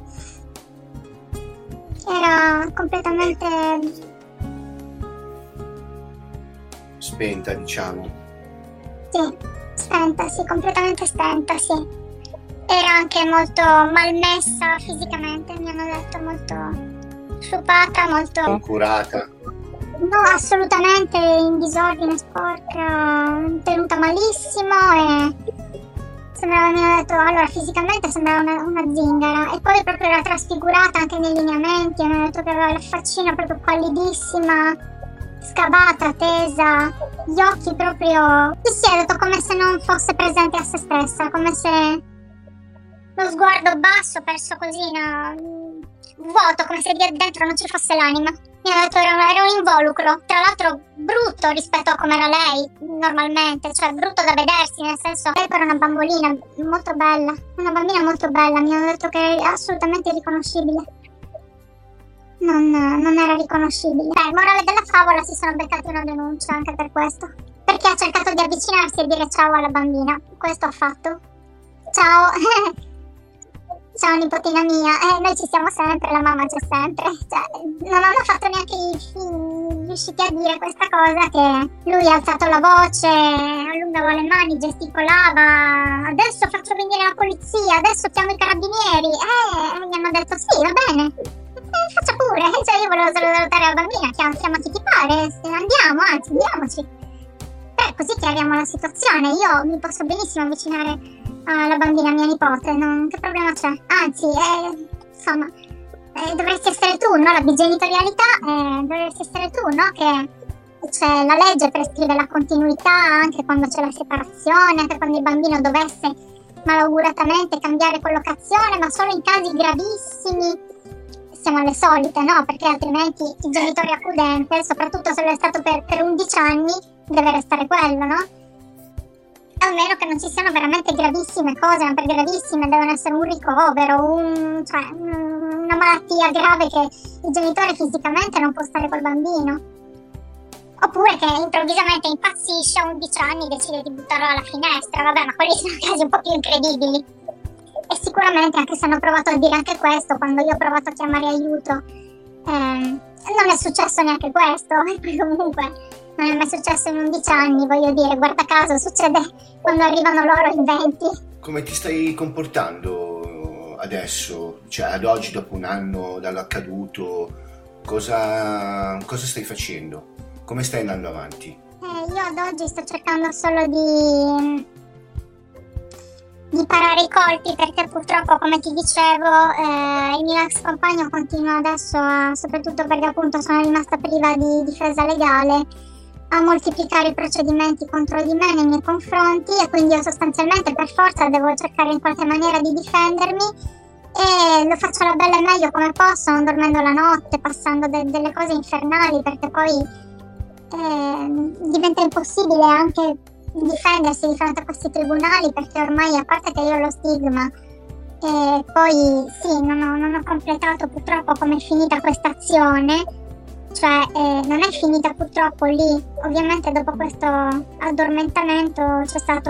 era completamente
spenta, diciamo.
sì, spenta, sì, completamente spenta, sì. Era anche molto malmessa fisicamente, mi hanno detto, molto sciupata, molto
Curata.
no, assolutamente in disordine, sporca, tenuta malissimo, e sembrava, mi hanno detto, allora fisicamente sembrava una, una zingara, e poi proprio era trasfigurata anche nei lineamenti, mi hanno detto che aveva la faccina proprio pallidissima, scavata, tesa, gli occhi proprio, sì sì, ha detto come se non fosse presente a se stessa, come se lo sguardo basso, perso così, no, vuoto, come se dentro non ci fosse l'anima. Mi ha detto era, era un involucro, tra l'altro brutto rispetto a come era lei normalmente, cioè brutto da vedersi, nel senso, lei era una bambolina molto bella, una bambina molto bella, mi hanno detto che è assolutamente irriconoscibile. Non, non era riconoscibile. Beh, morale della favola, si sono beccati una denuncia anche per questo, perché ha cercato di avvicinarsi e dire ciao alla bambina, questo ha fatto. Ciao. Ciao nipotina mia, eh, noi ci siamo sempre, la mamma c'è sempre, cioè, non hanno fatto neanche i figli riusciti a dire questa cosa, che lui ha alzato la voce, allungava le mani, gesticolava, adesso faccio venire la polizia, adesso chiamo i carabinieri, eh, e gli hanno detto sì, va bene, eh, faccia pure, cioè io volevo solo salutare la bambina, chiama, chiama chi ti pare, andiamo, anzi, andiamoci, eh, così chiariamo la situazione, io mi posso benissimo avvicinare alla bambina mia nipote, non, che problema c'è? Anzi, eh, insomma, eh, dovresti essere tu, no? La bigenitorialità, eh, dovresti essere tu, no? Che c'è la legge prescrive la continuità anche quando c'è la separazione, anche quando il bambino dovesse malauguratamente cambiare collocazione, ma solo in casi gravissimi siamo alle solite, no? Perché altrimenti il genitore accudente, soprattutto se lo è stato per, per undici anni, deve restare quello, no? A meno che non ci siano veramente gravissime cose, ma per gravissime devono essere un ricovero, un, cioè una malattia grave che il genitore fisicamente non può stare col bambino. Oppure che improvvisamente impazzisce a undici anni e decide di buttarlo alla finestra, vabbè, ma quelli sono casi un po' più incredibili. E sicuramente, anche se hanno provato a dire anche questo, quando io ho provato a chiamare aiuto, ehm, non è successo neanche questo, e poi comunque non è mai successo in undici anni, voglio dire, guarda caso, succede quando arrivano loro in venti.
Come ti stai comportando adesso? Cioè, ad oggi, dopo un anno dall'accaduto, cosa, cosa stai facendo? Come stai andando avanti?
Eh, io ad oggi sto cercando solo di... di parare i colpi, perché purtroppo, come ti dicevo, eh, il mio ex compagno continua adesso, a, soprattutto perché appunto sono rimasta priva di difesa legale, a moltiplicare i procedimenti contro di me nei miei confronti, e quindi io sostanzialmente per forza devo cercare in qualche maniera di difendermi, e lo faccio alla bella e meglio come posso, non dormendo la notte, passando de- delle cose infernali, perché poi eh, diventa impossibile anche difendersi di fronte a questi tribunali, perché ormai, a parte che io ho lo stigma, e poi sì, non ho, non ho completato purtroppo come è finita questa azione, cioè eh, non è finita purtroppo lì. Ovviamente dopo questo addormentamento c'è stato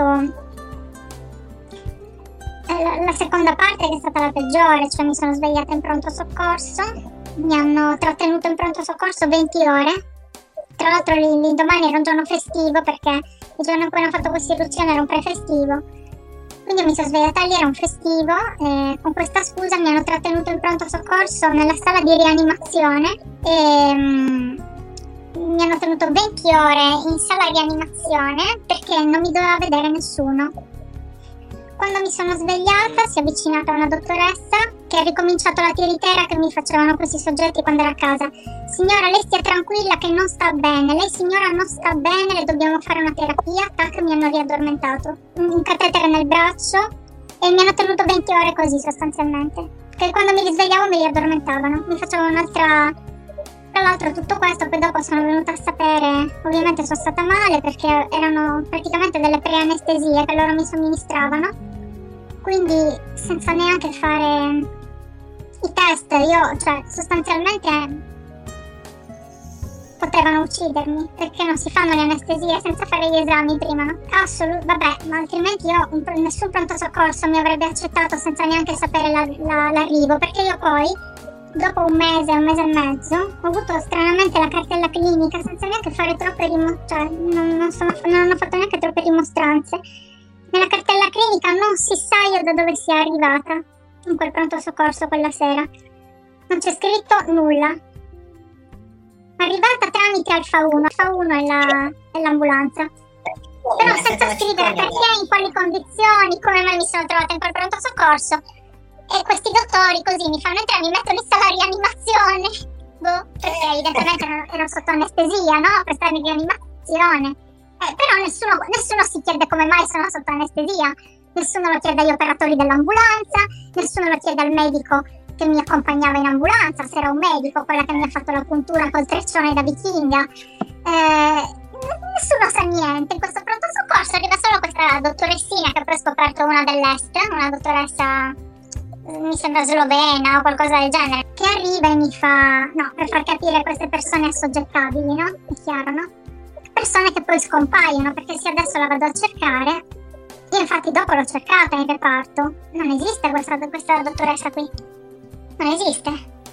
eh, la, la seconda parte, che è stata la peggiore, cioè mi sono svegliata in pronto soccorso, mi hanno trattenuto in pronto soccorso venti ore. Tra l'altro l'indomani era un giorno festivo, perché il giorno in cui hanno fatto questa irruzione era un prefestivo, quindi mi sono svegliata lì, era un festivo, e con questa scusa mi hanno trattenuto in pronto soccorso nella sala di rianimazione e um, mi hanno tenuto venti ore in sala di rianimazione perché non mi doveva vedere nessuno. Quando mi sono svegliata si è avvicinata una dottoressa che ha ricominciato la tiritera che mi facevano questi soggetti quando ero a casa. Signora, lei stia tranquilla che non sta bene, lei signora non sta bene, le dobbiamo fare una terapia. Tac, mi hanno riaddormentato, un catetere nel braccio, e mi hanno tenuto venti ore così sostanzialmente, che quando mi risvegliavo mi riaddormentavano, mi facevano un'altra. Tra l'altro tutto questo poi dopo sono venuta a sapere, ovviamente sono stata male perché erano praticamente delle preanestesie che loro mi somministravano, quindi senza neanche fare i test, io, cioè, sostanzialmente potevano uccidermi, perché non si fanno le anestesie senza fare gli esami prima, no? Assolut- vabbè, ma altrimenti io un, nessun pronto soccorso mi avrebbe accettato senza neanche sapere la, la, l'arrivo, perché io poi dopo un mese, un mese e mezzo, ho avuto stranamente la cartella clinica senza neanche fare troppe rimostranze, cioè non, non, sono, non ho fatto neanche troppe rimostranze. Nella cartella clinica non si sa io da dove sia arrivata in quel pronto soccorso quella sera. Non c'è scritto nulla. Arrivata tramite Alfa uno, Alfa uno è, la, è l'ambulanza. Però senza scrivere perché, in quali condizioni, come mai mi sono trovata in quel pronto soccorso. E questi dottori così mi fanno entrare, mi mettono in sala rianimazione. Boh, perché evidentemente ero, ero sotto anestesia, no? Per stare in rianimazione. Eh, però nessuno, nessuno si chiede come mai sono sotto anestesia. Nessuno lo chiede agli operatori dell'ambulanza, nessuno lo chiede al medico che mi accompagnava in ambulanza, se era un medico, quella che mi ha fatto la puntura col treccione da vichinga. Eh, nessuno sa niente. In questo pronto soccorso arriva solo questa dottoressina, che poi ho scoperto una dell'est, una dottoressa, mi sembra slovena o qualcosa del genere, che arriva e mi fa, no, per far capire queste persone assoggettabili, no? È chiaro, no? Persone che poi scompaiono, perché se adesso la vado a cercare, io infatti dopo l'ho cercata in reparto, non esiste questa, questa dottoressa qui, non esiste.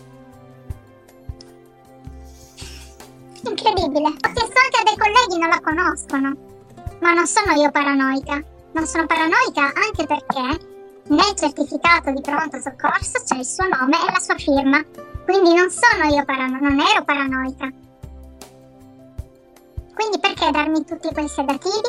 Incredibile. Ho chiesto anche a dei colleghi, non la conoscono, ma non sono io paranoica, non sono paranoica anche perché nel certificato di pronto soccorso c'è il suo nome e la sua firma, quindi non sono io paranoica, non ero paranoica. Quindi perché darmi tutti quei sedativi?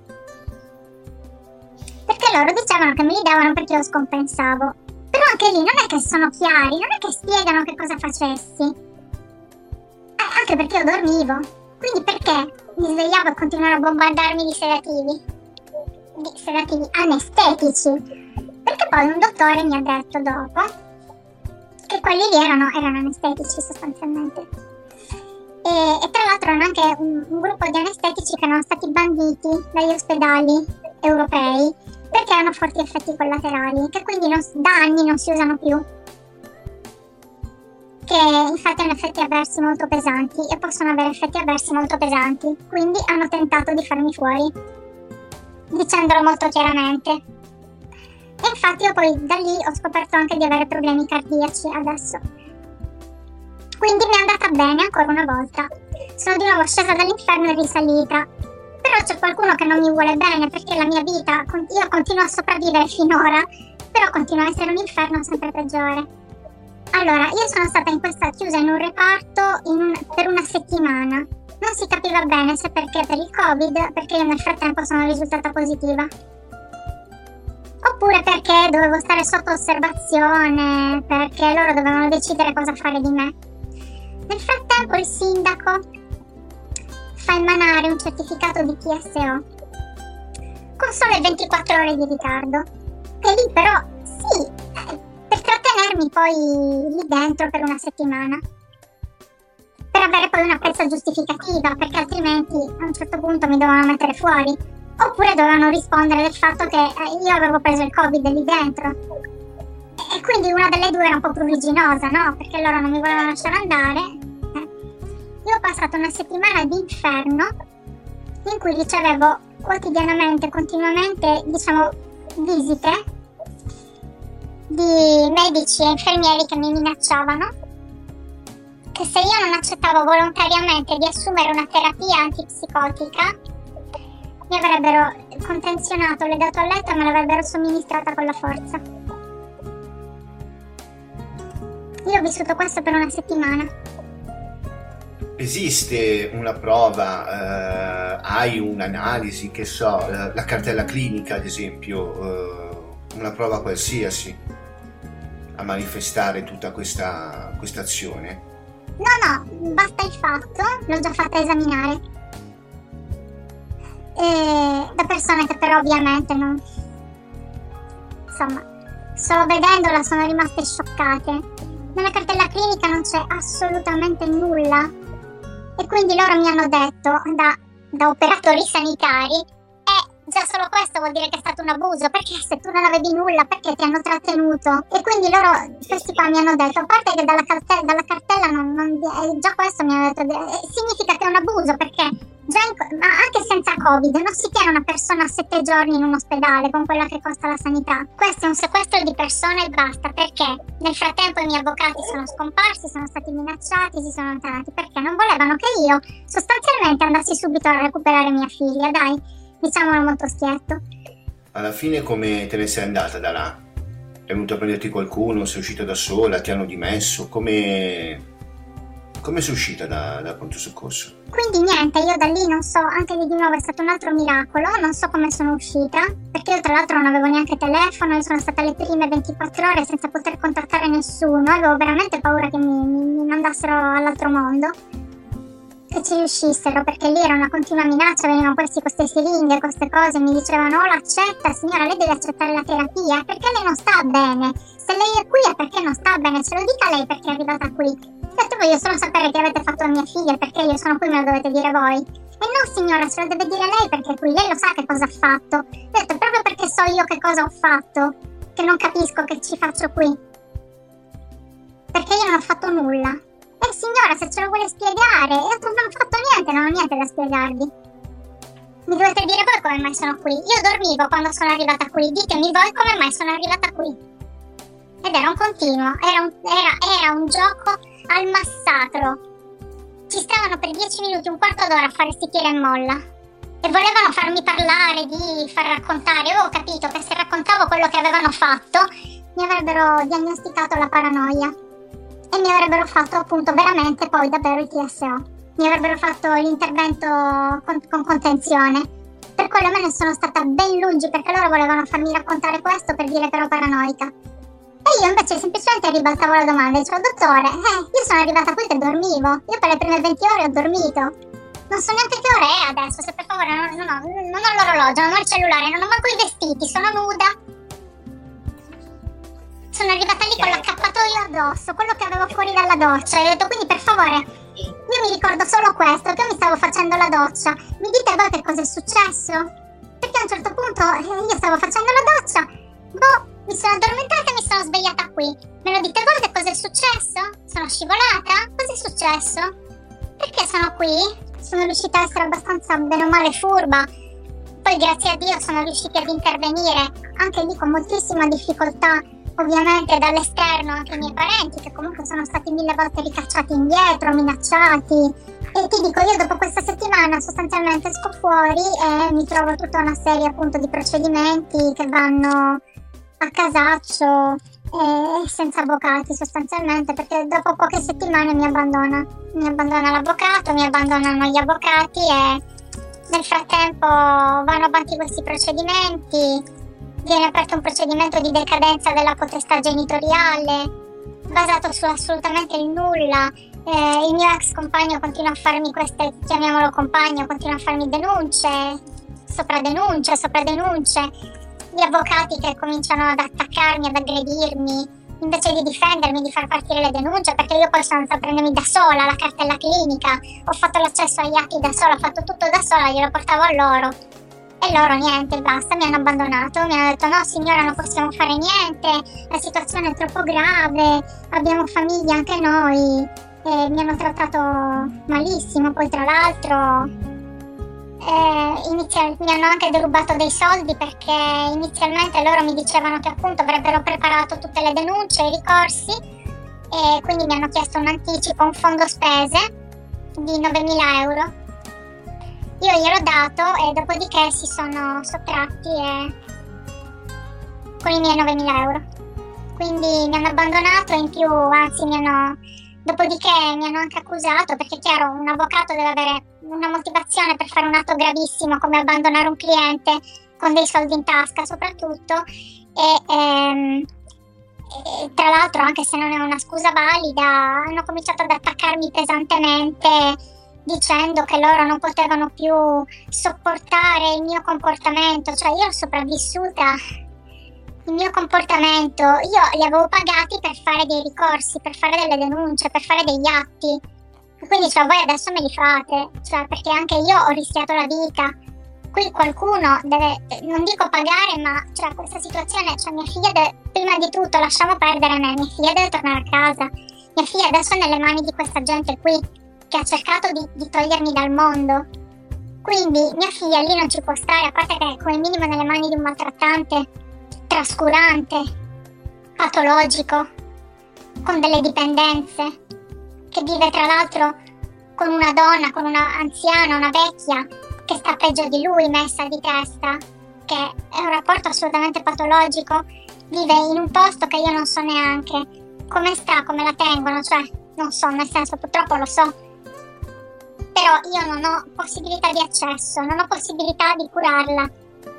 Perché loro dicevano che me li davano perché io scompensavo. Però anche lì non è che sono chiari, non è che spiegano che cosa facessi. Eh, anche perché io dormivo. Quindi perché mi svegliavo e continuavo a bombardarmi di sedativi? Di sedativi anestetici. Perché poi un dottore mi ha detto dopo che quelli lì erano, erano anestetici sostanzialmente. E, e tra l'altro erano anche un, un gruppo di anestetici che erano stati banditi dagli ospedali europei perché hanno forti effetti collaterali, che quindi non, da anni non si usano più, che infatti hanno effetti avversi molto pesanti e possono avere effetti avversi molto pesanti, quindi hanno tentato di farmi fuori, dicendolo molto chiaramente. E infatti io poi da lì ho scoperto anche di avere problemi cardiaci adesso. Quindi mi è andata bene ancora una volta. Sono di nuovo scesa dall'inferno e risalita. Però c'è qualcuno che non mi vuole bene perché la mia vita, io continuo a sopravvivere finora, però continua a essere un inferno sempre peggiore. Allora, io sono stata in questa chiusa in un reparto in un, per una settimana. Non si capiva bene se perché per il Covid, perché io nel frattempo sono risultata positiva. Oppure perché dovevo stare sotto osservazione, perché loro dovevano decidere cosa fare di me. Nel frattempo il sindaco fa emanare un certificato di T S O con sole ventiquattro ore di ritardo. E lì però, sì, per trattenermi poi lì dentro per una settimana. Per avere poi una pezza giustificativa, perché altrimenti a un certo punto mi dovevano mettere fuori, oppure dovevano rispondere del fatto che eh, io avevo preso il Covid lì dentro. E quindi una delle due era un po' pruriginosa, no? Perché loro non mi volevano lasciare andare. Eh. Io ho passato una settimana di inferno in cui ricevevo quotidianamente, continuamente, diciamo, visite di medici e infermieri che mi minacciavano che se io non accettavo volontariamente di assumere una terapia antipsicotica mi avrebbero contenzionato, legato al letto e me l'avrebbero somministrata con la forza. Io ho vissuto questo per una settimana.
Esiste una prova, eh, hai un'analisi, che so, la, la cartella clinica ad esempio, eh, una prova qualsiasi a manifestare tutta questa questa azione?
No, no, basta il fatto, l'ho già fatta esaminare. E da persone che però ovviamente non... Insomma, solo vedendola sono rimaste scioccate. Nella cartella clinica non c'è assolutamente nulla. E quindi loro mi hanno detto, da, da operatori sanitari, eh, già solo questo vuol dire che è stato un abuso, perché se tu non avevi nulla, perché ti hanno trattenuto? E quindi loro, questi qua mi hanno detto, a parte che dalla cartella, dalla cartella non, non, eh, già questo mi hanno detto, eh, significa che è un abuso, perché già in, ma anche senza Covid non si tiene una persona sette giorni in un ospedale con quella che costa la sanità. Questo è un sequestro di persona e basta, perché nel frattempo i miei avvocati sono scomparsi, sono stati minacciati, si sono allontanati, perché non volevano che io sostanzialmente andassi subito a recuperare mia figlia, dai, diciamolo molto schietto.
Alla fine come te ne sei andata da là? È venuto a prenderti qualcuno? Sei uscita da sola? Ti hanno dimesso? Come... Come sei uscita da, dal pronto soccorso?
Quindi niente, io da lì non so, anche lì di nuovo è stato un altro miracolo, non so come sono uscita, perché io tra l'altro non avevo neanche telefono, io sono stata le prime ventiquattro ore senza poter contattare nessuno, avevo veramente paura che mi, mi, mi mandassero all'altro mondo, che ci riuscissero, perché lì era una continua minaccia, venivano questi con queste siringhe, queste cose, mi dicevano, oh l'accetta signora, lei deve accettare la terapia, perché lei non sta bene, se lei è qui è perché non sta bene, ce lo dica lei perché è arrivata qui. Ho detto, voglio solo sapere che avete fatto a mia figlia, perché io sono qui, me lo dovete dire voi. E no signora, ce lo deve dire lei perché qui lei lo sa che cosa ha fatto. Ho detto, proprio perché so io che cosa ho fatto, che non capisco che ci faccio qui. Perché io non ho fatto nulla. Eh signora, se ce lo vuole spiegare. Ho detto, non ho fatto niente, non ho niente da spiegarvi. Mi dovete dire voi come mai sono qui. Io dormivo quando sono arrivata qui, ditemi voi come mai sono arrivata qui. Ed era un continuo, era un, era, era un gioco al massacro. Ci stavano per dieci minuti, un quarto d'ora a fare sti tira e molla e volevano farmi parlare, di far raccontare. Io ho capito che se raccontavo quello che avevano fatto mi avrebbero diagnosticato la paranoia e mi avrebbero fatto appunto veramente poi davvero il T S O, mi avrebbero fatto l'intervento con, con contenzione. Per quello me ne sono stata ben lungi, perché loro volevano farmi raccontare questo per dire che ero paranoica. E io invece semplicemente ribaltavo la domanda e dicevo, dottore, eh, io sono arrivata qui che dormivo, io per le prime venti ore ho dormito, non so neanche che ore è adesso, se per favore non, non, ho, non ho l'orologio, non ho il cellulare, non ho manco i vestiti, sono nuda. Sono arrivata lì con l'accappatoio addosso, quello che avevo fuori dalla doccia, e ho detto, quindi per favore, io mi ricordo solo questo, che io mi stavo facendo la doccia, mi dite voi che cosa è successo? Perché a un certo punto eh, io stavo facendo la doccia, boh, mi sono addormentata e mi sono svegliata qui. Me lo dite voi che cosa è successo? Sono scivolata? Cosa è successo? Perché sono qui? Sono riuscita a essere abbastanza bene o male furba. Poi grazie a Dio sono riusciti ad intervenire, anche lì con moltissima difficoltà, ovviamente dall'esterno, anche i miei parenti, che comunque sono stati mille volte ricacciati indietro, minacciati. E ti dico, io dopo questa settimana sostanzialmente esco fuori e mi trovo tutta una serie appunto di procedimenti che vanno a casaccio e senza avvocati sostanzialmente, perché dopo poche settimane mi abbandona mi abbandona l'avvocato, mi abbandonano gli avvocati e nel frattempo vanno avanti questi procedimenti, viene aperto un procedimento di decadenza della potestà genitoriale basato su assolutamente il nulla. Eh, il mio ex compagno continua a farmi queste, chiamiamolo compagno, continua a farmi denunce sopra denunce sopra denunce, gli avvocati che cominciano ad attaccarmi, ad aggredirmi, invece di difendermi, di far partire le denunce, perché io poi sono andata a prendermi da sola la cartella clinica, ho fatto l'accesso agli atti da sola, ho fatto tutto da sola, glielo portavo a loro e loro niente, basta, mi hanno abbandonato, mi hanno detto no signora, non possiamo fare niente, la situazione è troppo grave, abbiamo famiglia anche noi, e mi hanno trattato malissimo, poi tra l'altro Eh, inizial- mi hanno anche derubato dei soldi, perché inizialmente loro mi dicevano che appunto avrebbero preparato tutte le denunce e i ricorsi, e quindi mi hanno chiesto un anticipo, un fondo spese di novemila euro. Io gliel'ho dato e dopodiché si sono sottratti e... con i miei novemila euro, quindi mi hanno abbandonato e in più anzi mi hanno... Dopodiché mi hanno anche accusato, perché è chiaro, un avvocato deve avere una motivazione per fare un atto gravissimo come abbandonare un cliente con dei soldi in tasca soprattutto, e, ehm, e tra l'altro, anche se non è una scusa valida, hanno cominciato ad attaccarmi pesantemente dicendo che loro non potevano più sopportare il mio comportamento, cioè io ho sopravvissuta. Il mio comportamento, io li avevo pagati per fare dei ricorsi, per fare delle denunce, per fare degli atti. E quindi cioè voi adesso me li fate, cioè perché anche io ho rischiato la vita. Qui qualcuno deve, non dico pagare, ma cioè questa situazione, cioè mia figlia deve, prima di tutto lasciamo perdere me, mia figlia deve tornare a casa. Mia figlia adesso è nelle mani di questa gente qui che ha cercato di, di togliermi dal mondo. Quindi mia figlia lì non ci può stare, a parte che è come minimo nelle mani di un maltrattante trascurante, patologico, con delle dipendenze, che vive tra l'altro con una donna, con una anziana, una vecchia, che sta peggio di lui, messa di testa, che è un rapporto assolutamente patologico, vive in un posto che io non so neanche come sta, come la tengono, cioè non so, nel senso purtroppo lo so, però io non ho possibilità di accesso, non ho possibilità di curarla.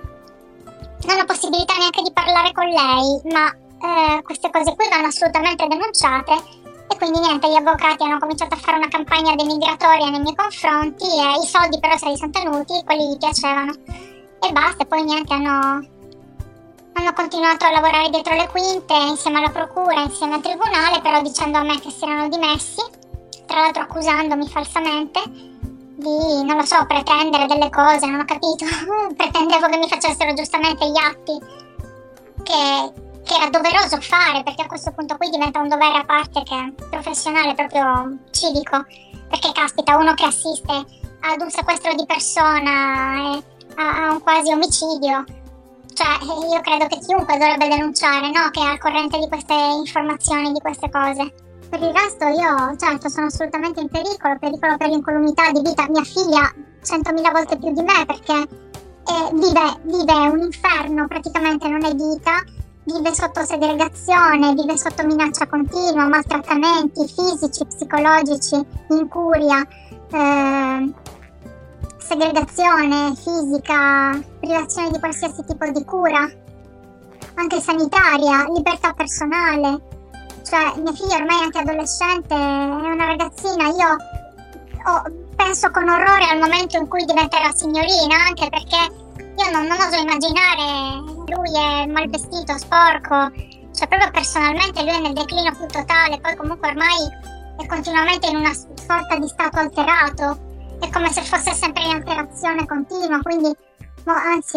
Non ho possibilità neanche di parlare con lei, ma eh, queste cose qui vanno assolutamente denunciate e quindi niente, gli avvocati hanno cominciato a fare una campagna denigratoria nei miei confronti e i soldi però se li sono tenuti, quelli gli piacevano e basta, e poi niente, hanno, hanno continuato a lavorare dietro le quinte insieme alla procura, insieme al tribunale, però dicendo a me che si erano dimessi, tra l'altro accusandomi falsamente di, non lo so, pretendere delle cose, non ho capito. Pretendevo che mi facessero giustamente gli atti che, che era doveroso fare, perché a questo punto qui diventa un dovere a parte che è professionale, proprio civico, perché caspita, uno che assiste ad un sequestro di persona e a, a un quasi omicidio, cioè io credo che chiunque dovrebbe denunciare, no? Che è al corrente di queste informazioni, di queste cose. Per il resto io, certo, sono assolutamente in pericolo, pericolo per l'incolumità di vita. Mia figlia centomila volte più di me, perché eh, vive, vive un inferno, praticamente non è vita, vive sotto segregazione, vive sotto minaccia continua, maltrattamenti fisici, psicologici, incuria, eh, segregazione fisica, privazione di qualsiasi tipo di cura, anche sanitaria, libertà personale. Cioè mia figlia ormai è anche adolescente, è una ragazzina, io oh, penso con orrore al momento in cui diventerà signorina, anche perché io non, non oso immaginare, lui è mal vestito, sporco, cioè proprio personalmente lui è nel declino più totale, poi comunque ormai è continuamente in una sorta di stato alterato, è come se fosse sempre in alterazione continua, quindi boh, anzi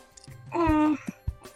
eh,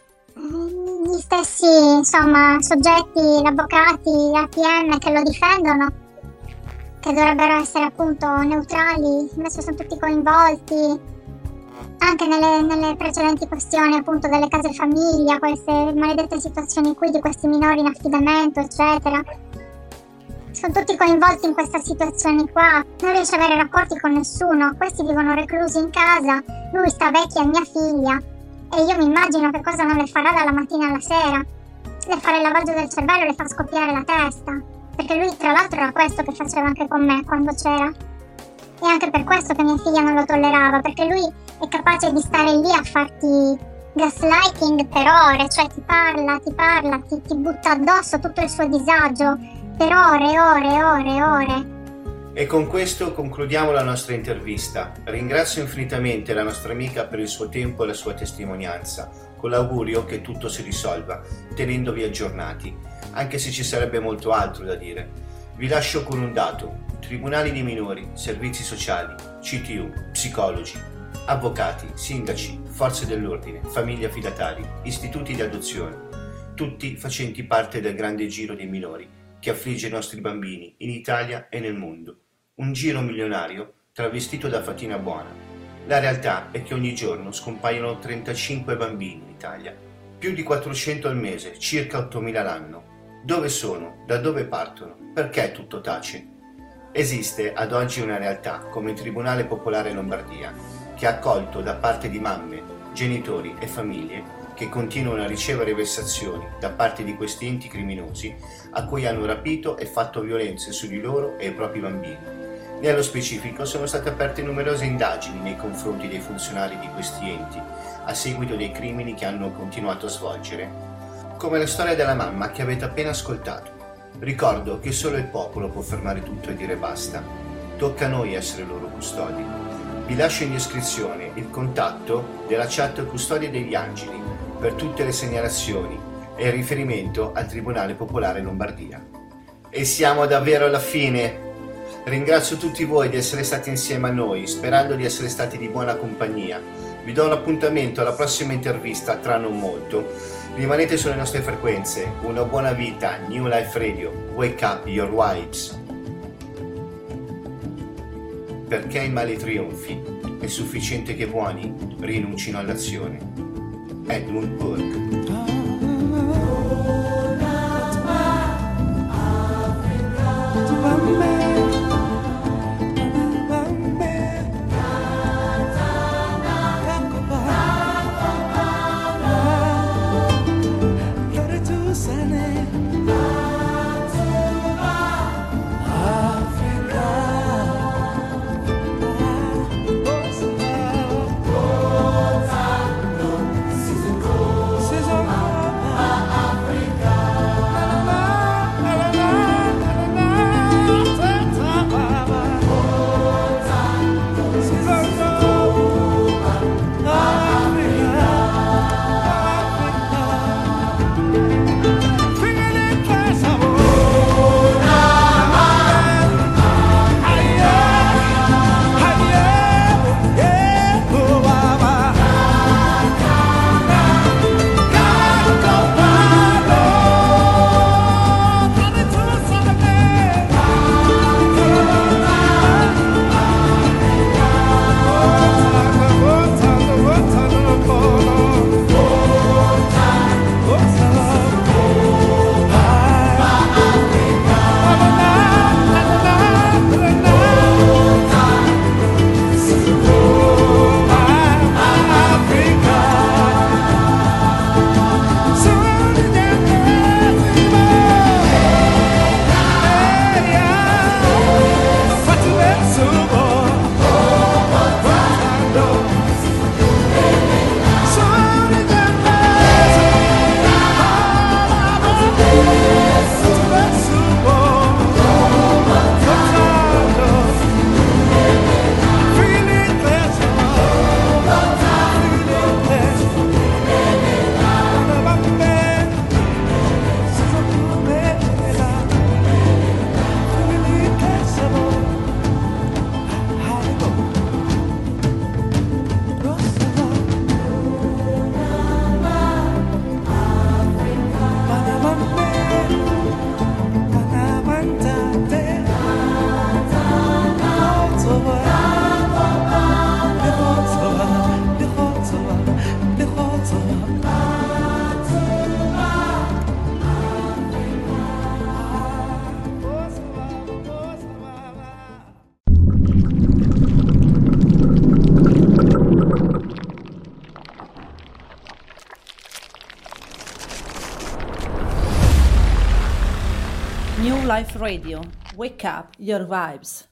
gli stessi insomma soggetti, gli avvocati, gli A P M che lo difendono, che dovrebbero essere appunto neutrali, invece sono tutti coinvolti anche nelle, nelle precedenti questioni appunto delle case famiglia, queste maledette situazioni qui di questi minori in affidamento eccetera, sono tutti coinvolti in questa situazione qua, non riesce ad avere rapporti con nessuno, questi vivono reclusi in casa, lui sta vecchia a mia figlia. E io mi immagino che cosa non le farà dalla mattina alla sera. Le fa il lavaggio del cervello, le fa scoppiare la testa. Perché lui tra l'altro era questo che faceva anche con me quando c'era. E anche per questo che mia figlia non lo tollerava, perché lui è capace di stare lì a farti gaslighting per ore, cioè ti parla, ti parla, ti, ti butta addosso tutto il suo disagio per ore, ore, ore, ore.
E con questo concludiamo la nostra intervista. Ringrazio infinitamente la nostra amica per il suo tempo e la sua testimonianza. con l'augurio che tutto si risolva, tenendovi aggiornati, anche se ci sarebbe molto altro da dire. Vi lascio con un dato: tribunali dei minori, servizi sociali, C T U, psicologi, avvocati, sindaci, forze dell'ordine, famiglie affidatari, istituti di adozione, tutti facenti parte del grande giro dei minori che affligge i nostri bambini in Italia e nel mondo. Un giro milionario travestito da fatina buona. La realtà è che ogni giorno scompaiono trentacinque bambini in Italia, più di quattrocento al mese, circa ottomila l'anno. Dove sono? Da dove partono? Perché tutto tace? Esiste ad oggi una realtà come il Tribunale Popolare Lombardia, che ha accolto da parte di mamme, genitori e famiglie che continuano a ricevere vessazioni da parte di questi enti criminosi a cui hanno rapito e fatto violenze su di loro e i propri bambini. Nello specifico sono state aperte numerose indagini nei confronti dei funzionari di questi enti a seguito dei crimini che hanno continuato a svolgere, come la storia della mamma che avete appena ascoltato. Ricordo che solo il popolo può fermare tutto e dire basta. Tocca a noi essere loro custodi. Vi lascio in descrizione il contatto della chat Custodia degli Angeli per tutte le segnalazioni e il riferimento al Tribunale Popolare Lombardia. E siamo davvero alla fine. Ringrazio tutti voi di essere stati insieme a noi, sperando di essere stati di buona compagnia. Vi do un appuntamento alla prossima intervista tra non molto. Rimanete sulle nostre frequenze. Una buona vita, New Life Radio. Wake up your vibes. Perché il male trionfi, è sufficiente che buoni rinuncino all'azione. Edmund Burke.
New Life Radio. Wake up your vibes.